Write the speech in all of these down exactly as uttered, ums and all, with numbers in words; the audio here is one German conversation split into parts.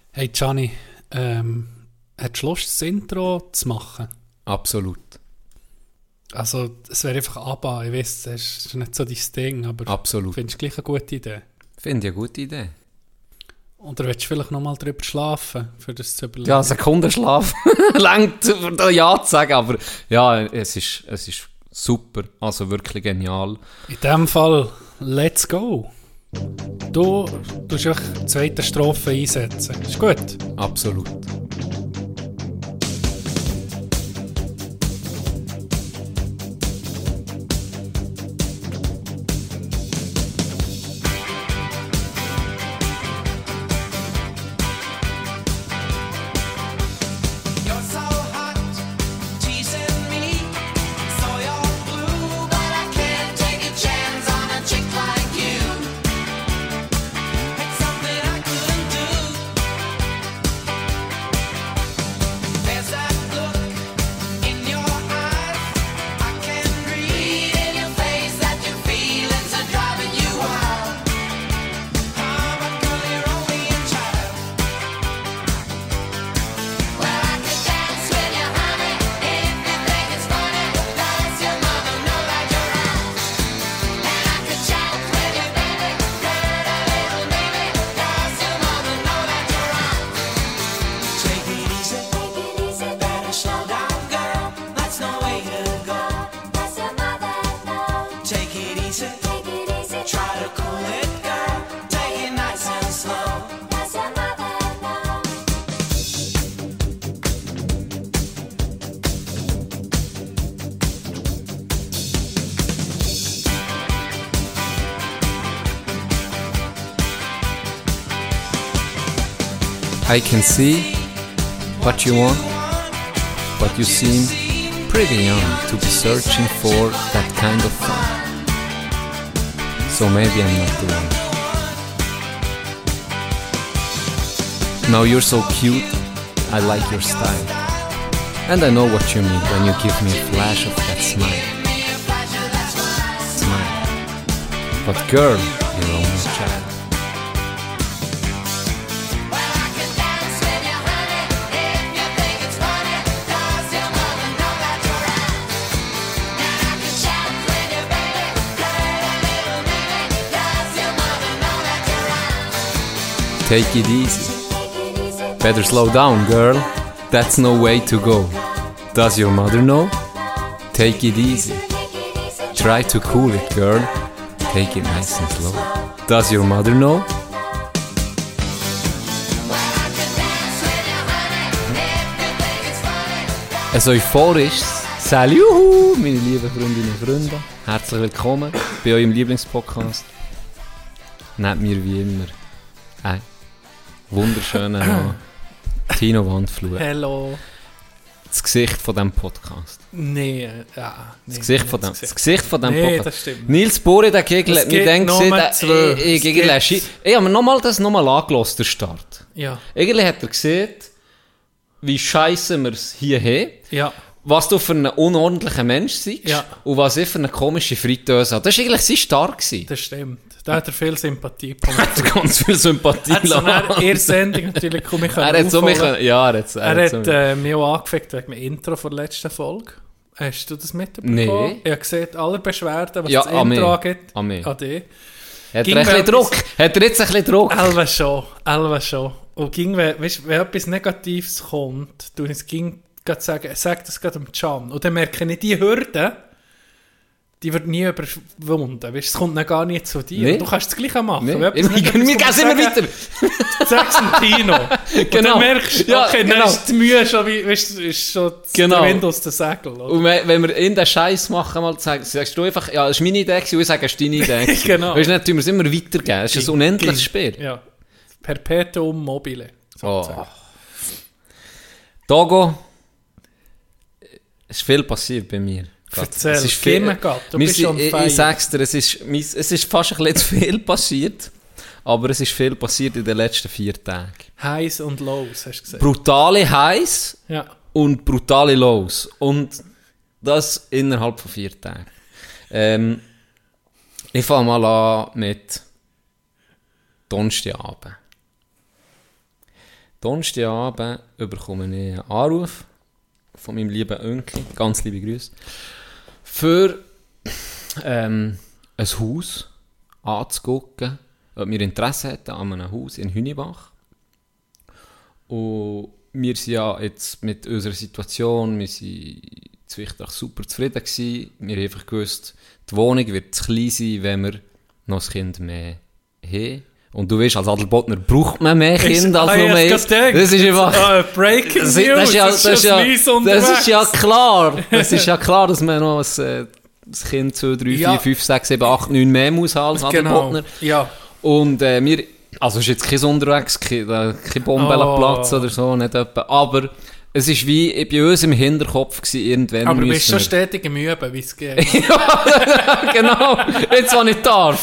Hey Gianni, ähm, hättest du Lust, das Intro zu machen? Absolut. Also, es wäre einfach ABBA, ich weiss, das ist nicht so dein Ding, aber Absolut. findest du gleich eine gute Idee? Finde ich eine gute Idee. Oder willst du vielleicht nochmal drüber schlafen, für das zu überlegen? Ja, Sekundenschlaf langt, um da Ja zu sagen, aber ja, es ist, es ist super, also wirklich genial. In dem Fall, let's go! Du tust einfach die zweite Strophe einsetzen. Ist gut? Absolut. I can see what you want, but you seem pretty young to be searching for that kind of fun. So maybe I'm not the one. Now you're so cute, I like your style. And I know what you mean when you give me a flash of that smile. Smile. But girl, you're only a child. Take it easy. Better slow down, girl. That's no way to go. Does your mother know? Take it easy. Try to cool it, girl. Take it nice and slow. Does your mother know? Ein euphorisches Salut, meine lieben Freundinnen und Freunde. Herzlich willkommen bei eurem Lieblingspodcast. Nehmt mir wie immer ein wunderschöner Mann, Tino Wandfluh. Hello. Das Gesicht von diesem Podcast. Nee, ja. Nee, das Gesicht von dem, das Gesicht von diesem nee, Podcast. Das stimmt. Nils Bohre, der Gegel, es mir denkt, ich, ich, ich, ich, ich habe mir nochmal das nochmal angelassen, der Start. Ja. Irgendwie hat er gesehen, wie scheiße wir es hier haben. Ja. Was du für einen unordentlichen Mensch bist ja. und was ich für eine komische Fritteuse habe. Das war eigentlich sein Start. Das stimmt. Da hat er viel Sympathie bekommen. Er hat ganz viel Sympathie bekommen. Er hat so eine Sendung natürlich komm, ich Er hat so mich... Ja, er hat, er er hat so äh, mich auch angefickt wegen dem Intro der letzten Folge. Hast du das mitbekommen? Nee. Ich habe gesehen, alle Beschwerden, was ja, das Intro angeht, an dich. Hat er ein bisschen Druck? Hat er jetzt ein bisschen Druck? Elva schon. Elva schon. Und ging, weißt, wenn etwas Negatives kommt, du es ging sagen, sag das gerade dem Can. Und dann merke ich, die Hürde, die wird nie überwunden. Weißt, es kommt dann gar nicht zu dir. Nee. Du kannst das Gleiche machen. Nee. Wir gehen immer weiter. Sag's dem Tino. Und genau. dann merkst du, ja, okay, genau. dann ist die Mühe schon, wie, weißt, ist schon genau. der Wind aus dem Segel. Oder? Und wenn wir in den Scheiß machen, mal sagst, sagst du einfach, ja, das war meine Idee und ich sage, es ist deine Idee. Genau. Weißt du, nicht, tun wir es immer weitergeben. Es ist ein unendliches Spiel. Ja. Perpetuum mobile. Oh. Togo. Es ist viel passiert bei mir. Erzähl, es ist viel, du bist schon ich, ich sag's dir, es ist, es ist fast ein bisschen zu viel passiert, aber es ist viel passiert in den letzten vier Tagen. Highs und Lows, hast du gesagt. Brutale Highs ja. und brutale Lows. Und das innerhalb von vier Tagen. Ähm, ich fange mal an mit Donnerstagabend. Donnerstagabend bekomme ich einen Anruf von meinem lieben Onkel, ganz liebe Grüße, für ähm, ein Haus anzugucken, ob wir Interesse hätten an einem Haus in Hünibach. Und wir sind ja jetzt mit unserer Situation, wir sind zwischendurch super zufrieden gewesen. Wir haben einfach gewusst, die Wohnung wird zu klein sein, wenn wir noch ein Kind mehr haben. Und du weißt, als Adelbodner braucht man mehr Kinder als nur mehr. Das ist einfach... Uh, breaking das, News, das, ist ja, das, das, ist ja, das ist ja klar. Das ist ja klar, dass man noch ein, ein Kind zwei, drei, ja. vier, fünf, sechs, sieben, acht, neun mehr muss als Adelbodner. Genau. Ja. Und äh, wir... Also es ist jetzt kein Unterwegs, kein, kein Bombenplatz oh. oder so, nicht etwa. Aber es war wie bei uns im Hinterkopf gewesen, irgendwann. Aber du bist schon stetig im Üben, wie es geht. Ja, genau. Jetzt, wo ich darf.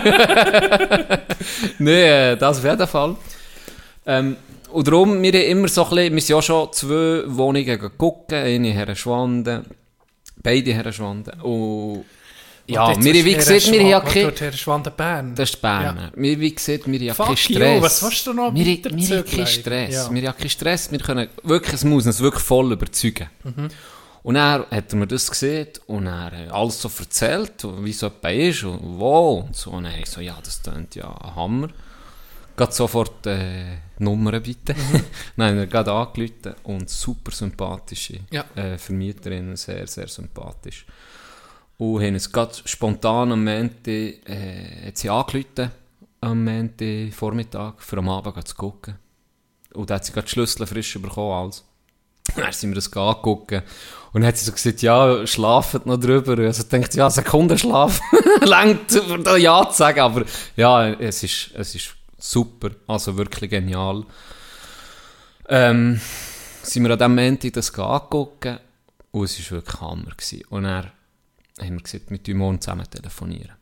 Nein, das auf jeden Fall. Ähm, und darum, wir haben immer so ein bisschen, wir sind ja schon zwei Wohnungen geguckt, eine in Herrenschwanden, beide Herrenschwanden. Und ja, wir haben wie gesagt, wir haben ja kein... Herrenschwanden Bern. Das ist Bern. Ja. Wir haben wie gesagt, wir haben ja keinen Stress. You, was willst du noch wir, wir haben keinen Stress. Ja. Wir haben ja keinen Stress. Wir können wirklich, es muss uns wirklich voll überzeugen. Mhm. Und dann hat er mir das gesehen und er hat alles so erzählt, wie es etwas ist und wo und so. Und dann habe ich so, ja, das klingt ja ein Hammer. Geht sofort äh, Nummern bitte. Mhm. Nein, er hat gerade angerufen und super sympathische ja. äh, Vermieterin, sehr, sehr sympathisch. Und haben uns gerade spontan am Montag äh, hat sie angerufen, am Montag Vormittag, für am Abend zu gucken. Und da hat sie gerade die Schlüssel frisch bekommen. Alles. Dann sind wir das angeguckt. Und dann hat sie so gesagt, ja, schlaft noch drüber. Also ich dachte, ja, Sekundenschlaf längt, um da Ja zu sagen. Aber ja, es ist, es ist super, also wirklich genial. Ähm, sind wir an diesem Montag das angeguckt und es war wirklich Hammer gewesen. Und dann haben wir gesagt, mit morgen zusammen telefonieren.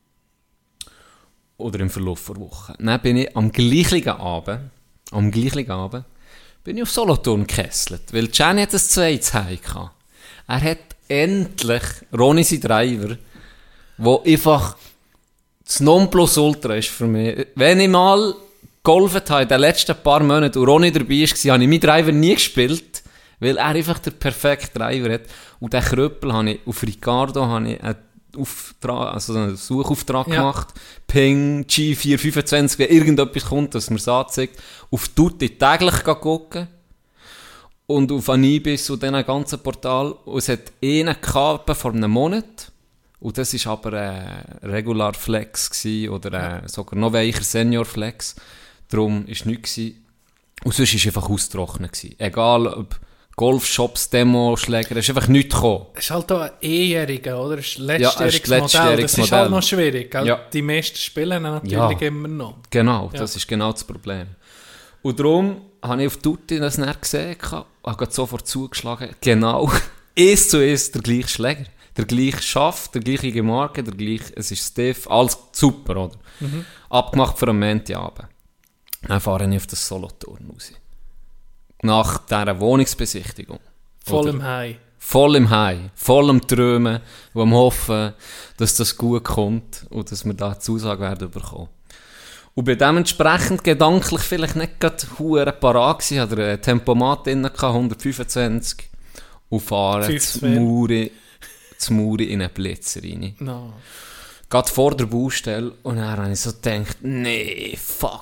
Oder im Verlauf der Woche. Dann bin ich am gleichen Abend, am gleichen Abend, bin ich auf Solothurn gekesselt, weil Gianni hat ein zweites Heim gehabt. Er hat endlich, Ronny sein Driver, der einfach das Nonplusultra ist für mich. Wenn ich mal gegolft habe in den letzten paar Monaten und Ronny dabei war, habe ich meinen Driver nie gespielt, weil er einfach der perfekte Driver hat. Und den Kröppel habe ich auf Ricardo habe ich einen, Auftrag, also einen Suchauftrag ja. gemacht. Ping, G vier fünfundzwanzig, wenn irgendetwas kommt, dass man es anzeigt. Auf Tutti täglich gucken. Und auf Anibis und diesen ganzen Portal. Und es hat einen gehabt vor einem Monat. Und das war aber ein Regular Flex gewesen, oder ein sogar noch weicher Senior Flex. Darum war es nichts gewesen. Und sonst war es einfach austrocknen gewesen. Egal ob Golfshops, Demo-Schläger, es ist einfach nichts gekommen. Es ist halt auch ein E-Jähriger, oder? Es ist ein letztjähriges ja, Modell. Das ist halt noch schwierig. Ja. Die meisten spielen natürlich ja. immer noch. Genau, ja. das ist genau das Problem. Und darum habe ich auf Tutti das nicht gesehen und habe sofort zugeschlagen. Genau, eins zu eins der gleiche Schläger. Der gleiche Schaft, der gleiche Marke, der gleiche, es ist stiff, alles super, oder? Mhm. Abgemacht für einen Montagabend. Dann fahre ich auf das Solothurn raus. Nach dieser Wohnungsbesichtigung. Voll oder? im High. Voll im High. Voll am Träumen und am Hoffen, dass das gut kommt und dass wir da eine Zusage werden bekommen. Und bin dementsprechend gedanklich vielleicht nicht gerade hure parat gewesen, hatte ein Tempomat drin, hundertfünfundzwanzig, und fahre zu Muri, zu Muri in einen Blitzer rein. No. Gerade vor der Baustelle und dann habe ich so gedacht, nee, fuck.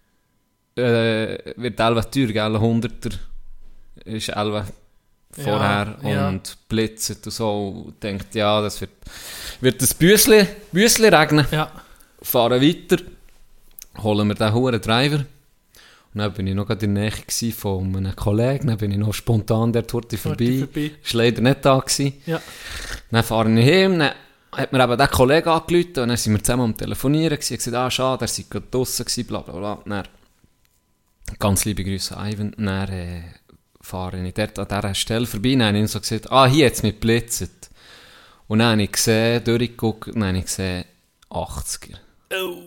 Äh, wird elf teuer, gell? hunderter ist elf vorher ja, ja. und blitzet und so. Und denkt, ja, das wird, wird ein Büsli, Büsli regnen. Ja. Fahren weiter, holen wir den hohen Driver. Und dann bin ich noch in der Nähe von einem Kollegen, dann bin ich noch spontan der Torte vorbei. vorbei. Das war leider nicht da gewesen. Ja. Dann fahre ich heim, dann hat mir eben der Kollege angerufen und dann sind wir zusammen am Telefonieren gewesen. Ich gesagt, ah, schade, er sei gerade draussen gewesen, bla bla bla. Dann, ganz liebe Grüße an Ivan. Dann äh, fahre ich dort an dieser Stelle vorbei. Dann habe ich so gesagt, ah, hier hat es mich geblitzt. Und dann habe ich gesehen, durchgeguckt, und dann habe ich gesehen, achtziger. Oh.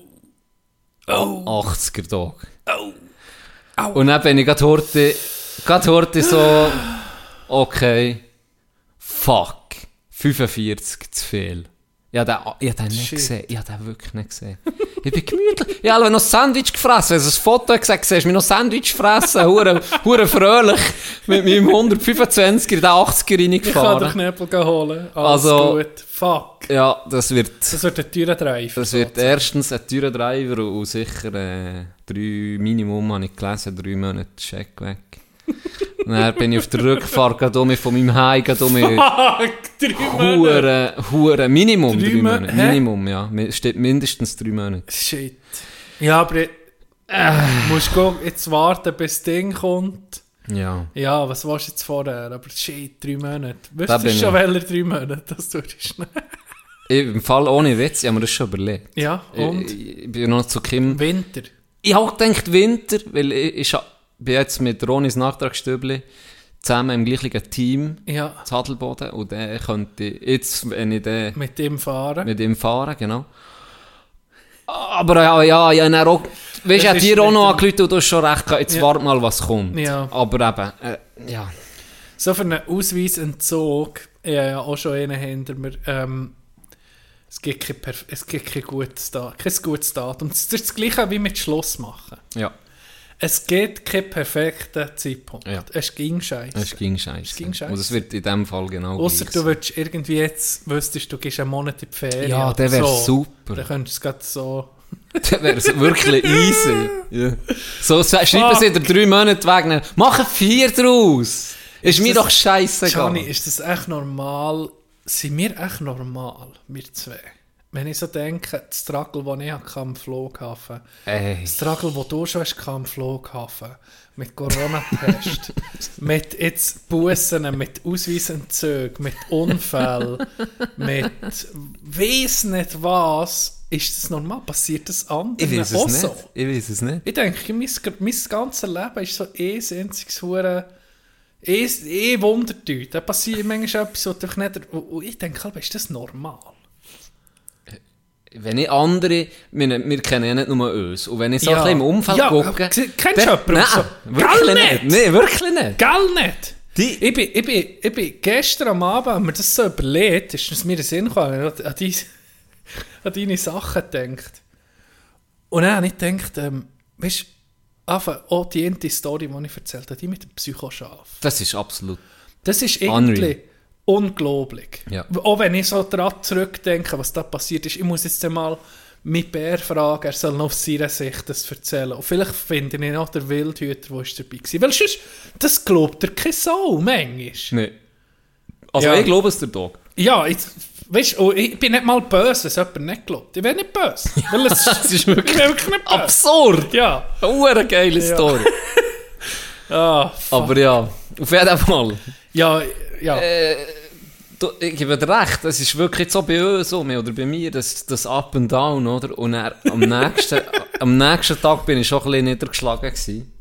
Oh. achtziger Tag. Oh. Oh. Und dann bin ich gerade heute, gerade heute so, okay, fuck, fünfundvierzig zu viel. Ich habe den, ich habe den nicht gesehen. Ich habe den wirklich nicht gesehen. Ich bin gemütlich. Ich habe noch ein Sandwich gefressen. Also ein Foto gesagt, siehst du mich noch Sandwich fressen. Hure, hure fröhlich. Mit meinem hundertfünfundzwanziger in den achtziger reingefahren. Ich kann den Knöpel holen. Alles also, gut. Fuck. Ja, das wird... Das wird ein teurer Driver. Das wird erstens ein teurer Driver und sicher äh, drei Minimum, habe ich gelesen, drei Monate Check weg. Dann bin ich auf der Rückfahrt gerade um von meinem Heim, gerade um Fuck, drei Monate. Hure, Hure, Minimum drei, drei Monate. Hä? Minimum, ja. Steht mindestens drei Monate. Shit. Ja, aber äh, musst du jetzt warten, bis das Ding kommt. Ja. Ja, was warst du jetzt vorher? Aber shit, drei Monate. Da Weißt du bin schon, ich. welche drei Monate das tust? Im Fall ohne Witz, ich habe mir das schon überlegt. Ja, und? Ich, ich bin noch zu Kim. Winter. Ich habe gedacht Winter, weil ich, ich bin jetzt mit Ronis Nachtragsstübli zusammen im gleichen Team Ja. zu Hadelboden und dann könnte ich jetzt, wenn ich dann Mit dem fahren. mit ihm fahren, genau. Aber ja, ja, ja, dann auch, weißt du, ich habe ist dir auch mit noch dem- angerufen und du hast schon recht gehabt, jetzt Ja. warte mal, was kommt. Ja. Aber eben, äh, ja. So für einen Ausweisentzug, ich habe ja auch schon einen hinter mir, ähm, es gibt kein, Perf- es gibt kein gutes Datum. Kein gutes Datum. Das ist das Gleiche wie mit Schluss machen. Ja, Es gibt keinen perfekten Zeitpunkt. Ja. Es ging scheiße. es ging scheiße. Es ging scheisse. Und es wird in dem Fall genau Ausser gleich du sein. würdest irgendwie jetzt, wüsstest du, gehst einen Monat in die Ferien. Ja, oder der wäre so. super. Dann könntest du es gerade so... Dann wäre es wirklich easy. Ja. So, sa- schreiben sie dir drei Monate weg. dann Machen vier draus. Ist, Ist mir das- doch scheißegal. Gianni, ist das echt normal? Sind wir echt normal, wir zwei? Wenn ich so denke, das Struggle, das ich hatte am Flughafen, Ey. das Struggle, das du schon hast am Flughafen, mit Corona-Test, mit jetzt Bussen, mit Ausweisentzügen, mit Unfällen, mit weiss nicht was, ist das normal? Passiert das anderen Ich weiß auch es nicht. so? Ich weiß es nicht. Ich denke, mein, mein ganzes Leben ist so ein einziges Hure, ein, ein Wundertüte. Da passiert manchmal etwas, wo du nicht... Und ich denke, halt, ist das normal? Wenn ich andere, wir, wir kennen ja nicht nur uns, und wenn ich so Ja. ein bisschen im Umfeld Ja, gucke... kennst du der- jemanden, Nein, so- wirklich Gell nicht. nicht? Nein, wirklich nicht. Gell nicht? Die- Ich bin, ich, bin, ich bin gestern am Abend, als mir das so überlegt, ist es mir in den Sinn gekommen, an, an, deine, an deine Sachen gedacht. Und dann habe ich gedacht, ähm, weißt du, einfach auch die eine Story, die ich erzählt habe, die mit dem Psychoschaf. Das ist absolut... Das ist Unreal. irgendwie unglaublich. Ja. Auch wenn ich so daran zurückdenke, was da passiert ist. Ich muss jetzt einmal mit Bär fragen, er soll noch auf seiner Sicht das erzählen. Und vielleicht finde ich noch den Wildhüter, der ist dabei war. Weil sonst, das glaubt er keine Sau, manchmal. Nee. Also Ja. ich glaube es dir doch. Ja, ich, weißt, und ich bin nicht mal böse, wenn es jemand nicht glaubt. Ich wäre nicht böse. Weil es Das ist wirklich wirklich nicht böse. absurd. Ja. Eine geile Ja. Story. Ah, fuck. Aber ja, auf jeden Fall. Ja, ja. Äh, du, ich gebe dir recht, es ist wirklich so bei uns so, oder bei mir, das, das Up and Down, oder? Und dann, am, nächsten, am nächsten Tag bin ich schon ein bisschen niedergeschlagen gewesen.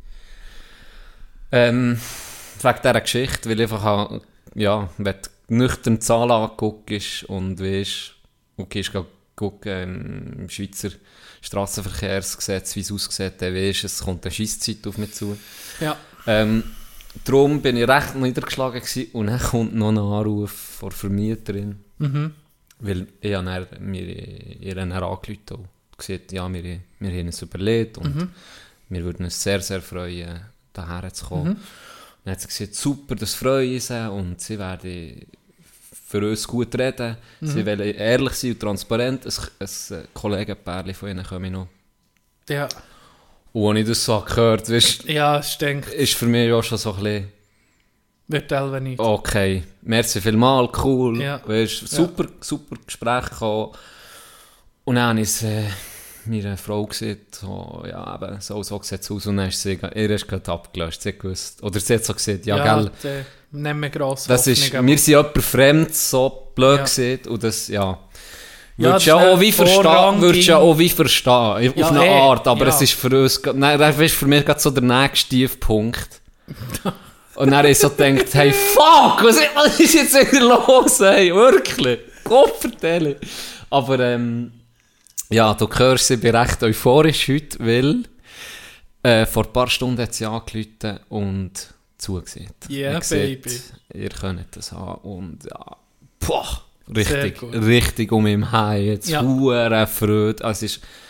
Ähm, wegen dieser Geschichte, weil ich einfach, ja, wenn du nüchtern die Zahlen anguckst und weißt, okay, ich gehe gucken ähm, im Schweizer Strassenverkehrsgesetz, wie es aussieht, dann weisst, es kommt eine Scheisszeit auf mich zu. ja. Ähm, darum bin ich recht niedergeschlagen gewesen, und dann kommt noch ein Anruf von der Vermieterin, Mhm. weil ich habe dann mir ihr dann angerufen und gesagt, ja, wir, wir haben uns überlegt und Mhm. wir würden uns sehr, sehr freuen, daher zu kommen. Mhm. Dann hat sie gesagt, super, das freue sie und sie werden für uns gut reden, Mhm. sie wollen ehrlich sein und transparent. Ein, ein Kollegenpärchen von ihnen komme ich noch. Ja. Und als ich das so gehört, weißt, Ja, es stinkt. ist für mich auch schon so ein bisschen, Wird selber nicht. okay, merci vielmals, cool, Ja. weißt, super, super Gespräch gehabt. Und dann habe ich es äh, meiner Frau gesagt, so, ja, eben, so, so sieht es aus. Und dann ist sie, ihr ist gerade abgelöscht, sie hat gewusst, oder sie hat so gesagt, ja, gell, der, nicht mehr gross das ist, Hoffnung, wir sind jemand fremd, so blöd Ja. gesehen, und das, ja, Ja, würdest das ja ist auch wie ein verstehen, Vorrang würdest ja ging- auch wie verstehen, auf Ja, eine eh, Art, aber ja. es ist für uns, grad- nein, das ist für mich gerade so der nächste Tiefpunkt. Und dann habe ich so gedacht, hey, fuck, was ist, was ist jetzt wieder los, hey, wirklich, Gott vertelle. Aber, ähm, ja, du hörst, sie bin recht euphorisch heute, weil, äh, vor ein paar Stunden hat sie angerufen und zugesehen. Yeah, Hat gesagt, baby. Ihr könnt das haben und, ja, boah, Sehr richtig, gut. richtig um im Heim, jetzt Ja. hure Freude. Also es ist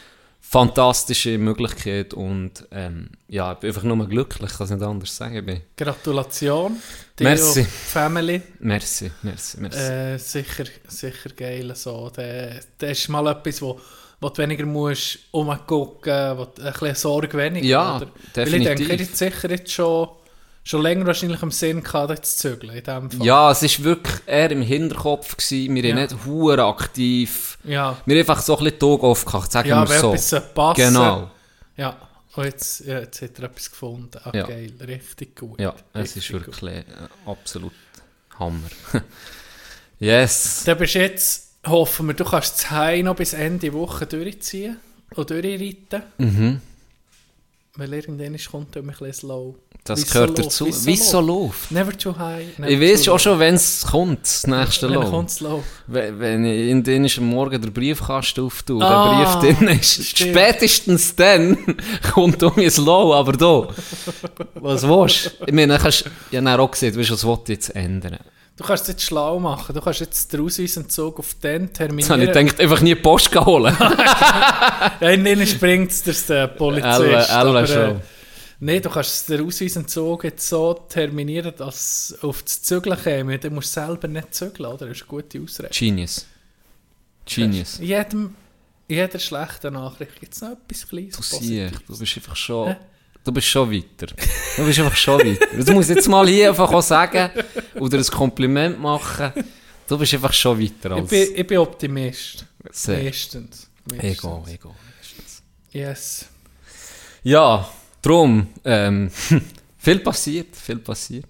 fantastische Möglichkeit und ähm, ja, ich bin einfach nur glücklich, kann es nicht anders sagen. Bin. Gratulation. Merci. Family. Merci, merci, merci. Äh, sicher, sicher geil. So. Das ist mal etwas, wo, wo du weniger musst umgucken, wo du ein bisschen Sorge weniger. Ja, oder? definitiv. Weil ich denke, ich sicher jetzt schon, schon länger wahrscheinlich im Sinn gehabt, das zu zügeln. In dem Fall. Ja, es war wirklich eher im Hinterkopf gewesen. Wir Ja. waren nicht hure aktiv. Ja, Wir haben einfach so ein bisschen die Augen aufgehakt, sagen ja wir wenn so. etwas passen. Genau. Ja, und jetzt, ja, jetzt hat er etwas gefunden. Ah, Ja. geil, richtig gut. Ja, es richtig ist gut. wirklich äh, absolut Hammer. Yes. Dann bist jetzt, hoffen wir, du kannst das Heim noch bis Ende Woche durchziehen und durchreiten. Mhm. Weil irgendwann kommt er ein bisschen slow. Das Wie's gehört so dazu. läuft, Wie wie's es so so läuft. Never too high. Never Ich weiß too auch low. schon, wenn es kommt, das nächste Wenn Low. kommt es low. Wenn, wenn ich in den am Morgen den Briefkasten auftue, Ah, der Brief drin ist, stimmt. spätestens dann kommt um ein Low, aber da, was willst du? Ich meine, dann kannst du ja dann auch gesehen, weißt du, was will ich jetzt ändern? Du kannst es jetzt schlau machen. Du kannst jetzt den Ausweisentzug auf den Jetzt habe ich terminieren. gedacht, einfach nie Post holen. Ja, irgendwann springt es der Polizist. Elle, Elle aber, schon. Äh, Nein, du kannst den Ausweisentzug jetzt so terminieren, dass auf das Zügeln käme. Du musst selber nicht zügeln, oder? Das ist eine gute Ausrede. Genius. Genius. In jedem, in jeder schlechten Nachricht gibt es noch etwas Kleines. Du Positives. siehst, du bist einfach schon, Hä? du bist schon weiter. Du bist einfach schon weiter. Das muss ich jetzt mal hier einfach auch sagen oder ein Kompliment machen. Du bist einfach schon weiter Ich als... bin, ich bin Optimist. Sehr. Meistens. Meistens. Ego, ego. Yes. Ja, drum, ähm, viel passiert, viel passiert.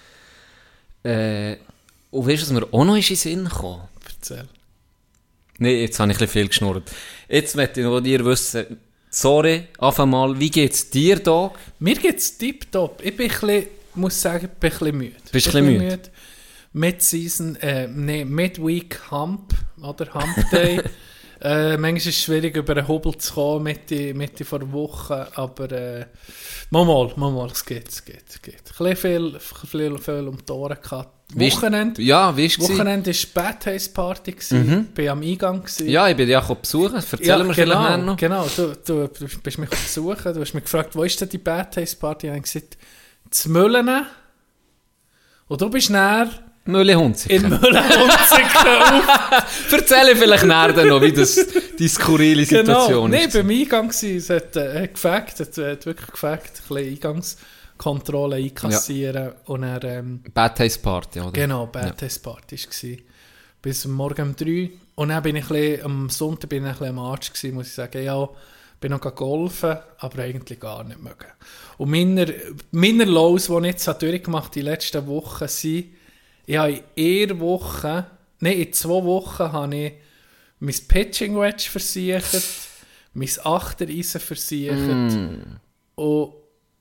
Äh, und weißt du, was mir auch noch in den Sinn kam? Erzähl. Nein, jetzt habe ich ein bisschen viel geschnurrt. Jetzt möchte ich noch dir wissen, sorry, einfach mal, wie geht's dir, Dog? Mir geht es tipptopp. Ich bin ein bisschen, muss sagen, ich bin ein bisschen müde. Bist Ich ein bin bisschen müde? Mid-Season, äh, nee, Midweek Hump, oder Hump Day. äh, manchmal ist es schwierig, über einen Hubel zu kommen, Mitte, Mitte vor der Woche, aber äh, mal, mal, mal, mal, es geht, es geht, es geht. Ein bisschen viel, viel, viel um die Ohren gehabt. Wie ist- Wochenende, Ja, wie ist es? Wochenende war Bad Taste Party, gewesen. Mhm. bin am Eingang. Gewesen. Ja, ich bin dich auch besuchen, erzähl Ja, mir vielleicht genau, nachher noch. genau. Du, du, du bist mich besuchen, du hast mich gefragt, wo ist denn die Bad Taste Party? Ich habe gesagt, zu Müllenen. Und du bist näher Mühle Hunziker. in Müllenen-Hunziken auf. Erzähl vielleicht nachher noch, wie das die skurrile Situation Genau, nein, ist. beim Eingang war es. hat, äh, hat gefakt, hat, hat wirklich gefakt, ein bisschen Eingangskontrolle einkassieren und dann, ähm, Bad Taste Party, oder? genau, Bad Ja. Taste Party war bis morgen um drei. Und dann bin ich ein bisschen, am Sonntag bin ich ein bisschen am Arsch gewesen, muss ich sagen, ja, bin noch golfen, aber eigentlich gar nicht mögen. Und meine, meine Lows, die ich jetzt habe durchgemacht habe, die letzten Wochen, sind, ich habe in einer Woche, nein, in zwei Wochen habe ich mein Pitching Wedge versichert, mein Achtereisen versichert Mm. und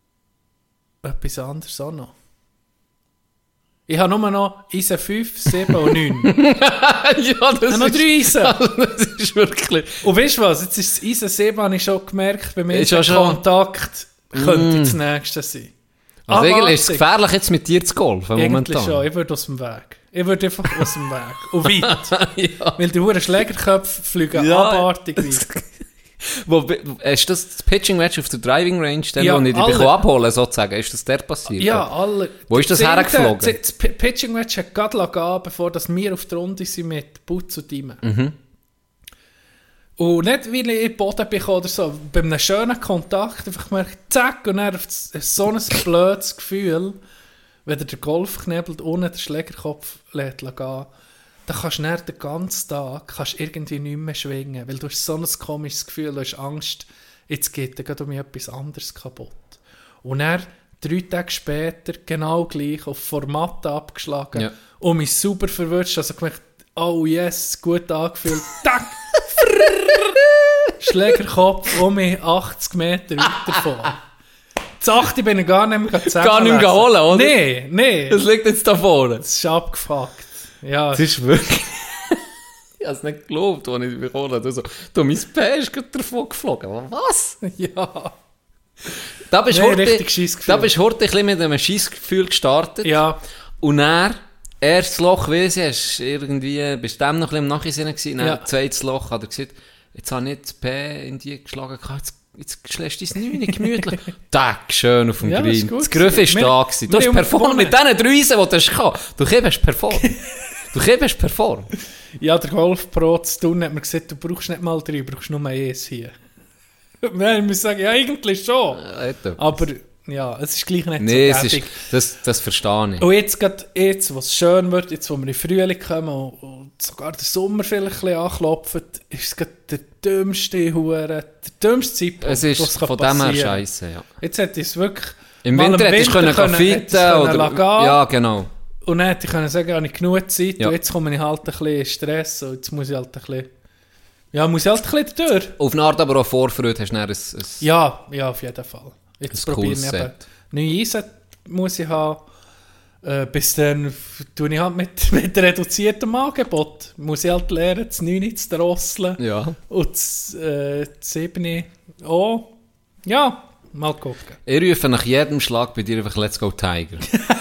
etwas anderes auch noch. Ich habe nur noch Eisen fünf, sieben und neun. ja, Ich habe das noch ist, drei Eisen. das ist wirklich... Und weißt du was? Jetzt ist das Eisen sieben, habe ich schon gemerkt, bei mir Ist der ja schon- Kontakt könnte Mm. das nächste sein. Also eigentlich ist es Abartig. gefährlich, jetzt mit dir zu golfen, Eigentlich momentan. schon. Ich würde aus dem Weg. Ich würde einfach aus dem Weg. Und weit. ja. Weil die Huren Schlägerköpfe fliegen Ja. abartig weit. Wo, hast du das Pitching Match auf der Driving Range, den, Ja, wo ich dich alle. bin abholen sozusagen? Ist das der passiert? Ja, alle. Wo ist das Zehnte- hergeflogen? Das das P- Pitching Match hat gerade gehen, bevor das wir auf die Runde sind mit Putz und Dime. Mhm. Und nicht, weil ich in den Boden bin oder so. Bei einem schönen Kontakt einfach gemerkt, zack, und dann so ein blödes Gefühl, wenn der den Golf knebelt, ohne den Schlägerkopf lässt gehen, dann kannst du dann den ganzen Tag kannst irgendwie nicht mehr schwingen, weil du hast so ein komisches Gefühl, du hast Angst, jetzt geht dir gerade um etwas anderes kaputt. Und dann, drei Tage später, genau gleich, auf Format abgeschlagen Ja. und mich super verwirrt, also gemerkt, oh yes, gut angefühlt, tack, Schlägerkopf um mich achtzig Meter weiter vor. Das achte bin ich gar nicht mehr Gar nicht mehr geholt, oder? Nein, nein. Das liegt jetzt da vorne. Das ist abgefuckt. Ja, Das ist wirklich... ich habe es nicht geglaubt, als ich dich bekommen habe. Also, du, mein P ist gerade davon geflogen. Was? ja. Da bist du Nee, heute, richtig Scheissgefühl. da bist du heute ein bisschen mit einem Scheissgefühl gestartet. Ja, Und dann, erstes Loch, weiss ich, hast irgendwie, bist du dem noch ein bisschen im Nachhinein gewesen, dann Ja. zweites Loch, hat er gesagt, jetzt habe ich das P in die geschlagen, jetzt, jetzt schlägst du dein neun gemütlich. Tag, schön auf dem Ja, Green. das Das Griff war Wir- da gewesen. Du wir hast haben performt mit gewonnen. diesen drei Eisen, die du hast gehabt. Du hast performt. Du hast performt. Ja, der Golf-Pro zu tun hat mir gesagt, du brauchst nicht mal drei, du brauchst nur eins hier. Nein, ich muss sagen, ja, eigentlich schon. Aber ja, es ist gleich nicht Nein, so es ist, gäbig. das, das verstehe ich. Und jetzt, grad jetzt, wo es schön wird, jetzt, wo wir in den Frühling kommen und, und sogar der Sommer vielleicht ein bisschen anklopft, ist es gerade der dümmste Hure, der dümmste Zeitpunkt, Es ist was kann von dem her passieren. scheiße, ja. Jetzt hätte ich es wirklich... Im mal Winter hättest du können können- fitten hättest du können oder... lassen. Ja, genau. Und dann hätte ich können sagen, habe ich genug Zeit Ja. und jetzt komme ich halt ein bisschen in Stress und jetzt muss ich halt ein bisschen... Ja, muss ich halt ein bisschen durch. Auf eine Art aber auch Vorfreude hast du dann ein... ein Ja, ja, auf jeden Fall. Jetzt Ein probiere cooles ich eben. Set. Neue Eisen muss ich haben. Äh, bis dann f- tue ich halt mit, mit reduziertem Angebot. Muss ich halt lernen, das neun zu drosseln. ja. Und das, äh, das sieben auch. Ja, mal gucken. Ich rufe nach jedem Schlag bei dir einfach «Let's go Tiger».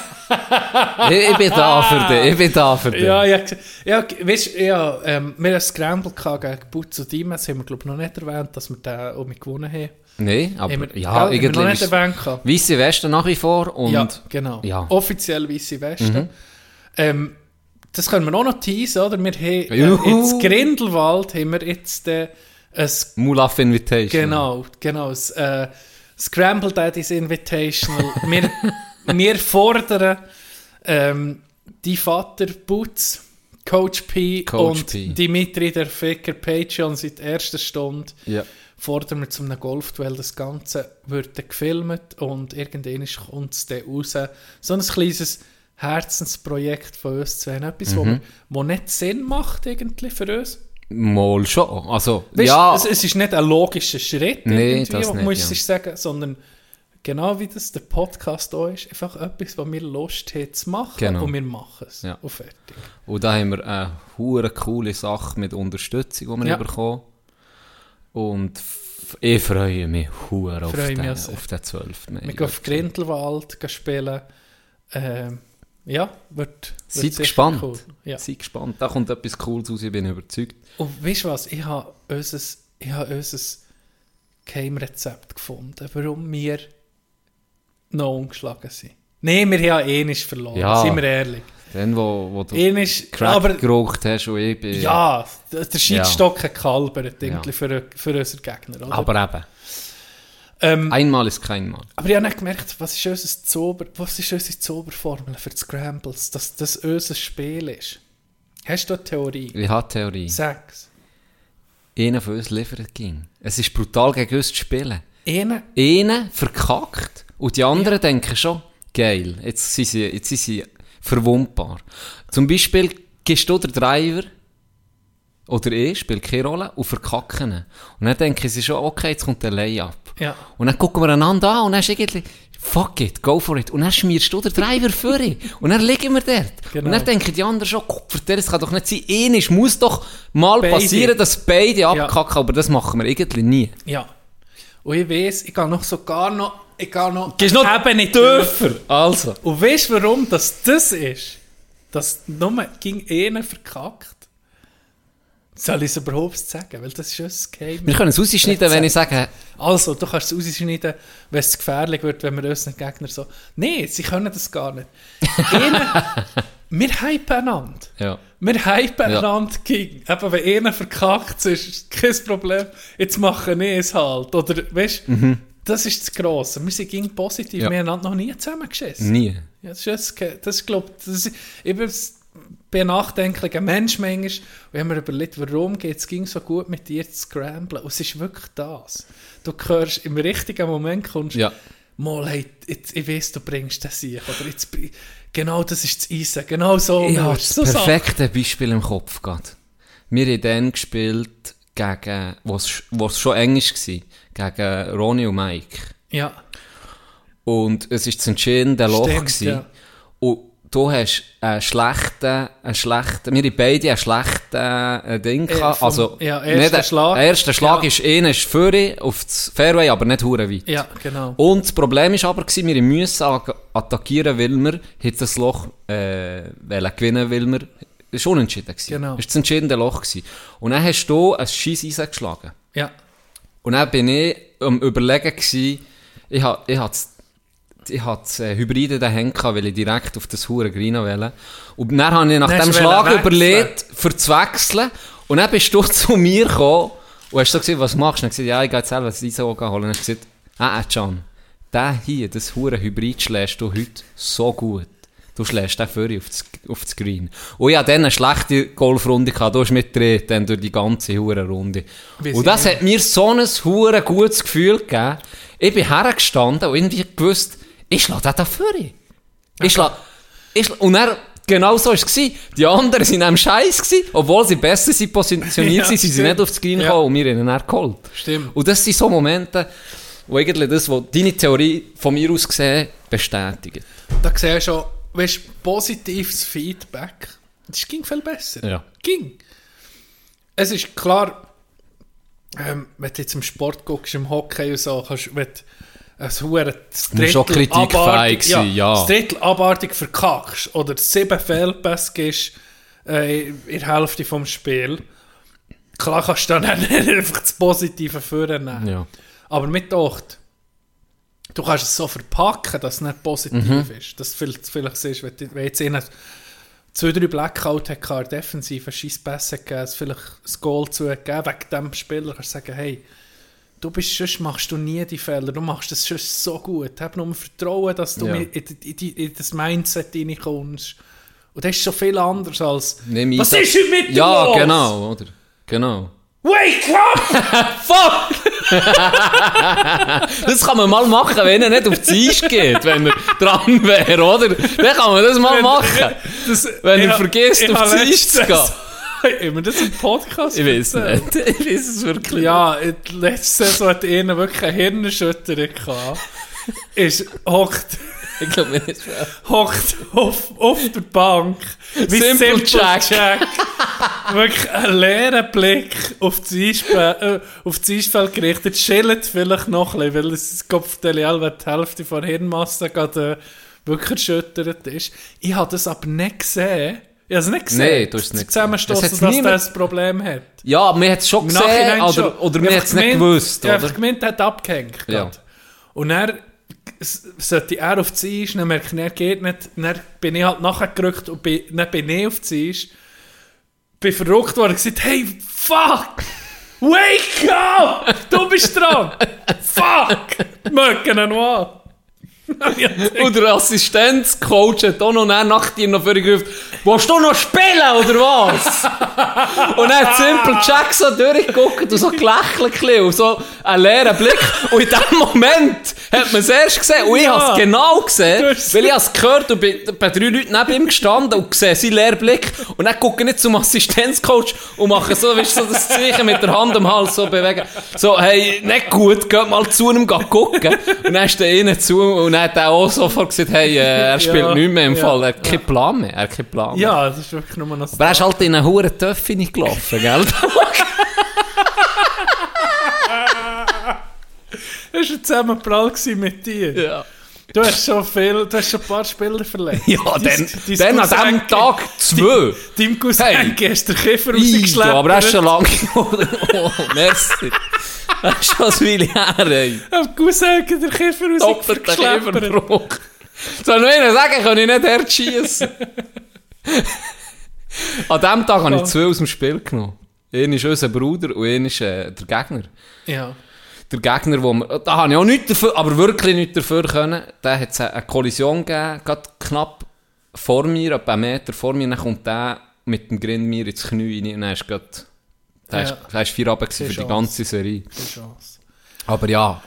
ich, ich bin da für dich, ich bin da für dich. Ja, ja, ja, weißt, ja ähm, wir haben ein Scramble gehabt gegen Butz und Dima. Das haben wir, glaube ich, noch nicht erwähnt, dass wir den auch mit gewonnen haben. Nein, aber haben wir, ja, gell, haben wir noch nicht irgendwie... erwähnt gehabt. Weisse Weste nach wie vor und... Ja, genau. ja. Offiziell weiße Weste. Mhm. Ähm, das können wir auch noch teasen, oder? Wir haben äh, Juhu. jetzt Grindelwald haben wir jetzt äh, ein, Mulaf Invitation. genau, genau, ein äh, Scramble Daddies Invitational. wir, wir fordern ähm, die Vater Butz, Coach P Coach und P. Dimitri der Ficker Patreon seit der ersten Stunde. Ja. Fordern wir zu einem Golfduell. Das Ganze wird dann gefilmt und irgendwann kommt es dann raus. So ein kleines Herzensprojekt von uns zwei. Etwas, Mhm. wo, wir, wo nicht Sinn macht irgendwie für uns. Mal schon. Also, Weißt, ja... es, es ist nicht ein logischer Schritt, Nee, irgendwie, das was nicht, muss ja. ich sagen, sondern genau wie das der Podcast auch ist, einfach etwas, was wir Lust haben zu machen Genau. und wir machen es. Ja. Und fertig. Und da haben wir eine hure coole Sache mit Unterstützung, die wir Ja. bekommen. Und f- ich freue mich hure auf, Freue mich den- auch sehr. auf den zwölften Mai. Wir gehen auf Grindelwald gehen spielen. Ähm, ja, wird, wird Seid sicher gespannt. cool. Ja. Seid gespannt. Da kommt etwas Cooles raus, ich bin überzeugt. Und weißt du was? Ich habe unser, ich habe unser Geheimrezept gefunden, warum wir noch ungeschlagen sind. Nein, wir haben eh nicht verloren, Ja. sind wir ehrlich. Dann, wo, wo du Eh nicht, Crack aber geraucht hast und ich bin... ja, der der Scheidstock hat gekalbert irgendwie Ja. für, für unseren Gegner. Oder? Aber eben, ähm, einmal ist kein Mal. aber ich habe nicht gemerkt, was ist, unser Zauber, was ist unsere Zauberformel für die Scrambles, dass das unser Spiel ist. Hast du eine Theorie? Ich habe Theorie. Sechs. Einer von uns liefert ging. Es ist brutal gegen uns zu spielen. Einer, Einer verkackt und die anderen denken schon, geil, jetzt sind sie, jetzt sind sie verwundbar. Zum Beispiel gibst du den Driver oder ich, spielt keine Rolle, und verkacken ihn. Und dann denken sie schon, okay, jetzt kommt der Layup. ja. Und dann gucken wir einander an und dann ist irgendwie, fuck it, go for it. Und dann schmierst du den Driver vor ihn. Und dann liegen wir dort. Genau. Und dann denken die anderen schon, guck, für das kann doch nicht sein. Eines muss doch mal Beide. passieren, dass beide abkacken, aber das machen wir irgendwie nie. Ja. Und ich weiss, ich gehe noch sogar noch, ich gehe noch, Gehst noch eben nicht tiefer. Also. Und weißt du, warum das das ist? Dass nur ging einer verkackt. Soll ich es überhaupt sagen? Weil das ist ja ein Geheimnis. Wir können es rausschneiden, wenn ich sage, Also, du kannst es rausschneiden, wenn es gefährlich wird, wenn wir unseren Gegner so... Nein, sie können das gar nicht. Einer, wir hypen einander. ja. Wir hypen Ja. einander gegen. Eben, wenn einer verkackt ist, ist kein Problem. Jetzt machen wir es halt. Oder, weißt du, das ist das Grosse. Wir sind gegen positiv. Ja. Wir haben einander noch nie zusammengeschissen. Nie. Ja, das ist, das, das ist glaube ich, ich bin ein nachdenklicher Mensch manchmal und ich habe mir überlegt, warum geht es ging so gut mit dir zu scramblen. Und es ist wirklich das. Du hörst, im richtigen Moment kommst Ja. mal, hey, jetzt, ich weiss, du bringst das hier. Oder jetzt, bring- genau das ist das Eisen. Genau so. Ich habe musst das du. So perfekte Beispiel im Kopf gehabt. Wir haben dann gespielt, gegen, wo es schon Englisch war, gegen Ronny und Mike. Ja, Und es war das entscheidende Loch. Stimmt, Gewesen. ja. Und du hast einen schlechten, einen schlechten, wir haben beide einen schlechten äh, Ding Äh, gehabt. vom- Also, ja, erster nicht, Schlag. Der erste Schlag Ja. ist, einer ist vorne auf das Fairway, aber nicht hure weit. ja, genau. Und das Problem war aber, gewesen, wir mussten attackieren, weil wir hat das Loch äh, wollen gewinnen, weil wir Es war unentschieden. Genau. Es war das entscheidende Loch. Gewesen. Und dann hast du ein Scheiss eingeschlagen. Ja. Und dann bin ich am Überlegen gewesen, ich hatte ich ich das äh, Hybride daheim gehabt, weil ich direkt auf das hure Green wollte. Und dann habe ich nach dann dem Schlag überlegt, für zu wechseln. Und dann bist du zu mir gekommen und hast so gesagt, was machst du? Und ich habe gesagt, ja, ich gehe jetzt selber das I S O holen. Und dann hast du gesagt, ah, ah, Can, der hier, das hure Hybrid schlägst du heute so gut. Du schlägst den Furry auf das, auf das Green. Und ich hatte dann eine schlechte Golfrunde gehabt. Du hast mitgedreht dann durch die ganze hure Runde. Wie und das hat mir so ein hure gutes Gefühl gegeben. Ich bin hergestanden und irgendwie gewusst, ich schlage den da Furry. Ich schlage, ich schlag, und dann, genau so war es. Die anderen waren am Scheiß gewesen, obwohl sie besser sind positioniert ja, sind, sind sie nicht auf das Green gekommen ja. und wir haben ihn dann geholt. Stimmt. Und das sind so Momente, wo eigentlich das, was deine Theorie von mir aus gesehen bestätigt. Da siehst du schon, weißt, positives Feedback, das ging viel besser. Ja. Ging. Es ist klar, ähm, wenn du jetzt im Sport guckst, im Hockey und so, kannst, wenn du ein Huren Drittel abartig, ja, ja. das Drittel abartig verkackst oder sieben Fehlpässe gibst äh, in der Hälfte vom Spiel, klar kannst du dann einfach das Positive vornehmen. Ja. Aber mit Acht, du kannst es so verpacken, dass es nicht positiv mhm. ist. Dass du vielleicht siehst, wenn jetzt einer zwei, drei Blackout hat, kann er defensiv einen Scheisspässe gegeben, vielleicht ein Goal zugegeben, wegen diesem Spieler kannst du sagen, hey, du bist, sonst machst du nie die Fehler, du machst das sonst so gut. Hab nur Vertrauen, dass du ja. in, in, in, in das Mindset reinkommst. Und das ist so viel anders als, Nimm was ist heute mit dir ja, los? Ja, genau, oder? Genau. Wake up! Fuck! Das kann man mal machen, wenn er nicht auf die Eis geht, wenn er dran wäre, oder? Dann kann man das mal wenn, machen. Das, wenn er vergisst, auf die Eis zu gehen. Haben wir das im Podcast Ich weiß nicht. Ich weiß es wirklich ja, nicht. Ja, letzte Saison hat einer wirklich eine Hirnerschütterung gehabt. Ist, hockt, ich glaube nicht. Hockt auf, auf der Bank. Wie Simple, Simple Jack. Jack. Wirklich einen leeren Blick auf das Eisfeld, äh, auf das Eisfeld gerichtet. Chillt vielleicht noch ein bisschen, weil es Kopfdelial, wenn die Hälfte von der Hirnmasse gerade äh, wirklich erschüttert ist. Ich habe das aber nicht gesehen. Ich habe es nicht gesehen. Nein, du hast es nicht gesehen. Das dass niemand... das ein Problem hat. Ja, aber man hat es schon gesehen, oder, schon. oder man hat es nicht gewusst. Ja, einfach gemeint, er hat abgehängt. Ja. Und dann sollte er auf das Eis, dann merke ich, er geht nicht. Dann bin ich halt nachher gerückt und bin, dann bin ich auf das Eis. Bin verrückt worden und gesagt, hey, fuck! Wake up! Du bist dran! Fuck! Mögen ihn noch an. Und der Assistenzcoach hat auch noch nach dir noch vorgerufen, willst du noch spielen, oder was? Und dann hat Simple Jack so durchgeguckt und so gelächelt und so einen leeren Blick. Und in dem Moment hat man es erst gesehen. Und ich ja. habe es genau gesehen, weil ich es gehört und bin bei drei Leuten neben ihm gestanden und gesehen seinen leeren Blick. Und dann gucke ich nicht zum Assistenzcoach und mache so, weißt du, so das Zeichen mit der Hand am Hals so bewegen. So, hey, nicht gut, geht mal zu ihm gucken. Und dann ist der innen zu und dann hat er auch sofort gesagt, hey, äh, er spielt ja, nicht mehr im ja, Fall. Er hat keinen Plan mehr. Er hat keinen Plan mehr. Ja, das ist wirklich nur noch so. Aber er ist halt in eine hure Töpfe nicht gelaufen, gell? Das war ein Zusammenprall mit dir. Ja. Du hast schon viel, du hast schon ein paar Spieler verletzt. Ja, dann, dann an diesem Tag zwei. Deinem Cousin hey. Hast den Kiefer rausgeschleppt. Ja, aber das ist schon lange. Oh, merci. Das ist schon ein Weile her, ey. Am Cousin hat den Kiefer rausgeschleppt. Kieferbruch. Soll noch einer sagen, kann ich nicht herschiessen. An diesem Tag habe ich zwei aus dem Spiel genommen. Einer ist unser Bruder und einer ist äh, der Gegner. Ja. Der Gegner, wo wir, da habe ich auch nichts dafür, aber wirklich nichts dafür können. Da hat es eine Kollision gegeben, gerade knapp vor mir, etwa einen Meter vor mir, dann kommt der mit dem Grind mir ins Knie rein und dann ist gerade, da ja. war vier runter für die ganze Serie. Aber ja.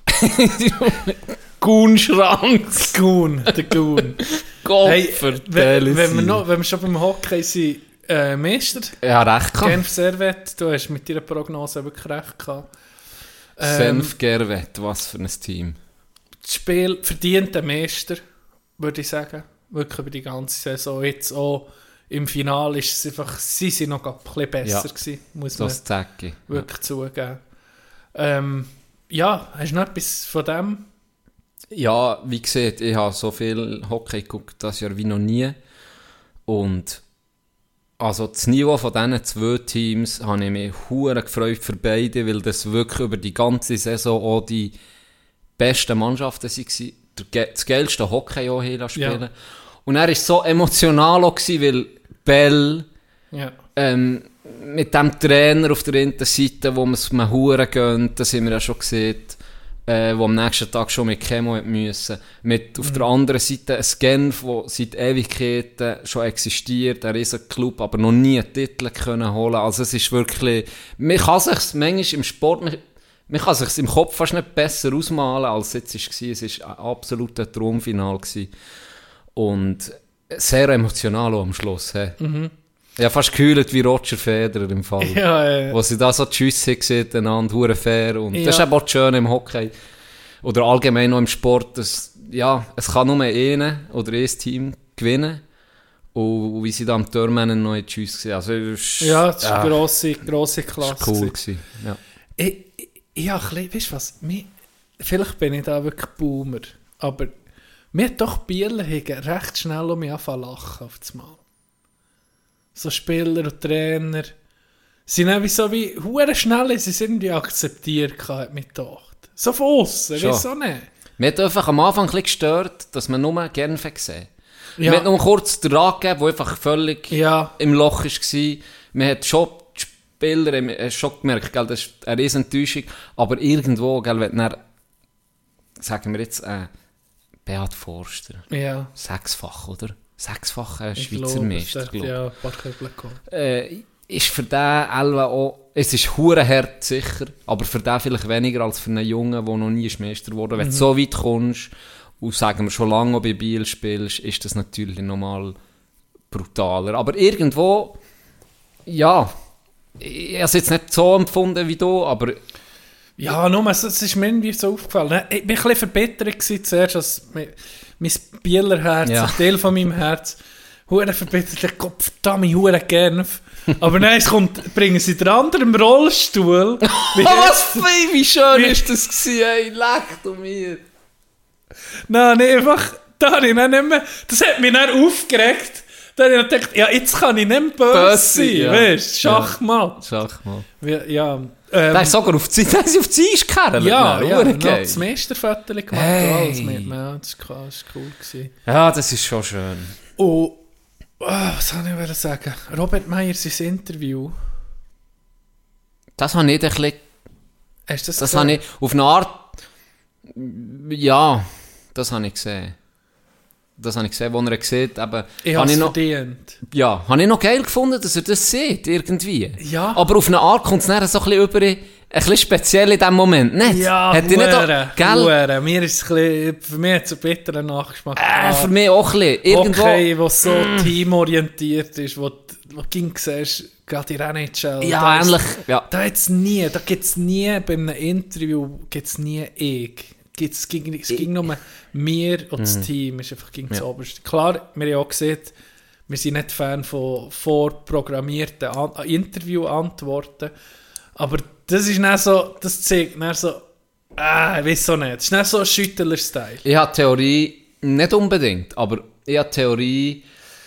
Goon-Schrank. Goon, der Goon. Gott, hey, wenn, wenn, wir noch, wenn wir schon beim Hockey sind, äh, Meister. Ja, recht gehabt. Genf Servette, du hast mit deiner Prognose wirklich recht gehabt. Ähm, Senf Gervette, was für ein Team. Das Spiel verdient den Meister, würde ich sagen. Wirklich über die ganze Saison. Jetzt auch im Finale ist es einfach, sie sind noch ein bisschen besser ja, gewesen, muss man Zacki. wirklich ja. zugeben. Ähm, ja, hast du noch etwas von dem? Ja, wie gesagt, ich habe so viel Hockey geguckt das Jahr wie noch nie. Und also das Niveau von diesen zwei Teams habe ich mich hure gefreut für beide, weil das wirklich über die ganze Saison auch die besten Mannschaften waren. Das geilste Hockey auch hier spielen. Ja. Und er war so emotional auch, weil Bell ja. ähm, mit dem Trainer auf der einen Seite, wo man es mir hure gönnt, das haben wir ja schon gesehen, äh, wo am nächsten Tag schon mit Chemo hat müssen. Mit auf mhm. der anderen Seite ein Genf, der seit Ewigkeiten schon existiert, ein riesen Club, aber noch nie einen Titel können holen. Also es ist wirklich, man kann sich manchmal im Sport, man, man kann sich im Kopf fast nicht besser ausmalen, als es jetzt war. Es war ein absoluter Traumfinal gewesen. Und sehr emotional auch am Schluss. He. Mhm. Ja, fast gekühlt wie Roger Federer im Fall. Ja, ja, ja. Wo sie da so Tschüss haben gesehen, einander, hure fair. Und ja. Das ist eben auch das Schöne im Hockey. Oder allgemein noch im Sport. Dass, ja, es kann nur einer oder ein Team gewinnen. Und wie sie da am Tormännen noch Tschüss gesehen. Also, ist, ja, das war eine äh, grosse, grosse Klasse. Das war cool gewesen. Ja. Ich, ich, ja, ein bisschen, weißt du was? Mich, vielleicht bin ich da wirklich Boomer. Aber mir hat doch Bieler recht schnell um mich anfangen zu lachen auf das Mal. So Spieler und Trainer sind irgendwie so wie hure schnell, sie sind irgendwie akzeptiert, hat mich gedacht. So von aussen, weiss auch nicht. Mir hat einfach am Anfang ein bisschen gestört, dass man nur Genf gesehen. Ja. Man hat nur kurz den Rat gegeben, der einfach völlig ja. im Loch war. Man hat schon die Spieler man schon gemerkt, gell, das ist eine riesen Enttäuschung, aber irgendwo, gell, wenn dann, sagen wir jetzt, äh, Beat Forster, ja. sechsfach, oder? Sechsfach äh, Schweizer Meister, glaube ich. Ja, ein paar Köpfe gekommen. Äh, ist für den Elva auch, es ist hure hart sicher, aber für den vielleicht weniger als für einen Jungen, der noch nie Meister wurde. Mhm. Wenn du so weit kommst und sagen wir schon lange bei Biel spielst, ist das natürlich nochmal brutaler. Aber irgendwo, ja, ich habe es jetzt nicht so empfunden wie du, aber... Ja, nur, es ist mir irgendwie so aufgefallen. Ich war ein bisschen verbittert zuerst, als mein, mein Bieler Herz, ja. ein Teil von meinem Herz, hure verbittert, Gott verdammt, hure Genf. Aber nein, es kommt, bringen sie den anderen im Rollstuhl. Was, wie schön wie, ist das gewesen, ey, leck du mir. Nein, nee, einfach, da habe ich nicht mehr, das hat mich dann aufgeregt. Da habe ich gedacht, ja, jetzt kann ich nicht mehr böse, böse sein, ja. Weißt du, Schachmatt. Ja, Schachmatt. Wie, ja, Ähm, da ist sogar auf die Zeit, auf die Eis gekarrt. Ja, ja, noch das Meisterfoto gemacht. Hey. Alles mit, ja, das war cool gewesen. Ja, das ist schon schön. Und, oh, was soll ich sagen? Robert Meyer, sein Interview. Das habe ich ein bisschen... Hast du das Das habe ich auf eine Art... Ja, das habe ich gesehen. Das habe ich gesehen, wo er sieht, eben... Ich habe es verdient. Ja, habe ich noch geil gefunden, dass er das sieht, irgendwie. Ja. Aber auf eine Art kommt es dann so ein bisschen über... Ein bisschen speziell in diesem Moment, nicht? Ja, hat nicht auch, gell? Mir ist es ein bisschen... Für mich hat es einen bitteren Nachgeschmack. Äh, für mich auch ein bisschen. Irgendwo... Okay, was so mm. teamorientiert ist, wo du siehst, gerade in der N H L. Ja, ähnlich. Ja. Da hat's nie, da gibt es nie, bei einem Interview gibt's nie ich. Es ging, es ging nur mir und das mm. Team, ist einfach gegen das ja. Oberste. Klar, wir haben auch gesehen, wir sind nicht Fan von vorprogrammierten An- Interview-Antworten, aber das ist nicht so, das zeigt nicht so, ah, ich weiß auch nicht, das ist nicht so ein Schüttler-Style. Ich habe Theorie, nicht unbedingt, aber ich habe Theorie,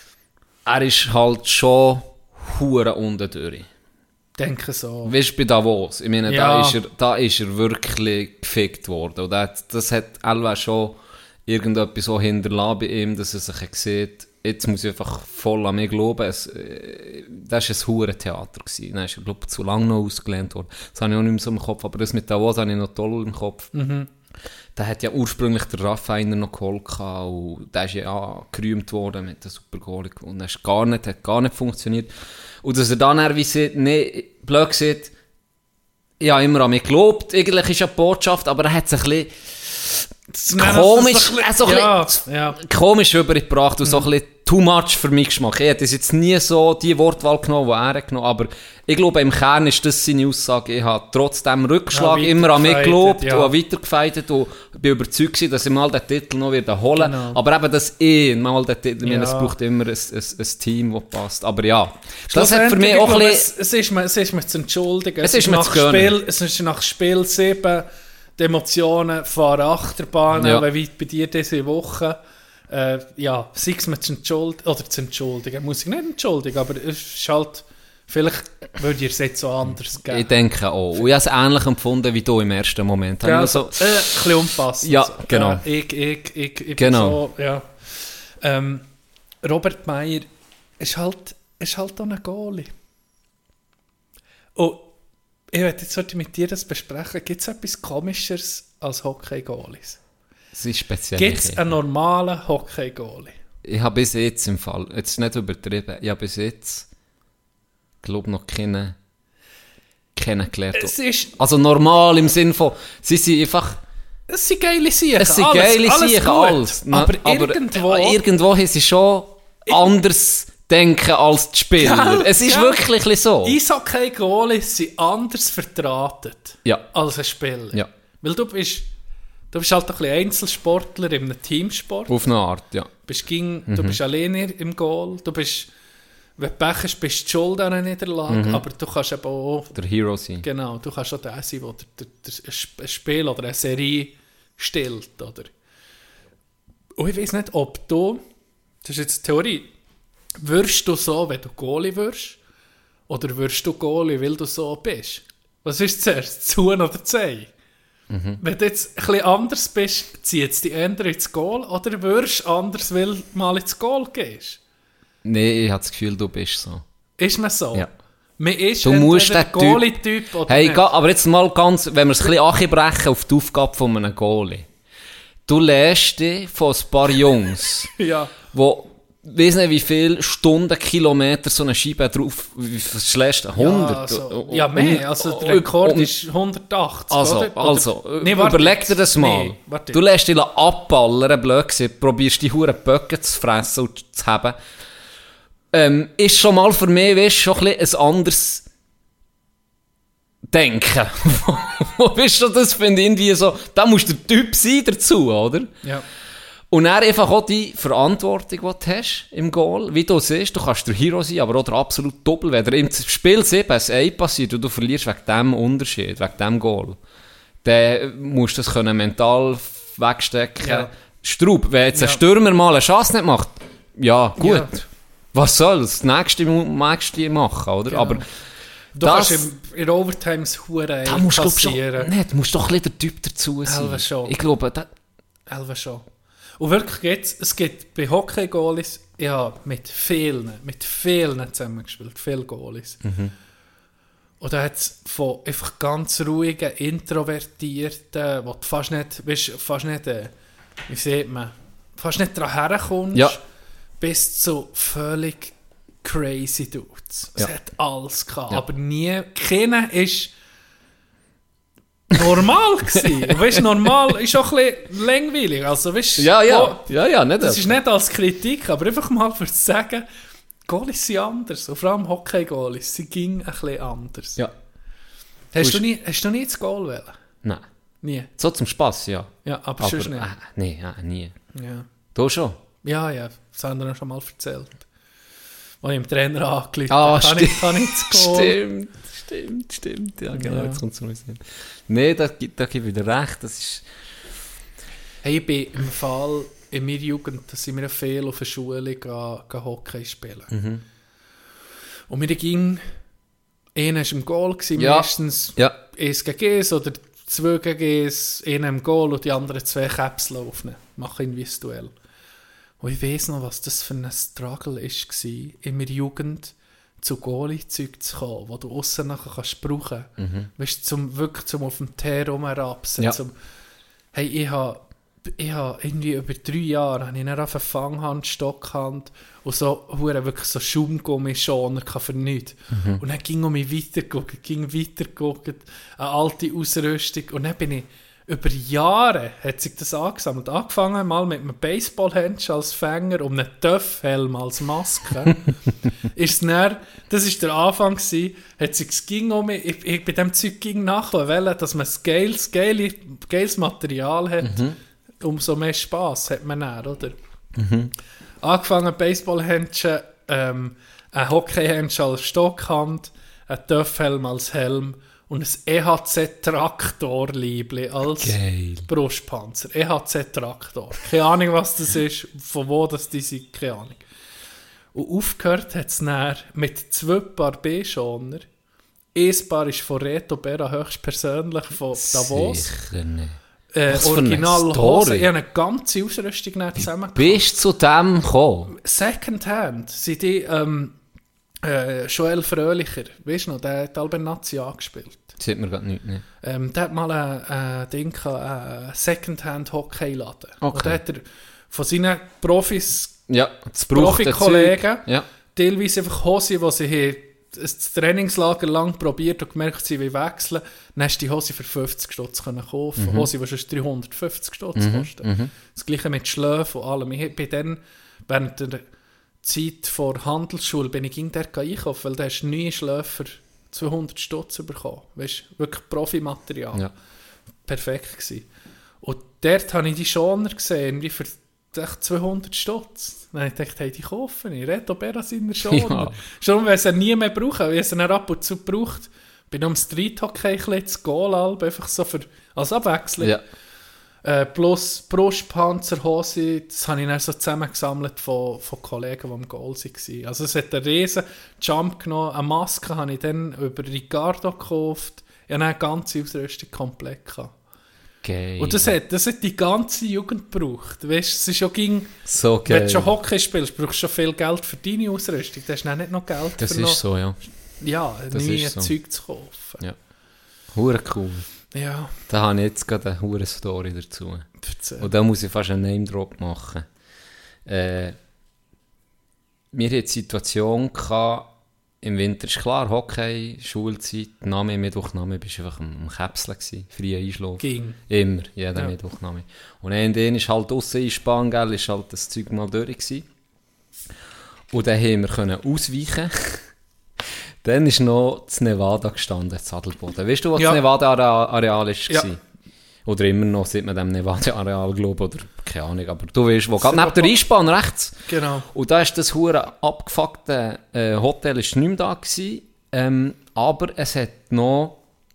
er ist halt schon hure unten durch. Denke so. Weißt du, bei Davos, ich meine, ja. da, ist er, da ist er wirklich gefickt worden. Und das, das hat Elva schon irgendetwas so hinterlassen bei ihm, dass er sich sieht, jetzt muss ich einfach voll an mich glauben. Es, äh, das war ein hure Theater. Dann ist er, glaube ich, zu lange noch ausgelernt worden. Das habe ich auch nicht mehr so im Kopf, aber das mit Davos habe ich noch toll im Kopf. Mhm. Da hat ja ursprünglich der Raffiner noch geholt und der ist ja gerühmt worden mit der Supergoal und das ist gar nicht, hat gar nicht funktioniert. Und dass er dann wie sieht, nee, blöd sieht, ich habe immer an mich gelobt, eigentlich ist ja die Botschaft, aber er hat sich ein bisschen komisch, ein so ja, bisschen ja. komisch übergebracht und mhm. so ein bisschen too much für mich Geschmack. Ich hätte jetzt nie so die Wortwahl genommen, die er genommen hat, aber ich glaube, im Kern ist das seine Aussage. Ich habe trotz dem Rückschlag ja, immer an mich gelobt ja. und weitergefeitet und bin überzeugt, dass ich mal den Titel noch wieder holen genau. Aber eben, dass ich mal den Titel, ja. es braucht immer ein, ein, ein Team, das passt. Aber ja, das hat für mich auch glaube, ein bisschen... Es, es, ist mir, es ist mir zu entschuldigen. Es, es ist mir nach zu Spiel, Es ist nach Spiel sieben, die Emotionen fahren Achterbahnen, ja. wie weit bei dir diese Woche. Äh, ja, sei es mir zu entschuldigen, oder zu entschuldigen, muss ich nicht entschuldigen, aber es ist halt, vielleicht würde ihr es jetzt so anders geben. Ich denke auch. Und ich habe es ähnlich empfunden wie du im ersten Moment. Ja, so, äh, ein bisschen unpassend. Ja, so. genau. Äh, ich, ich, ich, ich Genau. bin so, ja. Ähm, Robert Meyer ist halt, ist halt auch ein Goalie. Und ich werde jetzt heute mit dir das besprechen. Gibt es etwas Komischeres als Hockey-Goalies? Es ist speziell. Gibt es einen normalen Hockey-Goalie? Ich habe bis jetzt im Fall, jetzt nicht übertrieben, ich habe bis jetzt, glaube noch keinen kennengelernt. Es ist, Also normal im Sinn von, sie sind einfach... es sind geile Siechen. Es sind alles, geile alles Siechen, gut. alles. Aber, aber irgendwo... äh, irgendwo haben sie schon anders denken als die Spieler. Gell, es ist gell. wirklich ein bisschen so. Eishockey-Goalies sind anders verdrahtet Ja. als ein Spieler. Ja. Weil du bist, du bist halt ein bisschen Einzelsportler in einem Teamsport. Auf eine Art, ja. Bist ging, Du bist alleine im Goal. Du bist, wenn du Pech hast, bist du die Schuld an einer Niederlage. Mhm. Aber du kannst eben auch... Der Hero sein. Genau, du kannst auch der sein, der, der, der, der ein Spiel oder eine Serie stellt. Oder? Und ich weiß nicht, ob du... Das ist jetzt eine Theorie. Wirst du so, wenn du Goalie wirst? Oder wirst du Goalie, weil du so bist? Was ist zuerst? Zu oder Zeh? Mhm. Wenn du jetzt ein bisschen anders bist, zieht es dich eher ins Goal? Oder wirst du anders, weil du mal ins Goal gehst? Nein, ich habe das Gefühl, du bist so. Ist man so? Ja. Man ist Du musst der den Goalie-Typ oder Hey, nicht. ga, aber jetzt mal ganz, wenn wir es ein bisschen anbrechen auf die Aufgabe von einem Goalie. Du lässt dich von ein paar Jungs, Ja. wo, weiss nicht wie viele Stunden, Kilometer so eine Scheibe drauf, wie was schlägst du? hundert? Ja, also, Und- ja, mehr. Also der Rekord und- ist hundertachtzig, Also, oder? Oder- also Nee, warte überleg jetzt. dir das mal. Nee, warte. Du lässt dich abballern, blöd gesagt, probierst die Huren Böcke zu fressen und zu haben. Ähm, ist schon mal für mich, weißt, schon ein bisschen ein anderes Denken. Weißt du, das finde ich irgendwie so, da musst du der Typ sein dazu, oder? Ja. Und dann einfach auch die Verantwortung, die du hast im Goal. Wie du siehst, du kannst der Hero sein, aber auch der absolute Doppel. Wenn dir im Spiel sieben ein Ei passiert und du verlierst wegen diesem Unterschied, wegen diesem Goal, dann musst du das können mental wegstecken. Ja. Straub, wenn jetzt Ja. ein Stürmer mal eine Chance nicht macht, ja, gut. Ja. Was soll's? Das nächste musst du machen, oder? Genau. Aber Du das, kannst im, in der Overtime das Hure da musst du glaub, schon, passieren. nee, du musst doch ein bisschen der Typ dazu sein. Elva schon. Ich glaube, da, Elva schon. Und wirklich geht's, es gibt bei Hockey-Goalies, ja, mit vielen, mit vielen zusammengespielt, viele Goalies. Mhm. Und da hat es von einfach ganz ruhigen, introvertierten, wo du fast nicht, weißt, fast nicht, äh, wie sieht man, fast nicht daran herkommst, Ja. bis zu völlig crazy Dudes. Es Ja. hat alles gehabt, Ja. aber nie, keiner ist normal gewesen. Und weißt, normal ist auch ein bisschen langweilig. Also, weißt, ja, ja, oh, ja, ja, nicht das ist nicht als Kritik, aber einfach mal für zu sagen, Goalies sind anders. Und vor allem Hockey-Goalies, sie gingen ein bisschen anders. Ja. Hast, Du du nie, hast du nie ins Goal wählen? Nein. Nie. So zum Spass, ja. Ja, aber, Aber, sonst nicht. äh, nee, ja, nie. Ja. Du schon? ja, ja, das haben wir schon mal erzählt. Als ich dem Trainer angerufen Ah, habe, kann stimmt. ich, kann ich ins Goal. Stimmt, stimmt, stimmt. Ja, genau, Ja. jetzt kommt es mir Sinn. Nee, da, gi- da gebe ich dir recht. Das ist... Hey, ich bin im Fall in meiner Jugend, da sind wir viel auf der Schule gehen, gehen Hockey spielen. Mhm. Und wir gingen, einer war im Goal, gewesen, Ja. meistens Ja. eins gegen eins oder zwei gegen eins, einer im Goal und die anderen zwei Caps laufen. Machen irgendwie ein Duell. Und ich weiss noch, was das für ein Struggle war, in meiner Jugend zu Goalie-Zeug zu kommen, wo du aussen nachher kannst brauchen kannst. Mhm. Weißt du, zum, wirklich zum auf dem Teer rumrapsen. Ja. Zum, hey, ich habe ich hab irgendwie über drei Jahre habe ich dann auf eine Fanghand, Stockhand und so hure wirklich so Schaumgummi-Schoner für nichts. Mhm. Und dann ging um mich weitergeguckt, ging weitergeguckt, eine alte Ausrüstung und dann bin ich über Jahre hat sich das angesammelt. Angefangen mal mit einem Baseballhändchen als Fänger und einem Töffhelm als Maske. ist dann, das war der Anfang, gewesen, hat sich das ging um mich, ich, ich bei diesem Zeug ging nachher, dass man das geiles, geiles, geiles Material hat, Mhm. umso mehr Spass hat man dann, oder? Mhm. Angefangen Baseballhändchen, ähm, ein Hockeyhändchen als Stockhand, ein Töffhelm als Helm und ein E H C-Traktor-Liebli als Geil. Brustpanzer. E H C-Traktor. Keine Ahnung, was das ist, von wo das die sind, keine Ahnung. Und aufgehört hat es dann mit zwei Paar B-Schoner. Ein Paar ist von Reto Berra höchstpersönlich von Davos. Sicher nicht. Äh, Was für eine Original Story. Hose. Ich habe eine ganze Ausrüstung nicht zusammen. Bist du zu dem gekommen? Secondhand sind die ähm, äh, Joel Fröhlicher, weißt du noch, der hat Albernazzi angespielt. Das sieht mir gerade nicht. nicht. Ähm, der hat mal ein, ein Ding gehabt, ein Secondhand-Hockey-Laden. Okay. Und da hat er von seinen Profis, Ja, das braucht Profi-Kollegen, Ja. teilweise einfach Hose, die sie haben ein Trainingslager lang probiert und gemerkt, sie will wechseln, dann hast du die Hose für fünfzig Stutz kaufen können. Mhm. Hose, die sonst dreihundertfünfzig Stutz Mhm. kosten. Mhm. Das gleiche mit Schläfen und allem. Ich bin dann, während der Zeit vor Handelsschule, bin ich ging dort einkaufen, weil da hast du neue Schläfer zweihundert Stutz bekommen. Weißt du, wirklich Profimaterial. Ja. Perfekt gewesen. Und dort habe ich die Schoner gesehen, wie für zweihundert Stutz. Dann habe ich gedacht, hey, die kaufen ich. Reto Berra seiner Schoner. Ja. Schon, weil sie nie mehr brauchen, weil ich sie dann ab und zu braucht. Bin am Street-Hockey ein bisschen zu Goal, einfach so für, als Abwechslung. Ja. Äh, plus Brustpanzerhose, das habe ich dann so zusammengesammelt von, von Kollegen, die am Goal waren. Also es hat einen riesen Jump genommen. Eine Maske habe ich dann über Ricardo gekauft. Ich hatte eine ganze Ausrüstung komplett gehabt. Geil. Und das hat, das hat die ganze Jugend gebraucht. Weißt, es ist ja ging, so wenn geil. du schon Hockey spielst, brauchst du schon viel Geld für deine Ausrüstung. Da hast du dann nicht noch Geld Das für ist noch, so, ja. ja, Das neue ist so. Zeug zu kaufen. Ja. Hure cool. Ja, Da habe ich jetzt gerade eine hure Story dazu. erzähl. Und da muss ich fast einen Name-Drop machen. Äh, wir hatten die Situation gehabt, im Winter ist klar, Hockey, Schulzeit, Name, Mittwochname, bist du einfach am, am Käpseln gewesen, früh einschlafen. Ging. Immer, jeden Ja. Mittwochname. Und dann ist halt draussen Einspann, gell, ist halt das Zeug mal durch gewesen. Und dann haben wir können ausweichen. Dann ist noch das Nevada gestanden, das Adelboden. Weißt du, was Ja. das Nevada-Areal war? Ja. Oder immer noch, sieht man dem Nevada-Areal, glaube ich, oder keine Ahnung, aber du weißt, wo, gerade Super neben der Einspann rechts. Genau. Und da ist das hure abgefuckte äh, Hotel ist nicht mehr da gewesen, ähm, aber es hat noch,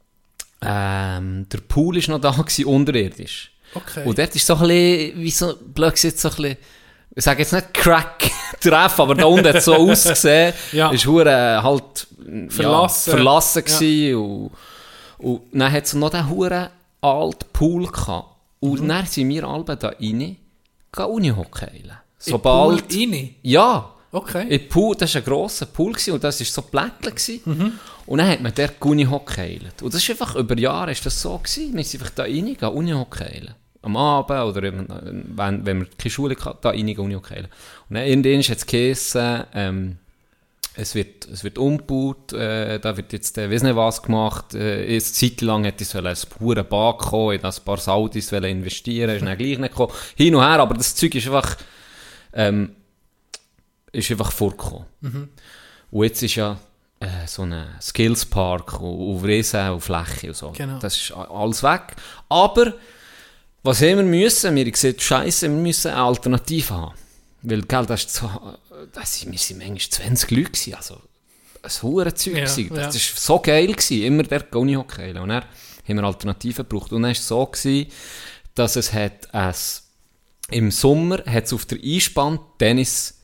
ähm, der Pool ist noch da gewesen, unterirdisch. Okay. Und dort ist so ein bisschen, wie so, blöd gesagt, so ein bisschen, ich sage jetzt nicht Crack-Treff, aber da unten hat es so ausgesehen, Ja. ist hure halt, Verlassen. Ja, verlassen Ja. gewesen und, und dann hat es noch den hure alten Pool gehabt. Und Mhm. dann sind wir alle da rein, gehen Unihockey. Sobald... Sobald... rein? Ja, Okay. im Pool, das war ein grosser Pool gewesen, und das war so Plättchen gewesen. Mhm. Und dann hat man dort Unihockey. Und das ist einfach, über Jahre ist das so gewesen. Wir sind einfach da rein, gehen Unihockey. Am Abend oder eben, wenn, wenn wir keine Schule hatten, da rein, gehen Unihockey. Und dann irgendwann hat es geheißen, ähm, es wird, es wird umgebaut, äh, da wird jetzt, äh, weiss nicht was gemacht, äh, eine Zeit lang hätte ich ein pure Bad kommen, in das ein paar Saudis investieren, ist dann gleich nicht gekommen. Hin und her, aber das Zeug ist einfach, ähm, ist einfach vorgekommen. Mhm. Und jetzt ist ja äh, so ein Skillspark auf riesen und Fläche und so. Genau. Das ist alles weg. Aber, was haben wir müssen? Wir haben gesagt, Scheiße, wir müssen eine Alternative haben. Weil, gell, das ist so, das, wir waren manchmal zwanzig Leute gewesen, also ein Hurenzeug Ja, gewesen. Das ja. war so geil gewesen, immer der Unihockey. Und dann haben wir Alternativen gebraucht. Und dann war es so gewesen, dass es hat ein, im Sommer hat es auf der Einspann Tennisfelder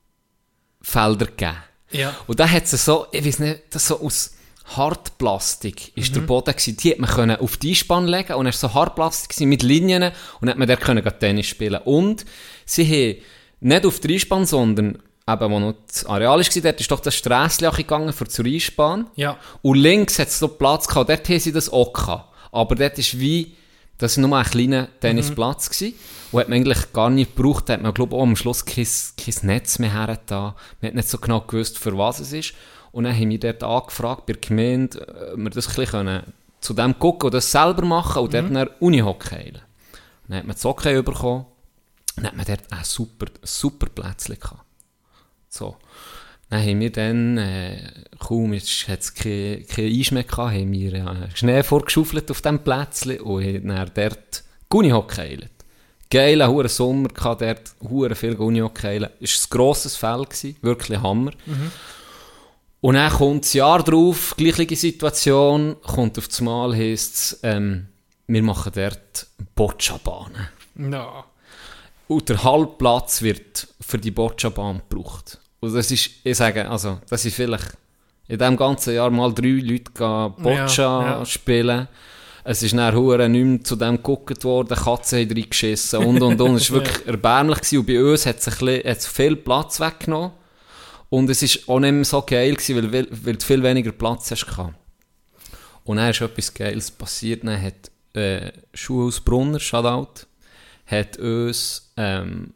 gegeben. Ja. Und da hat es so, ich weiß nicht, das so aus Hartplastik ist Mhm. der Boden gewesen. Die hat man können auf die Einspann legen und es war so Hartplastik gewesen, mit Linien und hat man dort können Tennis spielen. Und sie haben nicht auf die Einspann, sondern eben, wo noch das Areal war, dort ist doch das Strässchen gegangen für zur Einspann. Ja. Und links hat es so Platz gehabt, dort haben sie das auch gehabt. Aber dort ist wie, das war nur ein kleiner Tennisplatz gewesen. Und hat man eigentlich gar nicht gebraucht, da hat man, glaube ich, auch am Schluss kein, kein Netz mehr hergetan. Man hat nicht so genau gewusst, für was es ist. Und dann haben wir dort angefragt, bei der Gemeinde, ob wir das ein bisschen zu dem gucken und das selber machen und dort dann Unihockey. Dann hat man das Hockey bekommen. Dann hat man dort ein super, super Plätzchen gehabt. So. Dann haben wir dann, äh, kaum jetzt hat es kein, kein Eis mehr gehabt, haben wir äh, Schnee vorgeschaufelt auf diesem Plätzchen und haben dann dort Unihockey. Geiler, hoher Sommer gehabt dort, hure viel Unihockey. Es war ein grosses Feld gewesen, wirklich Hammer. Mhm. Und dann kommt das Jahr drauf, gleiche Situation, kommt auf das Mal, heisst es, ähm, wir machen dort Boccia-Bahnen. No. Und der Halbplatz wird für die Boccia-Bahn gebraucht. Und das ist, ich sage, also, das ist vielleicht in diesem ganzen Jahr mal drei Leute gehen Boccia ja, ja. spielen. Es ist dann verdammt nicht mehr zu dem geguckt worden, Katzen haben reingeschissen und und und. Es war wirklich ja. erbärmlich gewesen. Und bei uns hat es, ein bisschen, hat es viel Platz weggenommen. Und es war auch nicht mehr so geil gewesen, weil, weil du viel weniger Platz hast gehabt. Und dann ist etwas Geiles passiert. Dann hat äh, Schulhaus Brunner, Shoutout, hat uns ähm,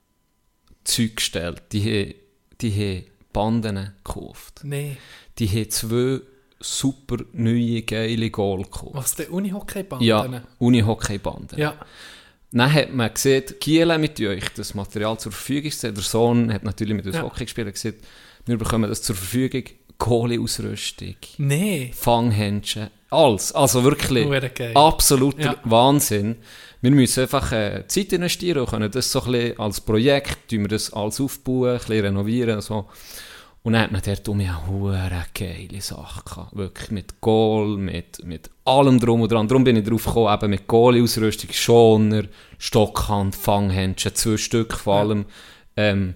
Zeug gestellt. Die, die haben Banden gekauft. Nee. Die haben zwei super neue, geile Goal gekauft. Was, die Unihockey-Banden? Ja, Unihockey-Banden. Ja. Dann hat man gesehen, Kiel mit euch das Material zur Verfügung gestellt. Der Sohn hat natürlich mit uns ja. Hockey gespielt und gesagt, wir bekommen das zur Verfügung. Goalie-Ausrüstung, nee. Fanghändchen, alles. Also wirklich absoluter ja. Wahnsinn. Wir müssen einfach äh, Zeit investieren und können das so ein bisschen als Projekt, tun wir das alles aufbauen, ein bisschen renovieren und so. Und dann hat man dort um eine hure geile Sache gehabt. Wirklich mit Goal, mit, mit allem drum und dran. Darum bin ich drauf gekommen, eben mit Goalie-Ausrüstung, Schoner, Stockhand, Fanghändchen, zwei Stück vor allem. Ja. Ähm,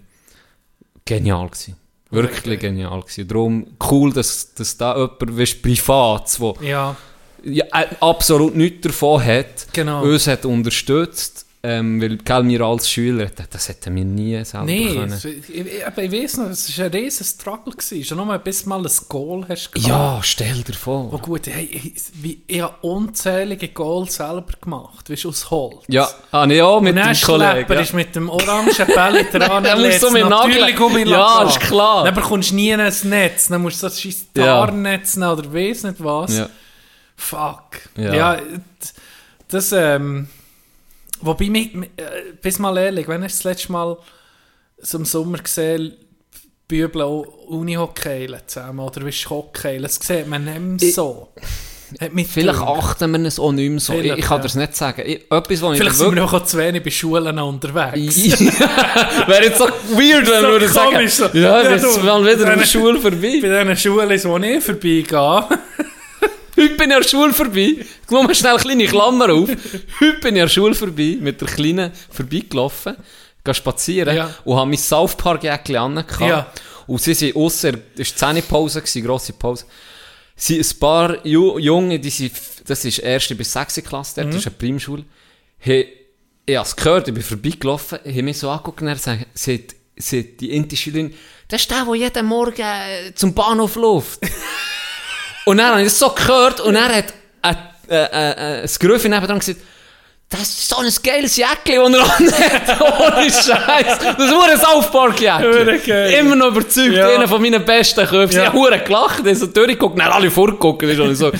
genial gewesen. Wirklich okay. genial gewesen. Darum cool, dass, dass da jemand weißt, privat, der ja. ja, absolut nichts davon hat, genau. uns hat unterstützt. Ähm, weil gell, wir als Schüler, das hätten wir nie selber nee, können. Nee, ich, ich, ich weiss noch, es war ein riesen Struggle gewesen. Schon nur bis mal ein Goal hast gehabt. Ja, stell dir vor. Oh gut, hey, ich, ich habe unzählige Goals selber gemacht, weißt du, aus Holz. Ja, ah, nee, auch mit dem Kollegen. Ja. Ist mit dem orangen Pellet dran. Der muss so mit natürlich um ihn Ja, ist klar. Dann bekommst du nie ein Netz, dann musst du so ein Tarnnetz ja. oder weiss nicht was. Ja. Fuck. Ja, ja das, ähm... Wobei, mich, bis mal ehrlich, wenn ich das letzte Mal so im Sommer gesehen Bübel Unihockey zusammen oder wie Hockey, das sieht man nicht mehr so. Vielleicht achten wir es auch nicht mehr so. Ich, ich kann ja. das nicht sagen. Ich, etwas, Vielleicht ich sind wir auch zu wenig bei Schulen unterwegs. Wäre jetzt so weird, wenn wir so sagen, so. Ja, ja, jetzt mal wieder an der Schule vorbei. Bei diesen Schulen, wo ich vorbeigehe. Heute bin ich an der Schule vorbei. Mach mal schnell eine kleine Klammer auf. Heute bin ich an der Schule vorbei, mit der Kleinen vorbeigelaufen, gehe spazieren ja. und habe mein South Park-Jäckchen angehabt. Ja. Und sie sind ausser, es war Zähnepause, grosse Pause. Sie ein paar Ju- Junge, die sind, das ist erste bis sechste Klasse, dort, mhm. das ist eine Primschule. Hey, ich habe es gehört, ich bin vorbeigelaufen, haben mich so angeguckt und gesagt, sie hat, sie hat die Inti Schülerin, das ist der, der jeden Morgen äh, zum Bahnhof läuft. Und dann habe ich das so gehört und er hat ein, äh, äh, ein Gröfchen nebenan gesagt, das ist so ein geiles Jäckchen, das er anhat. Ohne Scheiß. Das ist nur ein South Park-Jäckchen. Immer noch überzeugt, ja. einer von meinen besten Köpfen. Ja. Ich habe gelacht, er ist so durchgeguckt, dann alle vorgeguckt. So,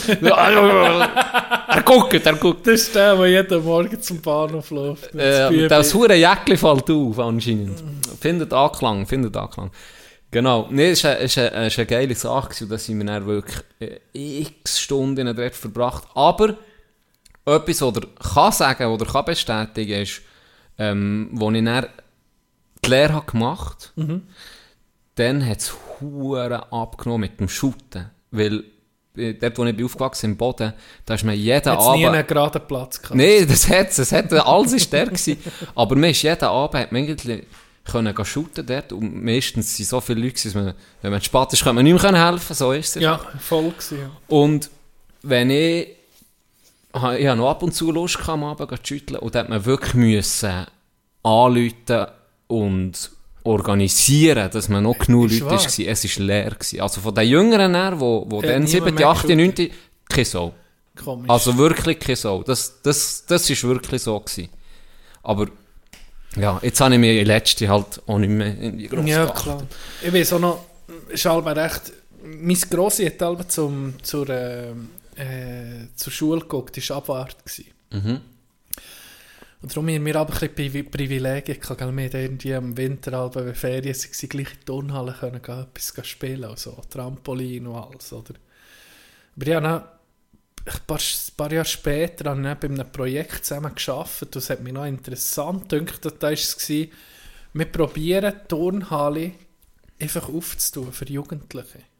er guckt, er guckt. Das ist der, der jeden Morgen zum Bahnhof läuft. Äh, das hure Jäckchen fällt auf, anscheinend. Findet Anklang, findet Anklang. Genau, nee, es war eine, eine, eine geile Sache, und da sind wir dann wirklich x Stunden dort verbracht. Aber etwas, was er kann sagen oder kann bestätigen ist, ähm, als ich dann die Lehre habe gemacht habe, mhm. dann hat es verdammt abgenommen mit dem Shooten. Weil dort, wo ich bin aufgewachsen bin, im Boden, da ist man jeden Abend... Hat es nie einen geraden Platz gehabt? Nein, das hat es. Alles war der gewesen. Aber man ist jeden Abend, hat man eigentlich können gehen shooten dort. Und meistens sind so viele Leute, dass man, wenn man spät ist, kann man nicht mehr helfen. So ist es. Ja, voll gewesen. Ja. Und wenn ich... Ich hatte noch ab und zu Lust gehabt, am Abend zu schütteln. Und da hat man wirklich müssen anrufen und organisieren, dass man noch genug Leute war. Es war leer gewesen. Also von den Jüngeren her, die dann siebte, achte, neunte keine Sau. Komisch. Also wirklich keine Sau. Das, das, das war wirklich so gewesen. Aber ja, jetzt habe ich mir die letzte halt auch nicht mehr in die grosse Ja, geachtet. klar. Ich weiß auch noch, ist halt recht, mein Grossi hat halt zum, zur, äh, äh, zur Schule geguckt, die war Abwart. Mhm. Und darum haben wir aber ein bisschen Privilegien gehabt, weil wir irgendwie am Winter, wenn Ferien waren, gleich in die Turnhalle können gehen, etwas spielen, also Trampolin und alles, oder? Aber ja, dann, ein paar, ein paar Jahre später habe ich bei einem Projekt zusammen gearbeitet, das hat mich noch interessant gedacht, da war es, wir probieren die Turnhalle einfach aufzutun für Jugendliche.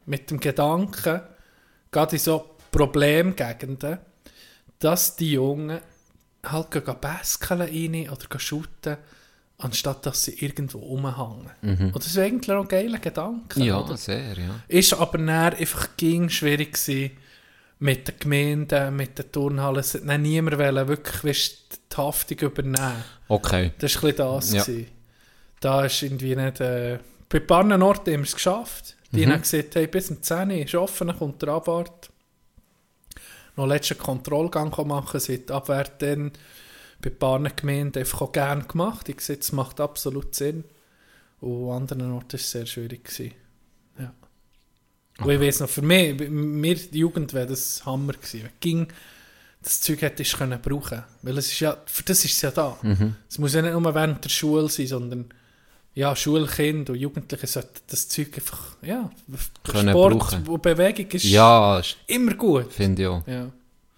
mit dem Gedanken, gerade in so Problemgegenden, dass die Jungen halt gehen Baskeln rein oder shooten, anstatt dass sie irgendwo rumhängen. Mhm. Und das ist eigentlich auch ein geiler Gedanke. Ja, oder? sehr, ja. Ist aber dann einfach ging schwierig gewesen, mit den Gemeinden, mit den Turnhallen. Es hat dann niemand wollen, wirklich weißt, die Haftung übernehmen. Okay. Das war ein bisschen das. Ja. Da ist irgendwie nicht... Äh, bei ein paar Orten haben wir es geschafft. Die Mhm. haben gesagt, hey, bis um zehn Uhr ist offen, dann kommt der Abwart. Noch letzten Kontrollgang machen, seit die Abwehr dann bei ein paar Gemeinden einfach auch gerne gemacht. Ich sehe, es macht absolut Sinn. Und an anderen Orten war es sehr schwierig gewesen. Ja. Okay. Und ich weiss noch, für mich, mir die Jugend wäre das Hammer gewesen. Wenn ging das Zeug hättest du können brauchen. Weil es ist ja, für das ist es ja da. Mhm. Es muss ja nicht nur während der Schule sein, sondern ja, Schulkinder und Jugendliche sollten das Zeug einfach, ja, können Sport brauchen. und Bewegung ist Ja, immer gut. finde ich auch. Ja.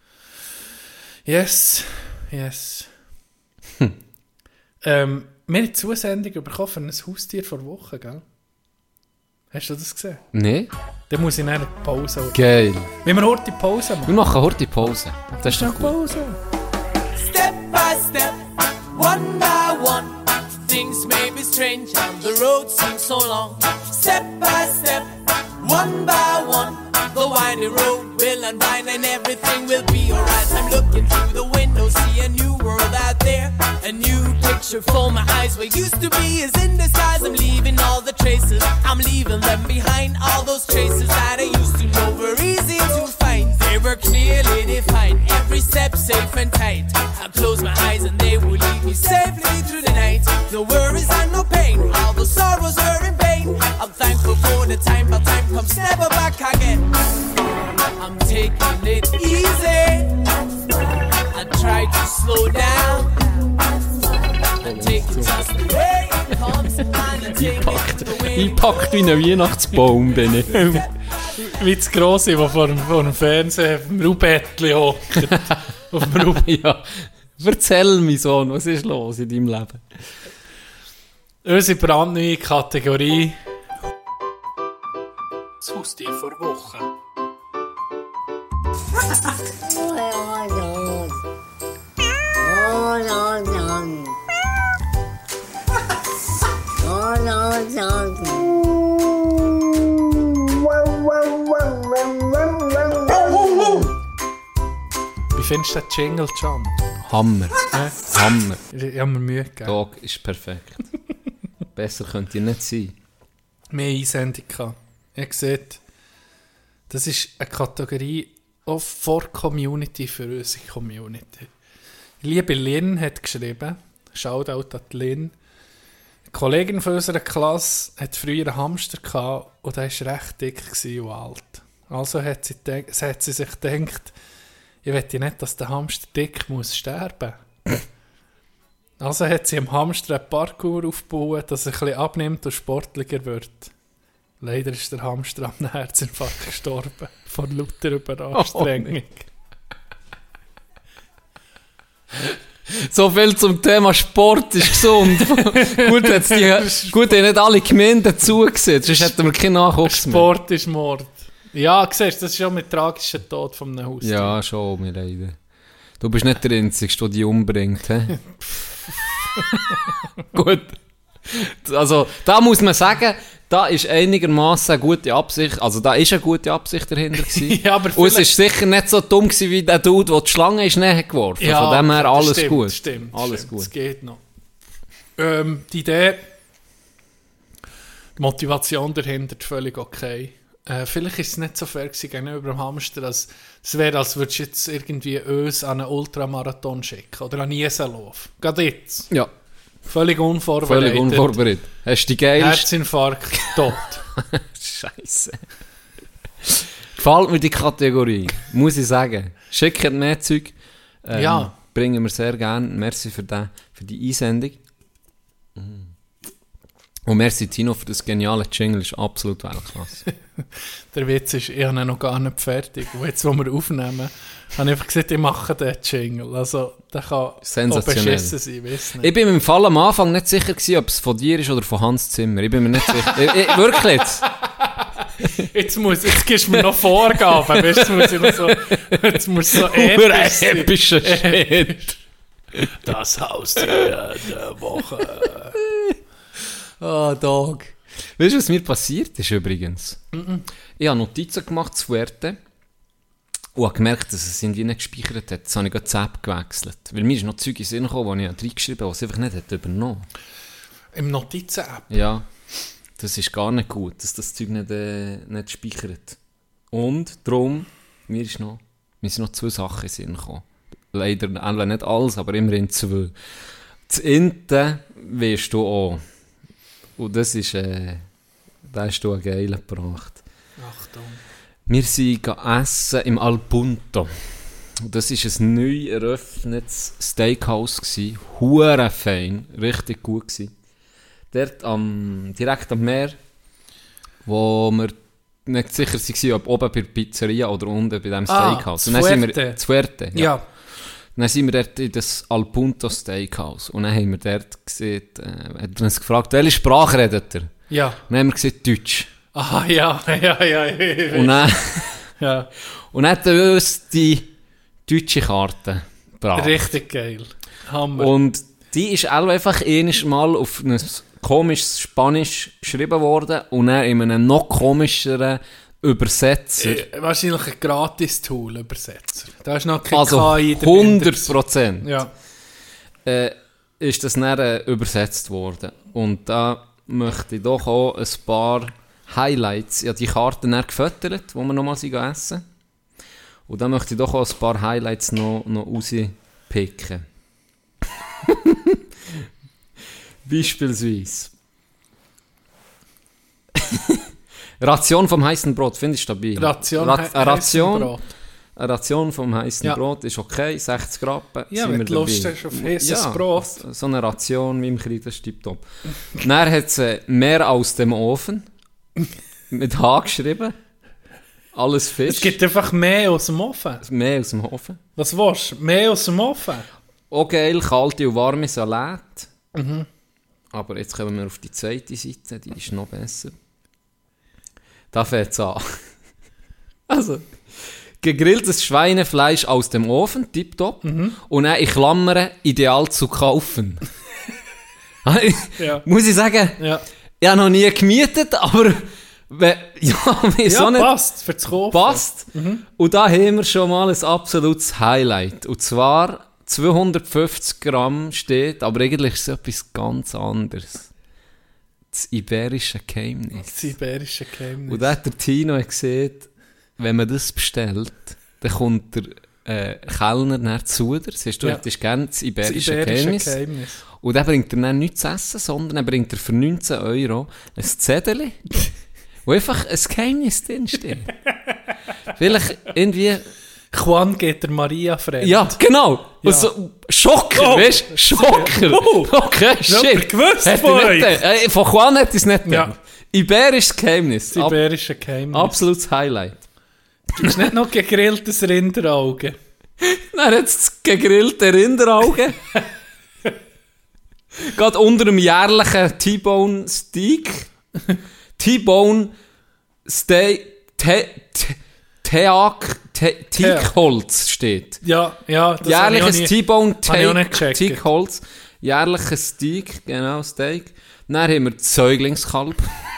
Yes, yes. Hm. Ähm, wir haben eine Zusendung bekommen für ein Haustier vor Wochen, gell? Hast du das gesehen? Nee? Dann muss ich eine Pause machen. Geil. Wenn wir heute Pause Wir machen. machen heute Pause. Das ist doch gut. Pause. Step by step, one by one, things may be strange and the road seems so long. Step by step, one by one, the winding road will unwind and everything will be alright. I'm looking through the window, see a new world out there, a new picture for my eyes. What used to be is in the skies. I'm leaving all the traces, I'm leaving them behind. All those traces that I used to know were easy to find. They were clearly defined, every step safe and tight. I close my eyes and they will lead me safely through the night. No worries and no pain, all the sorrows are in vain. I'm thankful for the time, but time comes never back again. I'm taking it easy, I try to slow down. I take it just the way it comes, and I take it the way it Einpackt wie ein Weihnachtsbaum bin ich. Wie das Grosse, der vor dem, vor dem Fernsehen auf dem Rubettli hockt. Auf dem Rubettli. Ja. Erzähl mir, Sohn, was ist los in deinem Leben? Unsere brandneue Kategorie. Das Haustier vor Wochen. Wie findest du den Jingle, John? Hammer. Ja. Hammer. Ich habe mir Mühe gegeben. Dog ist perfekt. Besser könnte ich nicht sein. Mehr Einsendung gehabt. Ihr seht, das ist eine Kategorie auch vor Community für unsere Community. Liebe Lynn hat geschrieben, Shoutout an die Lynn, eine Kollegin von unserer Klasse hat früher einen Hamster gehabt und der war recht dick und alt. Also hat sie, denk- hat sie sich gedacht, ich möchte nicht, dass der Hamster dick muss sterben. Also hat sie dem Hamster einen Parkour aufgebaut, dass er ein bisschen abnimmt und sportlicher wird. Leider ist der Hamster an einem Herzinfarkt gestorben. Von lauter Überanstrengung. So viel zum Thema Sport ist gesund. Gut, jetzt die, gut, haben nicht alle Gemeinden zugesehen, sonst hätten wir keinen Nachwuchs mehr. Sport ist Mord. Ja, siehst du, das ist schon mit tragischem Tod von einem Haustier. Ja, schon, mir leider. Du bist nicht der Einzige, der die umbringt. He? Gut. Also, da muss man sagen, da ist einigermaßen eine gute Absicht, also da ist eine gute Absicht dahinter gewesen. Ja, aber und es ist sicher nicht so dumm gewesen, wie der Dude, der die Schlange ist näher geworfen. Ja, von dem her das alles stimmt, gut. Stimmt, alles stimmt, gut. es geht noch. Ähm, die Idee, die Motivation dahinter ist völlig okay. Äh, vielleicht ist es nicht so fair gewesen gegenüber dem Hamster, als es wäre, als würdest du jetzt irgendwie uns an einen Ultramarathon schicken oder an einen Isenlauf. Gerade jetzt. Ja, Völlig unvorbereitet. völlig unvorbereitet. Hast du die geilste... Herzinfarkt, tot. Scheisse. Gefällt mir die Kategorie, muss ich sagen. Schickt mehr Zeug. Ähm, Ja. Bringen wir sehr gerne. Merci für die, für die Einsendung. Und merci Tino für das geniale Jingle, ist absolut Weltklasse. Der Witz ist, ich habe ihn noch gar nicht fertig. Und jetzt, wo wir aufnehmen, habe ich einfach gesagt, ich mache den Jingle. Also, der kann auch Sensationell. beschissen sein, weiss nicht. Ich bin mir im Fall am Anfang nicht sicher gewesen, ob es von dir ist oder von Hans Zimmer. Ich bin mir nicht sicher. ich, ich, wirklich jetzt. Jetzt, muss, jetzt gibst du mir noch Vorgaben, weißt, jetzt muss ich noch so, jetzt muss so episch sein. Epischer Shit. Das Haustier der Woche. Ah, oh, Dog. Weißt du, was mir passiert ist übrigens? Mm-mm. Ich habe Notizen gemacht zu Fuerte und habe gemerkt, dass es irgendwie nicht gespeichert hat. Jetzt habe ich gerade die App gewechselt. Weil mir ist noch Zeug in den Sinn gekommen, die ich reingeschrieben habe, was einfach nicht hat übernommen. Im Notizen-App? Ja. Das ist gar nicht gut, dass das Zeug nicht, äh, nicht speichert. Und darum, mir, ist noch, mir sind noch zwei Sachen in den Sinn gekommen. Leider nicht alles, aber immerhin zwei. Das Inte weißt du auch. Und das ist, äh, da hast du einen geilen gebracht. Achtung. Wir sind essen im Al Punto. Und das war ein neu eröffnetes Steakhouse. Hure fein, richtig gut gewesen. Dort am, direkt am Meer, wo wir nicht sicher waren, ob oben bei der Pizzeria oder unten bei diesem Steakhouse. Ah, und dann sind wir zu Fuerte. Ja. Ja. Dann sind wir dort in das Al Punto Steakhouse. Und dann haben wir dort gesehen, äh, hat uns gefragt, welche Sprache redet ihr? Ja. Und dann haben wir gesagt, Deutsch. Ah, ja, ja, ja. ja. Und dann, ja. und dann hat er uns die deutsche Karte gebracht. Richtig geil. Hammer. Und die ist auch einfach einiges Mal auf ein komisches Spanisch geschrieben worden und dann in einem noch komischeren Übersetzer. Äh, wahrscheinlich ein Gratis-Tool, Übersetzer. Da ist noch kein Also K I hundert Prozent ja. äh, ist das dann äh, übersetzt worden. Und da möchte ich doch auch ein paar Highlights, ja die Karten dann gefüttert, wo wir nochmal essen. Und da möchte ich doch auch ein paar Highlights noch, noch rauspicken. Beispielsweise. Ration vom heißen Brot, finde ich stabil. Ration, Ra- he- eine Ration, Brot. eine Ration vom heißen Ja. Brot ist okay, sechzig Rappen. Ja, sind wenn wir du Lust dabei. hast auf heißes Ja, Brot. so eine Ration wie im Krieg, das ist tipptopp. Dann hat es äh, mehr aus dem Ofen. Mit H geschrieben. Alles Fisch. Es gibt einfach mehr aus dem Ofen. Mehr aus dem Ofen. Was willst du? Mehr aus dem Ofen? Auch geil, kalte und warme Salat. Mhm. Aber jetzt kommen wir auf die zweite Seite, die ist noch besser. Da fängt es an. Also, gegrilltes Schweinefleisch aus dem Ofen, tipptopp. Mhm. Und dann in Klammern, ideal zu kaufen. Ja. Muss ich sagen, Ja, ich habe noch nie gemietet, aber we- ja, wieso ja nicht? passt, für das Kaufen. Passt. Mhm. Und da haben wir schon mal ein absolutes Highlight. Und zwar zweihundertfünfzig Gramm steht, aber eigentlich ist es etwas ganz anderes. Das iberische Geheimnis. Das iberische Geheimnis. Und da hat der Tino gesehen, wenn man das bestellt, dann kommt der äh, Kellner nach zu dir. Siehst du, Ja. das ist gerne das das iberische, iberische Geheimnis. Geheimnis. Und dann bringt er dann nichts zu essen, sondern er bringt er für neunzehn Euro ein Zettel, wo einfach ein Geheimnis drin steht. Vielleicht irgendwie... Juan geht der Maria fremd. Ja, genau. Ja. Und so, Schocker, Oh. weißt du? Schocker. Oh. Okay, Das hat er shit. gewusst Hat von er euch. nicht, äh, von Juan hat er es nicht Ja. gedacht. Iberisches Geheimnis. Das Ab, iberische Geheimnis. absolutes Highlight. Du hast nicht noch gegrilltes Rinderauge. Dann hat es das gegrillte Rinderauge. Gerade unter dem jährlichen T-Bone Steak. T-Bone Steak. Te, te, Teak, te, Teakholz steht. Ja, ja. Das Jährliches habe ich auch nie- T-Bone habe ich auch nicht Teak, gecheckt. Teakholz. Jährliches Steak, genau, Steak. Dann haben wir das Säuglingskalb.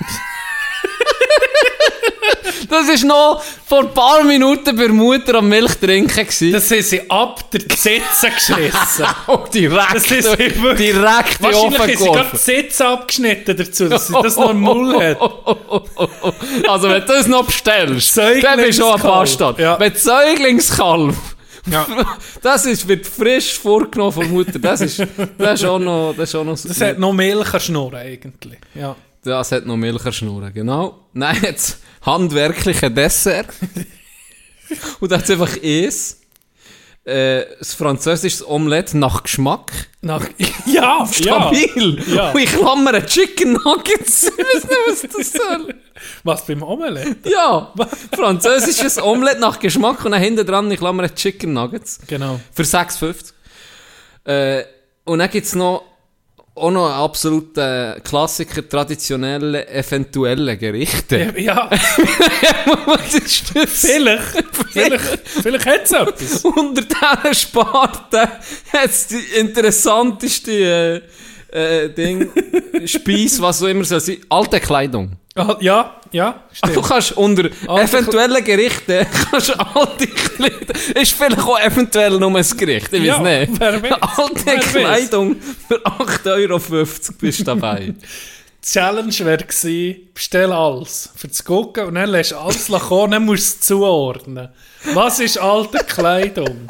Das war noch vor ein paar Minuten bei der Mutter am Milch trinken. gewesen. Das haben sie ab der Sitze geschissen. Oh, direkt, Das ist wirklich- direkt in den Ofen Wahrscheinlich haben sie gerade geworfen. die Sitze abgeschnitten dazu, dass sie das noch im Mund hat. Also wenn du das noch bestellst, dann bist du schon ein Säuglingskalb. Bastard. Ja. Wenn Säuglingskalb, Ja. das ist, wird frisch vorgenommen von der Mutter, das ist, das ist auch noch... Das, ist auch noch Das hat noch Milch schnurren eigentlich. Ja. das hat noch Milcherschnurren, genau. Nein, jetzt handwerkliche Dessert. Und da hat es einfach eins. Äh, das französische Omelette nach Geschmack. Nach, ja, Stabil. Ja. Und ich klammere Chicken Nuggets. Ich weiß nicht, was das soll. Ja. Was, beim Omelette? Ja, französisches Omelette nach Geschmack und dann hinten dran, ich klammere Chicken Nuggets. Genau. Für sechs fünfzig. Äh, und dann gibt es noch auch noch ein absoluter Klassiker, traditionelle, eventuelle Gerichte. Ja, Was ist das? vielleicht, vielleicht, vielleicht hat es etwas. Unter diesen Sparten hat es die interessanteste äh, äh, Ding, Speise, was so immer so sein. Alte Kleidung. Ah, ja, ja, Du stimmt. kannst unter Alte eventuellen Gerichten kannst du alte Kleidung. Ist vielleicht auch eventuell nur ein Gericht, ich weiß Ja, nicht. wer weiß, Alte wer weiß. Kleidung für acht Euro fünfzig bist du dabei. Die Challenge wäre gewesen, bestell alles, für zu gucken, und dann lässt du alles kommen, dann musst du es zuordnen. Was ist alte Kleidung?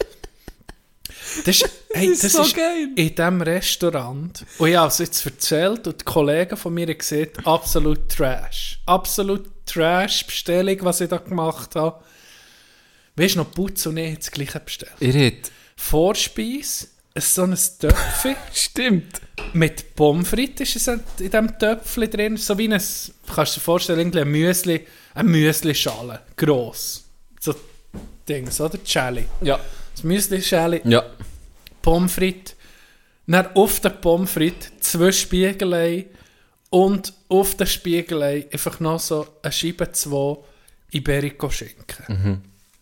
Das ist, hey, Das das ist so ist geil. in diesem Restaurant, und ich habe es jetzt erzählt, und die Kollegen von mir haben gesagt, absolut Trash. Absolut Trash-Bestellung, was ich da gemacht habe. Weißt du noch, Putz und ich haben das Gleiche bestellt. Ihr habt... Vorspeise, so ein Töpfchen. Stimmt. Mit Pommes frites ist es in diesem Töpfchen drin, so wie ein, kannst du dir vorstellen, irgendwie ein Müsli, eine Müsli-Schale, gross. So Dings, oder? Schale. Ja. Das Müsli-Schale, Ja. Pommes frites, dann auf den Pommes frites zwei Spiegelei und auf den Spiegelei einfach noch so eine Scheibe zwei Iberico-Schinken. Mhm.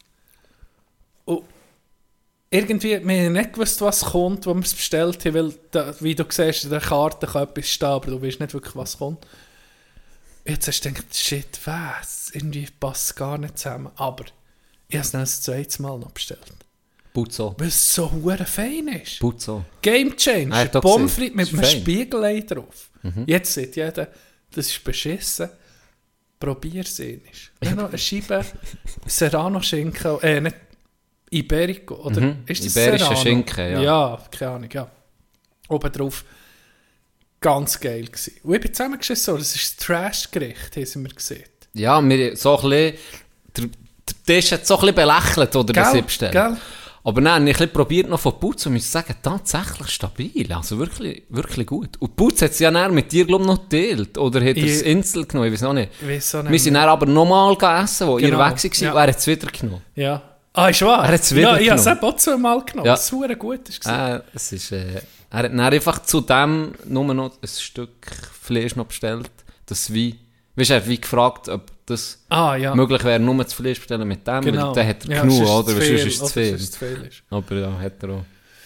Und irgendwie, wir haben nicht gewusst, was kommt, als wir es bestellt haben, weil, da, wie du siehst, in der Karte kann etwas stehen, aber du weißt nicht wirklich, was kommt. Jetzt hast du gedacht, shit, was? Irgendwie passt es gar nicht zusammen. Aber ich habe es dann das zweite Mal noch bestellt. Puzzo. Weil es so hure fein ist. Puzzo. Game Ah, Changer. ich hab Pommes gesehen. frites mit Ist einem fein. Spiegelei drauf. Jetzt sieht jeder, das ist beschissen. Probier's einmal. Dann noch eine Scheibe Serrano-Schinken, äh, nicht Iberico, oder? Mhm. Ist das Iberische Serrano? Schinken, ja. Ja, keine Ahnung, ja. Oben drauf. Ganz geil gewesen. Und ich bin zusammengeschissen, so, das ist das Trash-Gericht, haben sie mir gesehen. Ja, wir so ein bisschen... Der, der Tisch hat so ein bisschen belächelt, oder, das ich bestellt. Gell? Aber nein, ich habe ein bisschen probiert noch von Putz und muss sagen, tatsächlich stabil. Also wirklich, wirklich gut. Und Putz hat es ja dann mit dir, glaube ich, noch geteilt. Oder hat er das Ich- Insel genommen? Ich weiß noch nicht. Ich weiss auch nicht Wir sind mehr. dann aber nochmal gegessen, wo Genau, ihr weg war, ja. und er hat es wieder genommen. Ja. Ah, ist wahr? Er hat's wieder ja, ich habe es genommen. eben auch zweimal genommen. Ja. Das war verdammt gut. Ist Äh, es ist, äh, er hat dann einfach zu dem nur noch ein Stück Fleisch noch bestellt. Das wie, weißt du, er hat wie gefragt, ob das ah, ja. möglich wäre, nur das Fleisch bestellen mit dem, Genau. weil dann hat er Ja, genug, sonst oder? ist Weil es sonst viel, ist es zu oder viel. sonst ist es viel ist. Aber ja, hat er auch.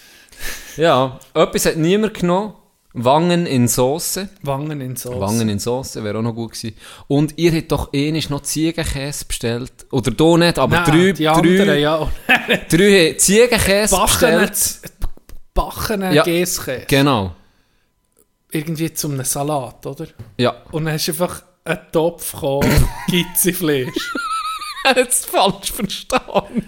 Ja, etwas hat niemand genommen. Wangen in Sauce. Wangen in Sauce. Wangen in Sauce wäre auch noch gut gewesen. Und ihr habt doch einmal noch Ziegenkäse bestellt. Oder da nicht, aber Nein, drei, die anderen, drei, ja. drei Ziegenkäse Backenen, bestellt. backenen Ja, Käsekäse. Genau. Irgendwie zum einem Salat, oder? Ja. Und dann hast du einfach einen Topf gekommen, Gizzi-Fleisch. Er hat es falsch verstanden.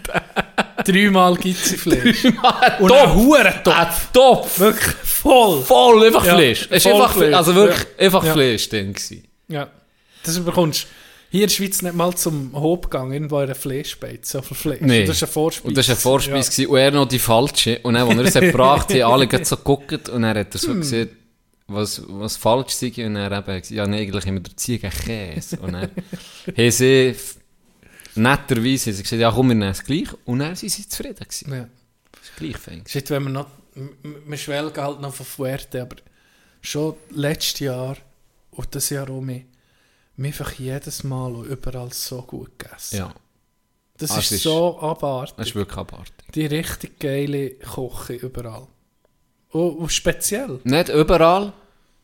Dreimal Gizzi-Fleisch. Und Topf. ein Hurentopf. Ein Topf. Wirklich voll. Voll, einfach Ja, Fleisch. Es ist voll einfach, Fleisch. also wirklich, Ja. einfach Ja. Fleisch drin gewesen. Ja. Das bekommst du hier in der Schweiz nicht mal zum Hauptgang, irgendwo in einer Fleischbeiz, so viel Fleisch. Nee. Und das ist eine Vorspeise. Und das war eine Vorspeise Ja. gewesen, und er noch die falsche. Und dann, als er es hat gebracht, haben alle gerade so geguckt und dann hat er so gesehen, was, was falsch sei. Und er eben gesagt, ja, nee, eigentlich haben wir der Ziegenkäse. Und dann haben sie f- netterweise haben sie gesagt, ja komm, wir nehmen es gleich. Und dann sind sie zufrieden gewesen. Ja. Das ist gleich fein. Shit, wenn wir noch, m- m- wir schwelgen halt noch von Fuerte, aber schon letztes Jahr und das Jahr auch mehr, wir einfach jedes Mal und überall so gut gegessen. Ja, Das Ah, ist, es ist- so abartig. das ist wirklich abartig. Die richtig geile Küche überall. Und, und speziell. Nicht überall.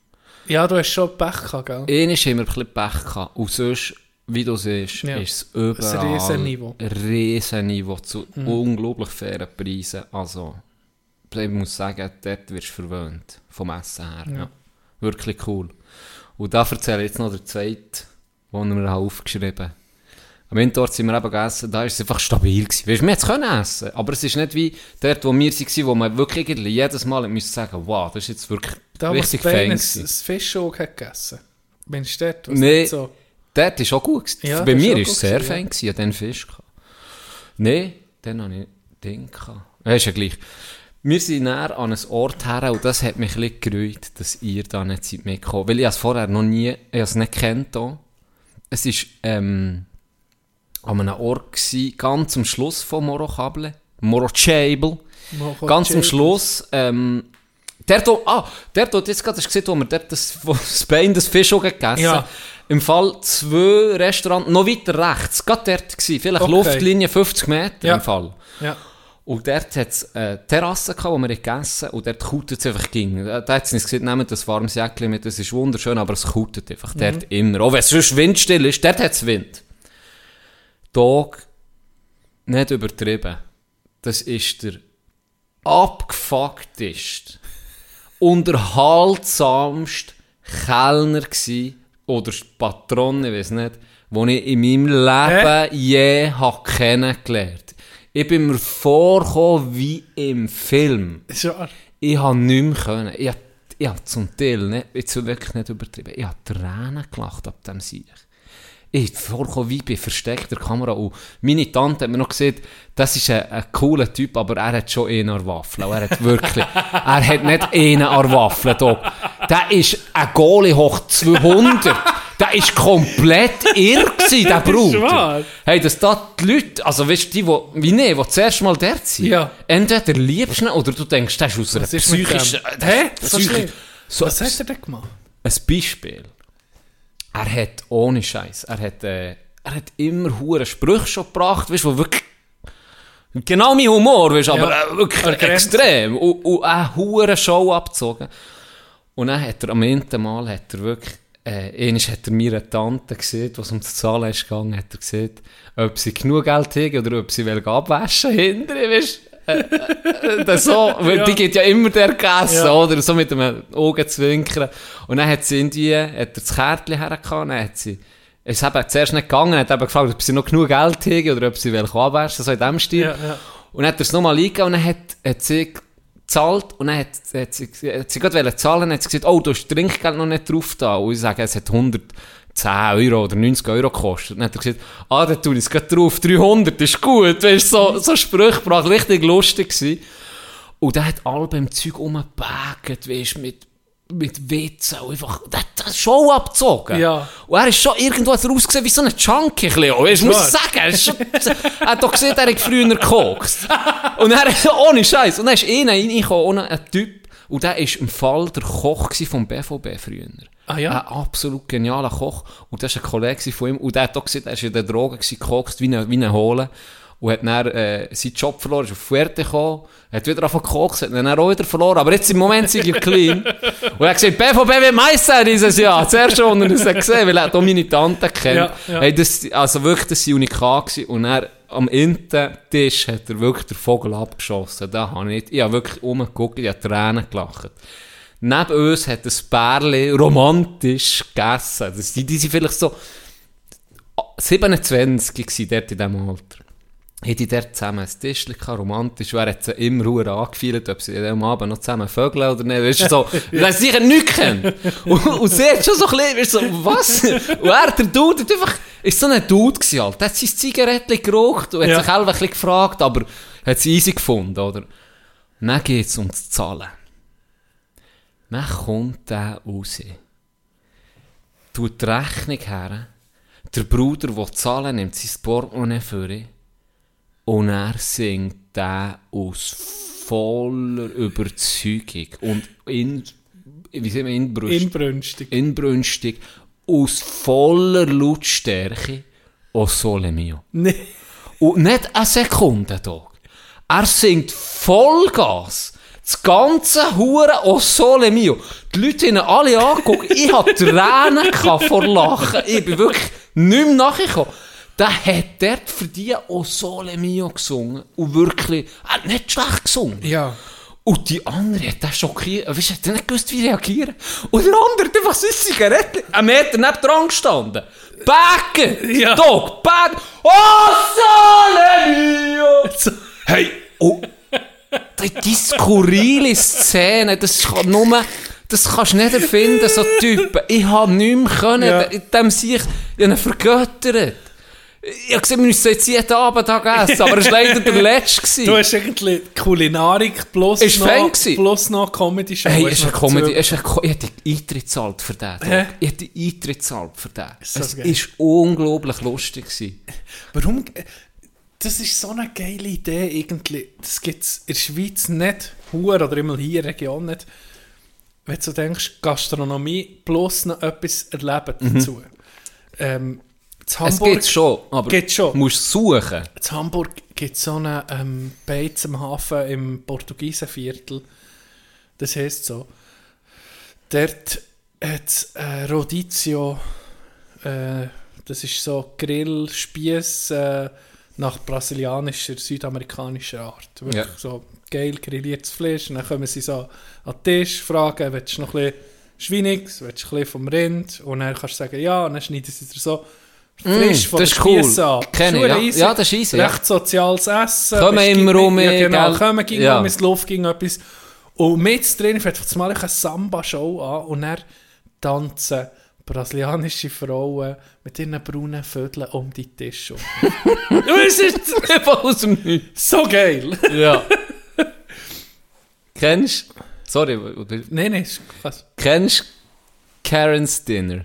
Ja, du hast schon Pech gehabt, gell? Einmal haben wir ein bisschen Pech gehabt. Und sonst, wie du siehst, Ja. ist es überall Ein Riesenniveau. ein Riesenniveau zu unglaublich fairen Preisen. Also, ich muss sagen, dort wirst du verwöhnt. Vom Essen her. Ja. Ja. Wirklich cool. Und da erzähle ich jetzt noch der zweite, den wir aufgeschrieben haben. Am Endort sind wir eben gegessen, da war es einfach stabil gewesen. Weißt, wir hätten es essen, aber es ist nicht wie dort, wo wir waren, wo man wirklich irgendwie jedes Mal müssen sagen, wow, das ist jetzt wirklich Da, wo richtig das fein Bein ein gewesen. Fischauge hat gegessen. Mensch, dort, was Nee. nicht so... Dort war auch gut gewesen. Ja, Bei das ist mir auch war es gut sehr gewesen, fein, ja. gewesen, ich hatte den Fisch. gehabt. Nein, dann hatte ich den. gehabt. Ja, ist ja gleich. Wir sind näher an einem Ort her und das hat mich ein bisschen gereut, dass ihr da nicht seid mitgekommen. Weil ich es vorher noch nie, ich habe es nicht kennt. Hier. Es war ähm, an einem Ort, gewesen, ganz am Schluss von Morocable, Morocable. Mocho Ganz am Chili. Schluss, ähm, Der dort, ah, der dort, jetzt gerade hast du gesehen, wo wir dort das, wo das Bein, das Fisch auch gegessen Ja. Im Fall zwei Restaurants, noch weiter rechts, gerade dort gewesen, vielleicht Okay. Luftlinie fünfzig Meter Ja. im Fall. Ja. Und dort hat es eine Terrasse gehabt, wo wir gegessen und dort kautet es einfach ging. Da hat es nicht gesagt, nehmt das warmes Jäckchen mit, das ist wunderschön, aber es kautet einfach Mhm. dort immer. Auch wenn es sonst windstill ist, dort hat es Wind. Tag, nicht übertrieben, das ist der abgefuckteste, unterhaltsamste Kellner gsi oder Patron, ich weiss nicht, den ich in meinem Leben Hä? je habe kennengelernt. Ich bin mir vorgekommen wie im Film. Schon. Ich habe nichts mehr können. Ich habe, ich habe zum Teil, nicht, jetzt wirklich nicht übertrieben, ich habe Tränen gelacht ab dem Sieg. Ich bin vorgekommen wie bei versteckter Kamera. Und meine Tante hat mir noch gesagt, das ist ein, ein cooler Typ, aber er hat schon einen an der Waffel. Und er hat wirklich, er hat nicht einen an der Waffel. Da. Der ist ein Goalie hoch zweihundert. Der ist komplett irr gewesen, der Bruder. wahr? Hey, dass da die Leute, also weißt du, die, wo, wie ne, die zuerst mal dort sind, Ja. entweder liebst du ihn oder du denkst, das ist aus einer Was ist mit psychischen... dem? das- Hä? das So ist- schlimm? so Was etwas- hat er denn gemacht? ein Beispiel. Er hat, ohne Scheiß, er hat, äh, er hat immer hure Sprüche schon gebracht, weißt du, wo wirklich, genau mein Humor, weißt du, aber Ja. äh, wirklich An der Grenze. extrem. Und, und eine hure Show abgezogen. Und dann hat er am Ende Mal, hat er wirklich, äh, einmal hat er mir eine Tante gesehen, was um das Zahlen ist gegangen, hat er gesehen, ob sie genug Geld haben oder ob sie will abwaschen hinterher, weißt du. Äh, äh, das so, weil Ja. die geht ja immer der gegessen, Ja. oder? So mit dem Augenzwinkern. Und dann hat sie irgendwie, hat er das Kärtchen hergehauen, dann hat sie, es ist eben zuerst nicht gegangen, hat eben gefragt, ob sie noch genug Geld haben oder ob sie will abwaschen, so in diesem Stil. Ja, ja. Und dann hat er es nochmal eingegeben und dann hat, hat sie gezahlt und dann hat, hat sie, hat sie gerade wollen zahlen, hat sie gesagt, oh, du hast Trinkgeld noch nicht drauf da. Und ich sage, es hat hundertzehn Euro oder neunzig Euro gekostet. Und dann hat er gesagt, ah, da tue ich es gerade drauf, dreihundert ist gut. Weißt du, so, so Sprüche gebracht, richtig lustig gewesen. Und der hat alle beim Zeug rumgebaggt, weißt du, mit, mit Witzen und einfach, der hat das Show abgezogen. Ja. Und er ist schon irgendwo hat er ausgesehen wie so ein Junkie, ein bisschen, weißt du, muss ich Klar. sagen. Er, ist schon, er hat doch gesehen, er hat früher gekokst. Und er ist ohne Scheiß. Und dann ist einer reingekommen, ein Typ, und der war im Fall der Koch vom B V B früher. Ah ja? Ein absolut genialer Koch. Und das war ein Kollege von ihm. Und der hat auch gesagt, er war in der Droge, gekokst, wie ein, wie ein Holen. Und hat dann äh, seinen Job verloren, ist auf Fuerte gekommen, hat wieder angefangen gekokst, hat dann auch wieder verloren. Aber jetzt im Moment sind er clean. Und er hat gesagt, B V B wird Meister dieses Jahr. Zuerst schon, und er hat es gesehen, weil er auch meine Tante kennt. Ja, ja. Hey, das, also wirklich, das war unikat gewesen. Und er, am Intentisch hat er wirklich den Vogel abgeschossen. Da habe ich, ich habe wirklich rumgeguckt, ich habe Tränen gelacht. Neben uns hat ein Pärchen romantisch gegessen. Das, die, die sind vielleicht so siebenundzwanzig gewesen, dort in diesem Alter. Haben die dort zusammen ein Tischchen gehabt, romantisch, und er hat sie immer Ruhe angefeilt, ob sie am Abend noch zusammen vögeln oder nicht, weißt du, so, weil sie sicher nichts kennen. Und, und sie hat schon so ein bisschen, weißt du, so, was? Und er, der Dude, hat einfach, ist so ein Dude gewesen, halt. Der hat sein Zigarettchen geraucht und hat Ja. sich selber ein bisschen gefragt, aber hat es easy gefunden, oder? Dann geht es um das Zahlen. Dann kommt der raus, tut die Rechnung her, der Bruder, der zahlen, nimmt sein Portemonnaie vor und er singt den aus voller Überzeugung und in, wie sagen wir, inbrünstig, Inbrünstig. inbrünstig, aus voller Lautstärke, «O Sole Mio». Nee. Und nicht eine Sekunde, Dog. Er singt Vollgas. Das ganze Hure «O Sole Mio». Die Leute haben ihn alle angeguckt. Ich hatte Tränen vor Lachen. Ich bin wirklich nicht mehr nachgekommen. Der hat dort für die «O Sole Mio» gesungen. Und wirklich, er hat nicht schlecht gesungen. Ja. Und die andere hat das schockiert. Weißt du, hat nicht gewusst, wie reagieren. Und der andere hat einfach seine Zigarette einen Meter neben dran gestanden. Backen! Ja. Dog, back! «O Sole Mio!» So. Hey, oh, die, die skurrile Szene, das kann nur, das kannst du nicht erfinden, so Typen. Ich habe nichts mehr können, Ja. in dem sich, ich habe ihn vergöttert. Ich habe gesehen, wir müssen jetzt jeden Abend essen, aber es war leider der letzte. Du hast irgendwie Kulinarik plus Ist fein noch, gewesen. plus noch Comedy-Show. Hey, hast es ist du eine noch Comedy, dazu- es ist eine Co- ich hätte Eintritt gezahlt für den. Hä? Ich hätte Eintritt gezahlt für den. so Es geil. ist unglaublich lustig gewesen. Warum? Das ist so eine geile Idee irgendwie. Das gibt es in der Schweiz nicht, hure oder immer hier in der Region nicht. wenn du denkst, Gastronomie plus noch etwas erleben dazu. Mhm. Ähm, in Hamburg, es gibt schon, aber gibt's schon. Du musst suchen. In Hamburg gibt es so einen ähm, Beiz am Hafen im Portugiesenviertel. Das heisst so. Dort hat es äh, Rodizio, äh, das ist so Grill, Spiess äh, nach brasilianischer, südamerikanischer Art. Wirklich ja. so geil grilliertes Fleisch. Und dann kommen sie so an den Tisch, fragen, willst du noch ein bisschen Schweiniges, willst du ein bisschen vom Rind? Und dann kannst du sagen, ja, und dann schneiden sie dir so frisch mm, von das der ist cool. Spiesse an. Kenne ich, ja. Easy. Ja, das ist easy. Recht ja. soziales Essen. Kommen immer rum. Ja, genau, gell? kommen ging ja. um ins Luft, ging etwas. Und mit drin fängt mal eine Samba-Show an und dann tanzen brasilianische Frauen mit ihren braunen Vödeln um die Tische. Es ist einfach aus dem Nichts. So geil. Ja. Kennst du? Sorry. Nein, nein, ist krass. Kennst du Karen's Dinner?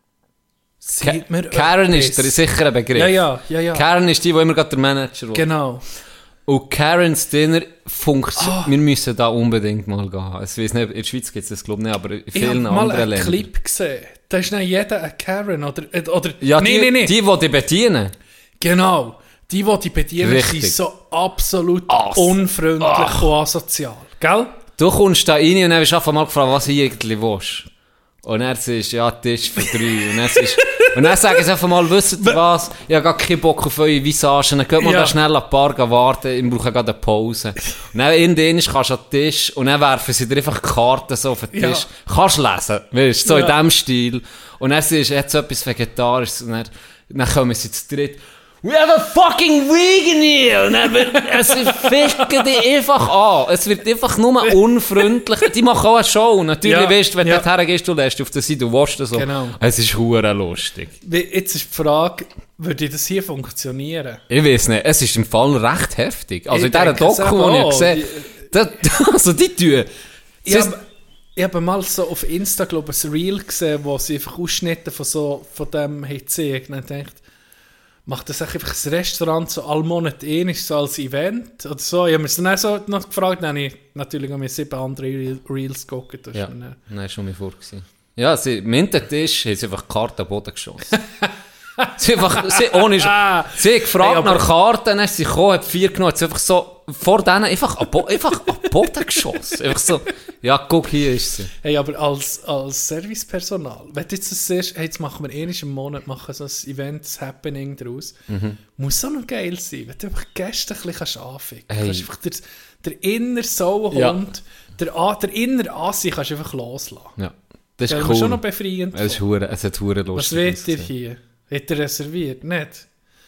Ka- mir Karen ist der sicher ein Begriff. Ja, ja, ja, ja. Karen ist die, die immer gerade der Manager war. Genau. Und Karen's Dinner funktioniert. Oh. Wir müssen da unbedingt mal gehen. Ich weiss nicht, in der Schweiz gibt es das, glaube ich, nicht, aber in vielen anderen Ländern. Ich habe mal einen Ländern. Clip gesehen. Da ist nicht jeder ein Karen oder... oder ja, nee, die, nee, nee. die, die dich bedienen. Genau. Die, die dich bedienen, Richtig. sind so absolut Ass. unfreundlich Ach. und asozial. Gell? Du kommst da rein und dann wirst du einfach mal gefragt, was ich eigentlich willst. Und er sagt, ja, Tisch für drei. Und dann, ist, und dann sagen sie einfach mal, wisst ihr was, ich habe gar keinen Bock auf eure Visagen, dann geht mal Ja. da schnell an die Bar warten, ich brauche gerade eine Pause. Und dann irgendwann kannst du an den Tisch und dann werfen sie dir einfach Karten so auf den Tisch. Ja. Kannst du lesen, weißt du, so Ja. in diesem Stil. Und dann siehst du, jetzt so etwas Vegetarisches und dann, dann kommen sie zu dritt. We have a fucking vegan here! Und dann wird, es ficken die einfach an. Es wird einfach nur unfreundlich. Die machen auch eine Show. Natürlich Ja, weißt du, wenn ja. du dorthin gehst, du lässt auf der Seite, du willst das so. Genau. Es ist hure lustig. Wie- Jetzt ist die Frage, würde das hier funktionieren? Ich weiß nicht, es ist im Fall recht heftig. Also Ich in dieser denke es Doku, eben die ich auch. gesehen habe, also die tun... Ich habe ich hab mal so auf Insta, glaube ich, ein Reel gesehen, wo sie einfach Ausschnitte von, so, von dem haben gezeigt. Und ich dachte, macht das einfach das Restaurant so alle Monate ein, so als Event oder so? Ich habe mir dann auch so noch gefragt, dann habe ich natürlich auch mir sieben andere Reel- Reels geguckt. Das Ja, ist dann, nein, schon mir vor gewesen. Ja, sie, mit dem Tisch haben sie einfach die Karte am Boden geschossen. sie einfach, sie, ohne, Ah. sie hat gefragt Hey, aber- nach Karten, dann ist sie gekommen, hat vier genommen, hat sie einfach so vor denen einfach am Bo- einfach am Boden geschossen. Einfach so, ja, guck, hier ist sie. Hey, aber als, als Servicepersonal, wenn du jetzt das siehst, hey, jetzt machen wir einmal im Monat machen so ein Event, ein Happening daraus, Mhm. muss so noch geil sein, wenn du einfach Gäste ein bisschen anficken kannst. Hey. Kannst einfach der, der innere Sauhund, der, A- der innere Assi kannst du einfach loslassen. Ja, das ist Das cool. ist schon noch befreiend. Es ist hure, es hat hure Was lustig. wollt ihr ausgesehen. hier? Hat er reserviert? Nicht?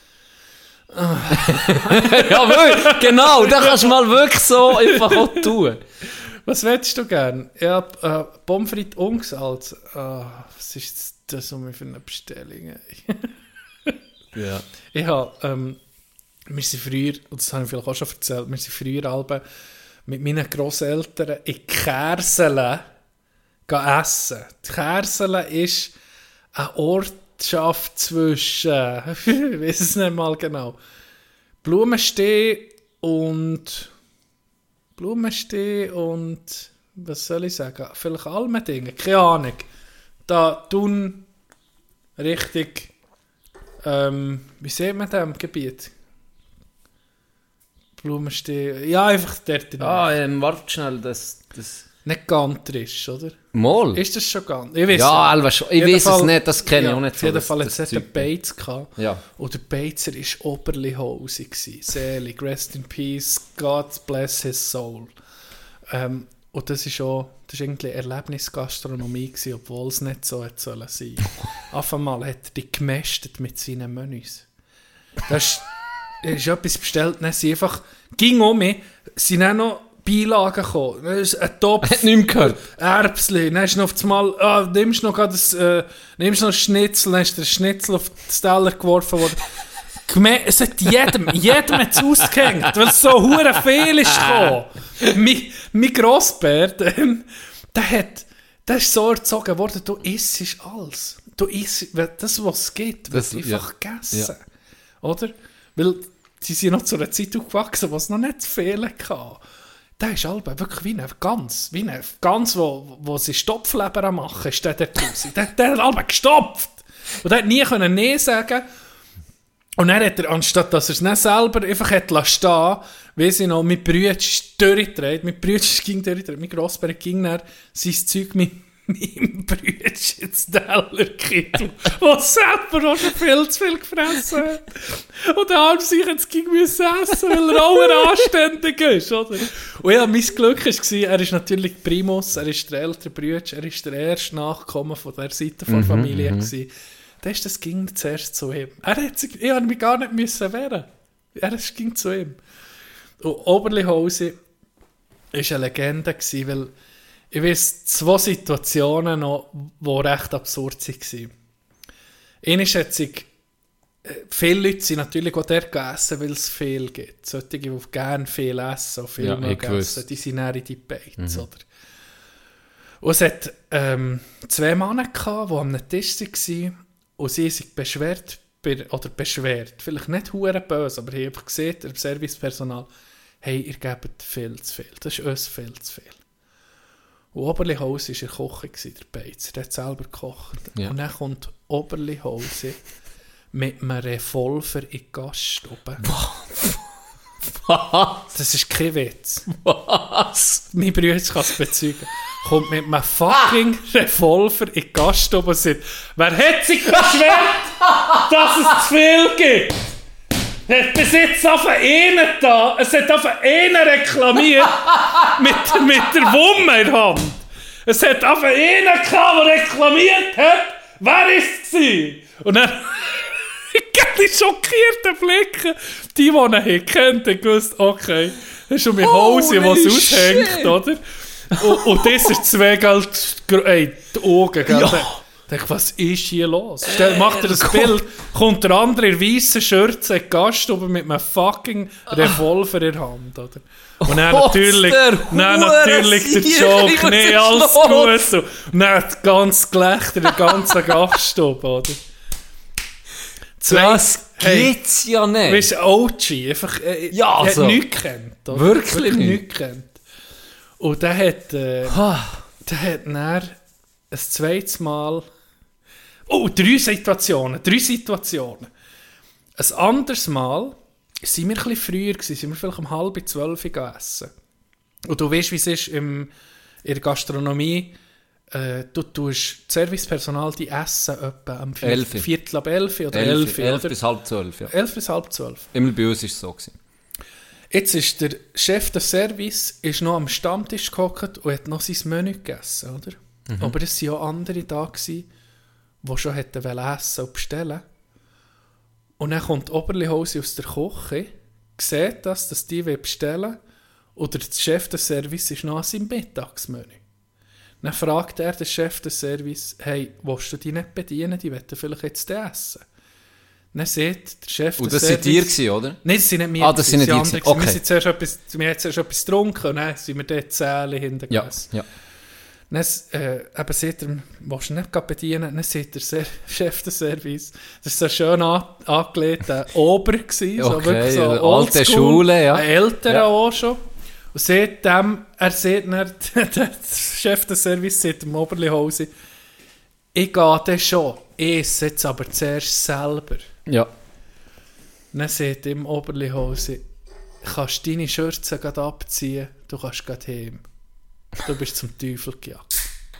Ja, wirklich, genau, das kannst du mal wirklich so einfach auch tun. Was willst du gern? Ja, äh, Pommes frites ungesalzen. Ah, was ist das um für eine Bestellung? Ja. Ich habe, ähm, wir sind früher, und das habe ich vielleicht auch schon erzählt, wir sind früher alle mit meinen Grosseltern in Kerselen essen. Die Kerselen ist eine Ortschaft zwischen, ich weiß es nicht mal genau, Blumensteh und Blumensteh und was soll ich sagen, vielleicht Almendingen, keine Ahnung. Da tun richtig, ähm, wie sieht man das im Gebiet? Blumensteh, ja, einfach dort. Ah, ähm, warte schnell, das... das Nicht Gantrisch, oder? Mal? Ist das schon Gantrisch? Ich weiß Ja, nicht. Alva schon. Ich Jeden weiß es Fall- nicht, das kenne ich ja, auch nicht Auf so. jeden das- Fall das hat es einen Zeug. Beiz gehabt. Ja. Und der Beizer war Oberlihausi. Selig, rest in peace, God bless his soul. Ähm, und das war auch, das war irgendwie Erlebnisgastronomie gewesen, obwohl es nicht so hätte sollen sein. Auf einmal hat er die gemästet mit seinen Menüs. Das ist, er ist etwas bestellt, dann sind einfach, ging um mich, sind auch noch Beilagen gekommen. Dann ist ein Topf, Hat nicht mehr gehört. Erbsli, dann ist noch auf einmal, ah, nimmst noch gerade das, äh, nimmst noch ein Schnitzel, dann ist der Schnitzel auf den Teller geworfen worden. Geme- Es hat jedem, jedem hat es ausgehängt, weil es so hure viel ist gekommen. Mein, mein Grossbär, der, der hat, der ist so erzogen worden, du isst alles. Du isst, das, was es gibt, wird Das- einfach ja. gegessen. Oder? Weil sie sind noch zu einer Zeit aufgewachsen, wo es noch nicht zu viel hatte. der ist halb wirklich wie ein Gans, wie ein Gans, wo, wo sie Stopfleber machen, ist der dort raus. Der, der hat halb gestopft. Und der hat nie können «Nee» sagen. Und dann hat er, anstatt dass er es nicht selber einfach hat stehen, weiss ich noch, mein Bruder ist durchgedreht, mein Bruder ging durchgedreht, mein Grossbär ging dann sein Zeug mit meinem Bruder ins Tellerkittel, der selber auch schon viel zu viel gefressen hat. Und der hat sich jetzt ging müssen essen, weil er auch ein Anständig ist, oder? Und ja, mein Glück war, er ist natürlich Primus, er ist der ältere Bruder, er ist der erste Nachkommen von der Seite der Familie mhm, gewesen. Das, das ging zuerst zu ihm. Er hat sich, ich musste mich gar nicht müssen wehren. Er es ging zu ihm. Und Oberlihausen war eine Legende, gewesen, weil ich weiss zwei Situationen noch, die recht absurd waren. Einmal hat sich, viele Leute sind natürlich auch dort gegessen, weil es viel gibt. Solche, die gerne viel essen und viel ja, mögen essen, die sind näher in die Beiz, mhm. oder? Und es hat ähm, zwei Männer gehabt, die am Tisch waren und sie sich beschwert, oder beschwert, vielleicht nicht hure böse, aber ich habe einfach gesehen, das Servicepersonal, hey, ihr gebt viel zu viel, das ist uns viel zu viel. Und Oberlihausen war in der Küche, der Beizer, der hat selber gekocht. Ja. Und dann kommt Oberlihausen mit einem Revolver in die Gaststube. Was? Das ist kein Witz. Was? Mein Bruder kann es bezeugen. Kommt mit einem fucking Revolver in die Gaststube und sagt, wer hat sich beschwert, dass es zu viel gibt? Hat bis jetzt auf einen da, es hat auf einen reklamiert mit, mit der Wumme in der Hand. Es hat auf einen gehabt, der reklamiert hat, wer ist es gewesen? Und dann die schockierten Blicke, die, die ihn kennt, haben gewusst, okay, das ist schon mein Hose, was aushängt, oder? Und, und das ist zwei Geld, ey, die Augen, gell? Ja. Ich denke, was ist hier los? Stell, macht er das Bild, kommt der andere in weißen Schürze in die Gaststube mit einem fucking Revolver in der Hand, oder? Und dann oh, natürlich, der, dann natürlich der Joke, nee, alles gut. Und dann ganz Gelächter in der ganzen Gaststube, oder? Zwei, das gibt's hey, ja nicht. Weißt du, O G, einfach, äh, ja, also, hat nichts gekannt, oder? Wirklich, wirklich nicht? nichts gekannt. Und der hat, äh, der hat dann ein zweites Mal, oh, drei Situationen, drei Situationen. Ein anderes Mal sind wir ein bisschen früher gewesen, sind wir vielleicht um halb zwölf gegessen. Und du weißt, wie es ist im, in der Gastronomie, äh, du tust das Servicepersonal, die essen etwa am Viert, Viertel ab elf oder elf. Elf bis halb zwölf, ja. Elf bis halb zwölf. Immer bei uns war es so gewesen. Jetzt ist der Chef des Service ist noch am Stammtisch gehockt und hat noch sein Menü gegessen, oder? Mhm. Aber es waren auch andere da gewesen, die schon hätten essen und bestellen. Und dann kommt Oberlihausen aus der Küche, sieht das, dass die bestellen wollen, oder der Chef des Service ist noch an seinem Mittagsmenü. Dann fragt er den Chef des Service, hey, willst du die nicht bedienen, die wollen vielleicht jetzt essen. Dann sieht der Chef und des das Service... sind ihr gewesen, oder? Nein, das sind nicht wir. Ah, das sind nicht die. Okay. Wir, sind zuerst etwas, wir haben zuerst etwas getrunken und dann sind wir dort Zähle hintergegessen. Ja, ja. Dann äh, eben sieht er, willst du nicht bedienen? Dann sieht der Ser- Chef des Service, das war so schön an, angelegt, ein Ober gewesen, so okay, wirklich so alte Schule, ja. Ein älterer ja. auch schon. Und sieht dem, er sieht dann, der Chef des Service sieht im Oberlihausen, ich gehe dann schon, ich esse jetzt aber zuerst selber. Ja. Dann sieht im Oberlihausen, kannst deine Schürze gerade abziehen, du kannst gerade heim. Du bist zum Teufel gejagt.